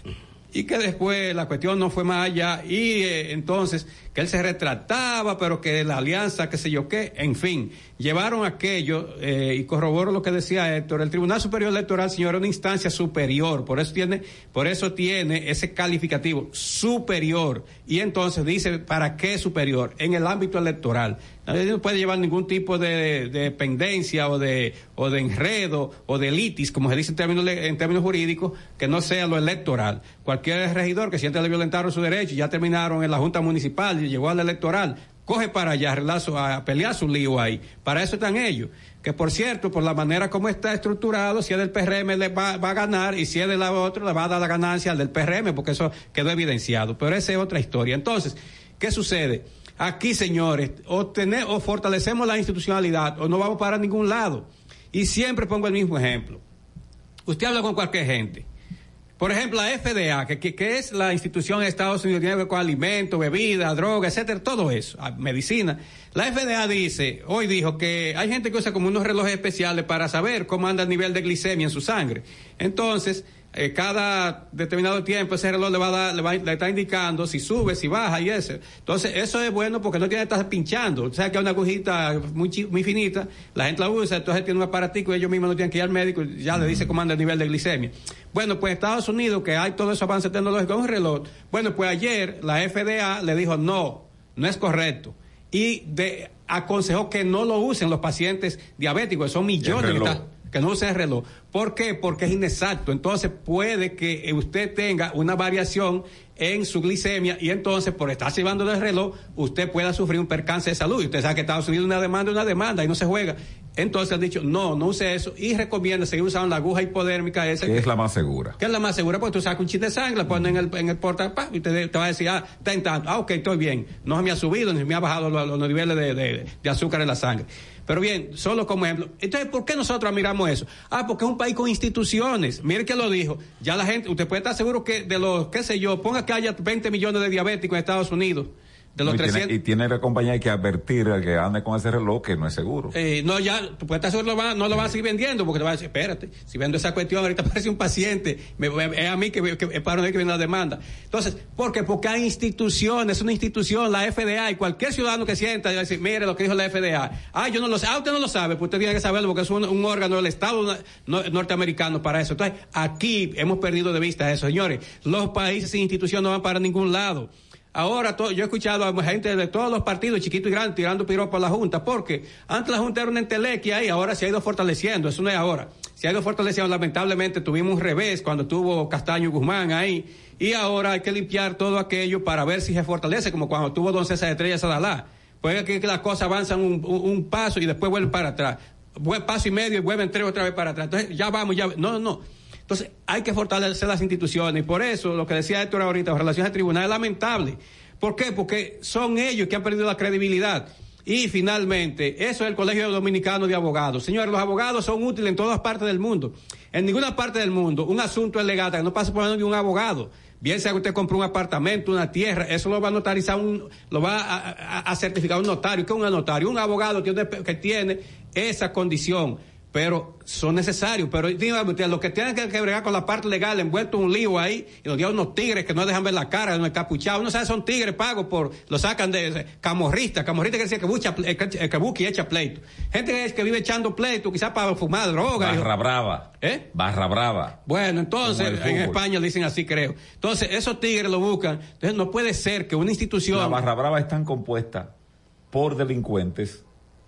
Speaker 9: y que después la cuestión no fue más allá, y eh, entonces que él se retrataba, pero que la alianza, qué sé yo qué, en fin, llevaron aquello, eh, y corroboro lo que decía Héctor, el Tribunal Superior Electoral, señor, es una instancia superior, por eso tiene, por eso tiene ese calificativo superior, y entonces dice, ¿para qué superior? En el ámbito electoral. Nadie no puede llevar ningún tipo de, de dependencia o de, o de enredo o de litis, como se dice en términos, en términos jurídicos, que no sea lo electoral. Cualquier regidor que siente le violentaron su derecho, ya terminaron en la Junta Municipal y llegó al electoral, coge para allá, relazo, a pelear su lío ahí. Para eso están ellos. Que por cierto, por la manera como está estructurado, si es del P R M le va, va a ganar, y si es de la otra le va a dar la ganancia al del P R M, porque eso quedó evidenciado. Pero esa es otra historia. Entonces, ¿qué sucede? Aquí, señores, o, tener, o fortalecemos la institucionalidad o no vamos para ningún lado. Y siempre pongo el mismo ejemplo. Usted habla con cualquier gente. Por ejemplo, la F D A, que, que, que es la institución de Estados Unidos, tiene que ver con alimentos, bebidas, drogas, etcétera, todo eso, medicina. La F D A dice, hoy dijo que hay gente que usa como unos relojes especiales para saber cómo anda el nivel de glicemia en su sangre. Entonces, Eh, cada determinado tiempo ese reloj le va a dar, le va, le está indicando si sube, si baja y eso. Entonces, eso es bueno porque no tiene que estar pinchando. O sea, que es una agujita muy, muy finita, la gente la usa, entonces tiene un aparatico y ellos mismos no tienen que ir al médico y ya le dice cómo anda el nivel de glicemia. Bueno, pues Estados Unidos, que hay todo ese avance tecnológico, es un reloj. Bueno, pues ayer la F D A le dijo no, no es correcto. Y de, aconsejó que no lo usen los pacientes diabéticos, son millones que están, que no usen el reloj. ¿Por qué? Porque es inexacto. Entonces puede que usted tenga una variación en su glicemia y entonces por estar llevando el reloj usted pueda sufrir un percance de salud. Y usted sabe que Estados Unidos es una demanda, una demanda y no se juega. Entonces han dicho, no, no use eso y recomienda seguir usando la aguja hipodérmica esa.
Speaker 7: Que es la más segura.
Speaker 9: Que es la más segura porque tú sacas un chiste de sangre, la pones en el, en el porta y te, te va a decir, ah, está en tanto. Ah, ok, estoy bien. No se me ha subido ni se me ha bajado los, los niveles de, de, de azúcar en la sangre. Pero bien, solo como ejemplo. Entonces, ¿por qué nosotros miramos eso? Ah, porque es un país con instituciones. Mire que lo dijo. Ya la gente, usted puede estar seguro que de los, qué sé yo, ponga que haya veinte millones de diabéticos en Estados Unidos. De los
Speaker 7: y,
Speaker 9: trescientos...
Speaker 7: tiene, y tiene la compañía que advertir al que ande con ese reloj que no es seguro.
Speaker 9: Eh, no, ya, tú puedes estar seguro, no lo van a seguir vendiendo porque te van a decir, espérate, si vendo esa cuestión, ahorita aparece un paciente, me, es a mí que, que, que para mí que viene la demanda. Entonces, ¿por qué? Porque hay instituciones, es una institución, la F D A, y cualquier ciudadano que sienta y va a decir, mire lo que dijo la F D A. Ah, yo no lo sé, ah, usted no lo sabe, pues usted tiene que saberlo porque es un, un órgano del Estado norteamericano para eso. Entonces, aquí hemos perdido de vista eso, señores. Los países sin institución no van para ningún lado. Ahora, to, yo he escuchado a gente de todos los partidos, chiquitos y grandes, tirando piropos a la Junta, porque antes la Junta era una entelequia y ahora se ha ido fortaleciendo, eso no es ahora, se ha ido fortaleciendo, lamentablemente tuvimos un revés cuando tuvo Castaño y Guzmán ahí, y ahora hay que limpiar todo aquello para ver si se fortalece, como cuando tuvo don César Estrella Sadalá, puede que, que las cosas avanzan un, un, un paso y después vuelven para atrás, buen paso y medio y vuelven tres otra vez para atrás, entonces ya vamos, ya, no, no, no. Entonces, hay que fortalecer las instituciones y por eso, lo que decía Héctor ahorita, en relación al tribunal, es lamentable. ¿Por qué? Porque son ellos que han perdido la credibilidad. Y finalmente, eso es el Colegio Dominicano de Abogados. Señores, los abogados son útiles en todas partes del mundo. En ninguna parte del mundo, un asunto es legal, que no pasa por menos de un abogado. Bien sea que usted compre un apartamento, una tierra, eso lo va a notarizar, un, lo va a, a, a certificar un notario. ¿Qué es un notario? Un abogado tiene, que tiene esa condición. Pero son necesarios, pero dígame usted, los que tienen que, que bregar con la parte legal, envuelto en un lío ahí, y los días unos tigres que no dejan ver la cara, unos encapuchados, uno sabe, son tigres pagos por, lo sacan de, de camorristas, camorristas que decía que busca, que, que busca y echa pleito. Gente que, que vive echando pleito, quizás para fumar droga.
Speaker 7: Barra
Speaker 9: y,
Speaker 7: brava.
Speaker 9: ¿Eh?
Speaker 7: Barra brava.
Speaker 9: Bueno, entonces, en España le dicen así, creo. Entonces, esos tigres lo buscan. Entonces, no puede ser que una institución...
Speaker 7: La barra brava es tan compuesta por delincuentes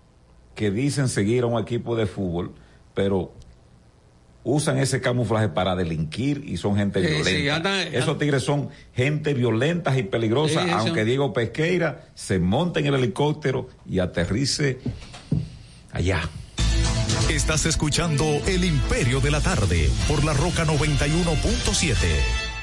Speaker 7: que dicen seguir a un equipo de fútbol, pero usan ese camuflaje para delinquir y son gente sí, violenta. Sí, anda, Esos tigres son gente violenta y peligrosa, sí, aunque son... Diego Pesqueira se monte en el helicóptero y aterrice allá.
Speaker 21: Estás escuchando El Imperio de la Tarde por La Roca noventa y uno punto siete.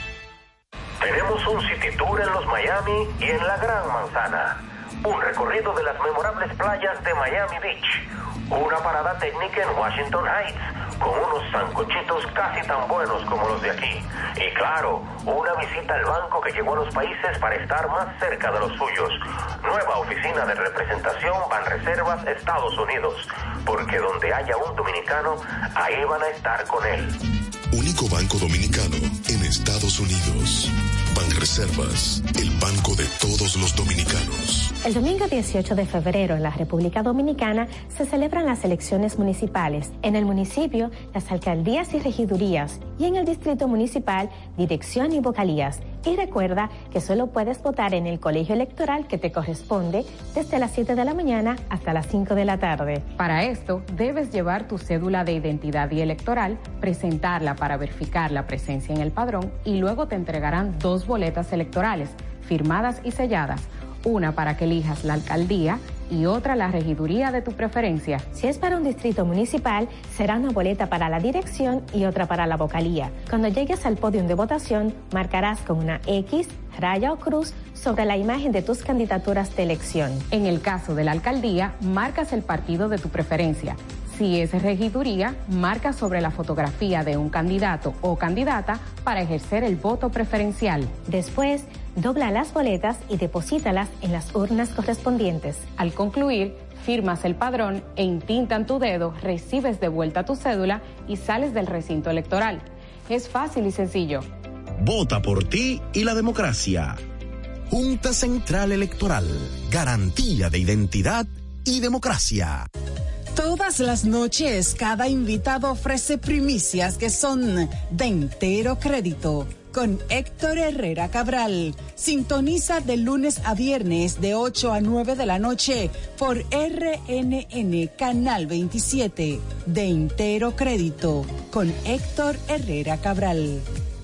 Speaker 4: Tenemos un city tour en los Miami y en la Gran Manzana. Un recorrido de las memorables playas de Miami Beach. Una parada técnica en Washington Heights, con unos sancochitos casi tan buenos como los de aquí. Y claro, una visita al banco que llegó a los países para estar más cerca de los suyos. Nueva oficina de representación Banreservas Estados Unidos. Porque donde haya un dominicano, ahí van a estar con él.
Speaker 5: Único banco dominicano en Estados Unidos. Banreservas, el banco de todos los dominicanos.
Speaker 25: El domingo dieciocho de febrero en la República Dominicana se celebran las elecciones municipales. En el municipio, las alcaldías y regidurías, y en el distrito municipal, dirección y vocalías. Y recuerda que solo puedes votar en el colegio electoral que te corresponde desde las siete de la mañana hasta las cinco de la tarde.
Speaker 26: Para esto, debes llevar tu cédula de identidad y electoral, presentarla para verificar la presencia en el padrón y luego te entregarán dos boletas electorales, firmadas y selladas, una para que elijas la alcaldía y otra la regiduría de tu preferencia.
Speaker 25: Si es para un distrito municipal, será una boleta para la dirección y otra para la vocalía. Cuando llegues al podio de votación, marcarás con una X, raya o cruz sobre la imagen de tus candidaturas de elección.
Speaker 26: En el caso de la alcaldía, marcas el partido de tu preferencia. Si es regiduría, marca sobre la fotografía de un candidato o candidata para ejercer el voto preferencial.
Speaker 25: Después, dobla las boletas y deposítalas en las urnas correspondientes.
Speaker 26: Al concluir, firmas el padrón e intintan tu dedo, recibes de vuelta tu cédula y sales del recinto electoral. Es fácil y sencillo.
Speaker 27: Vota por ti y la democracia. Junta Central Electoral. Garantía de identidad y democracia.
Speaker 17: Todas las noches, cada invitado ofrece primicias que son de entero crédito. Con Héctor Herrera Cabral. Sintoniza de lunes a viernes de ocho a nueve de la noche por R N N Canal veintisiete. De entero crédito. Con Héctor Herrera Cabral.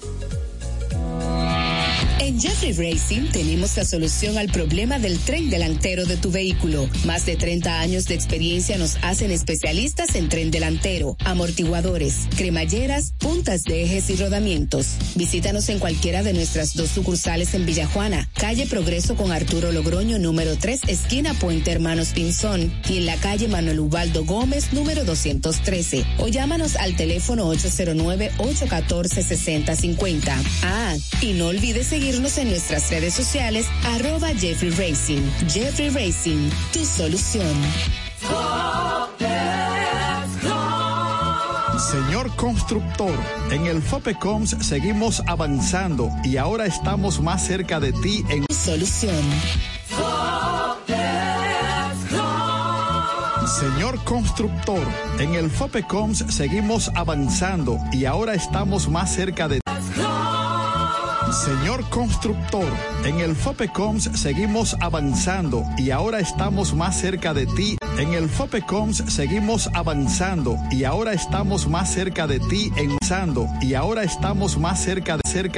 Speaker 15: En Jeffrey Racing tenemos la solución al problema del tren delantero de tu vehículo. Más de treinta años de experiencia nos hacen especialistas en tren delantero, amortiguadores, cremalleras, puntas de ejes y rodamientos. Visítanos en cualquiera de nuestras dos sucursales en Villajuana, calle Progreso con Arturo Logroño, número tres, esquina Puente Hermanos Pinzón, y en la calle Manuel Ubaldo Gómez, número doscientos trece. O llámanos al teléfono ocho cero nueve, ocho uno cuatro, seis cero cinco cero. Ah, y no olvides seguir en nuestras redes sociales, arroba Jeffrey Racing. Jeffrey Racing, tu solución.
Speaker 23: Señor constructor, en el FOPECOMS seguimos avanzando y ahora estamos más cerca de ti en
Speaker 15: tu solución.
Speaker 23: Señor constructor, en el FOPECOMS seguimos avanzando y ahora estamos más cerca de ti. Señor constructor, en el FOPECOMS seguimos avanzando y ahora estamos más cerca de ti. En el FOPECOMS seguimos avanzando y ahora estamos más cerca de ti en Sando y ahora estamos más cerca de cerca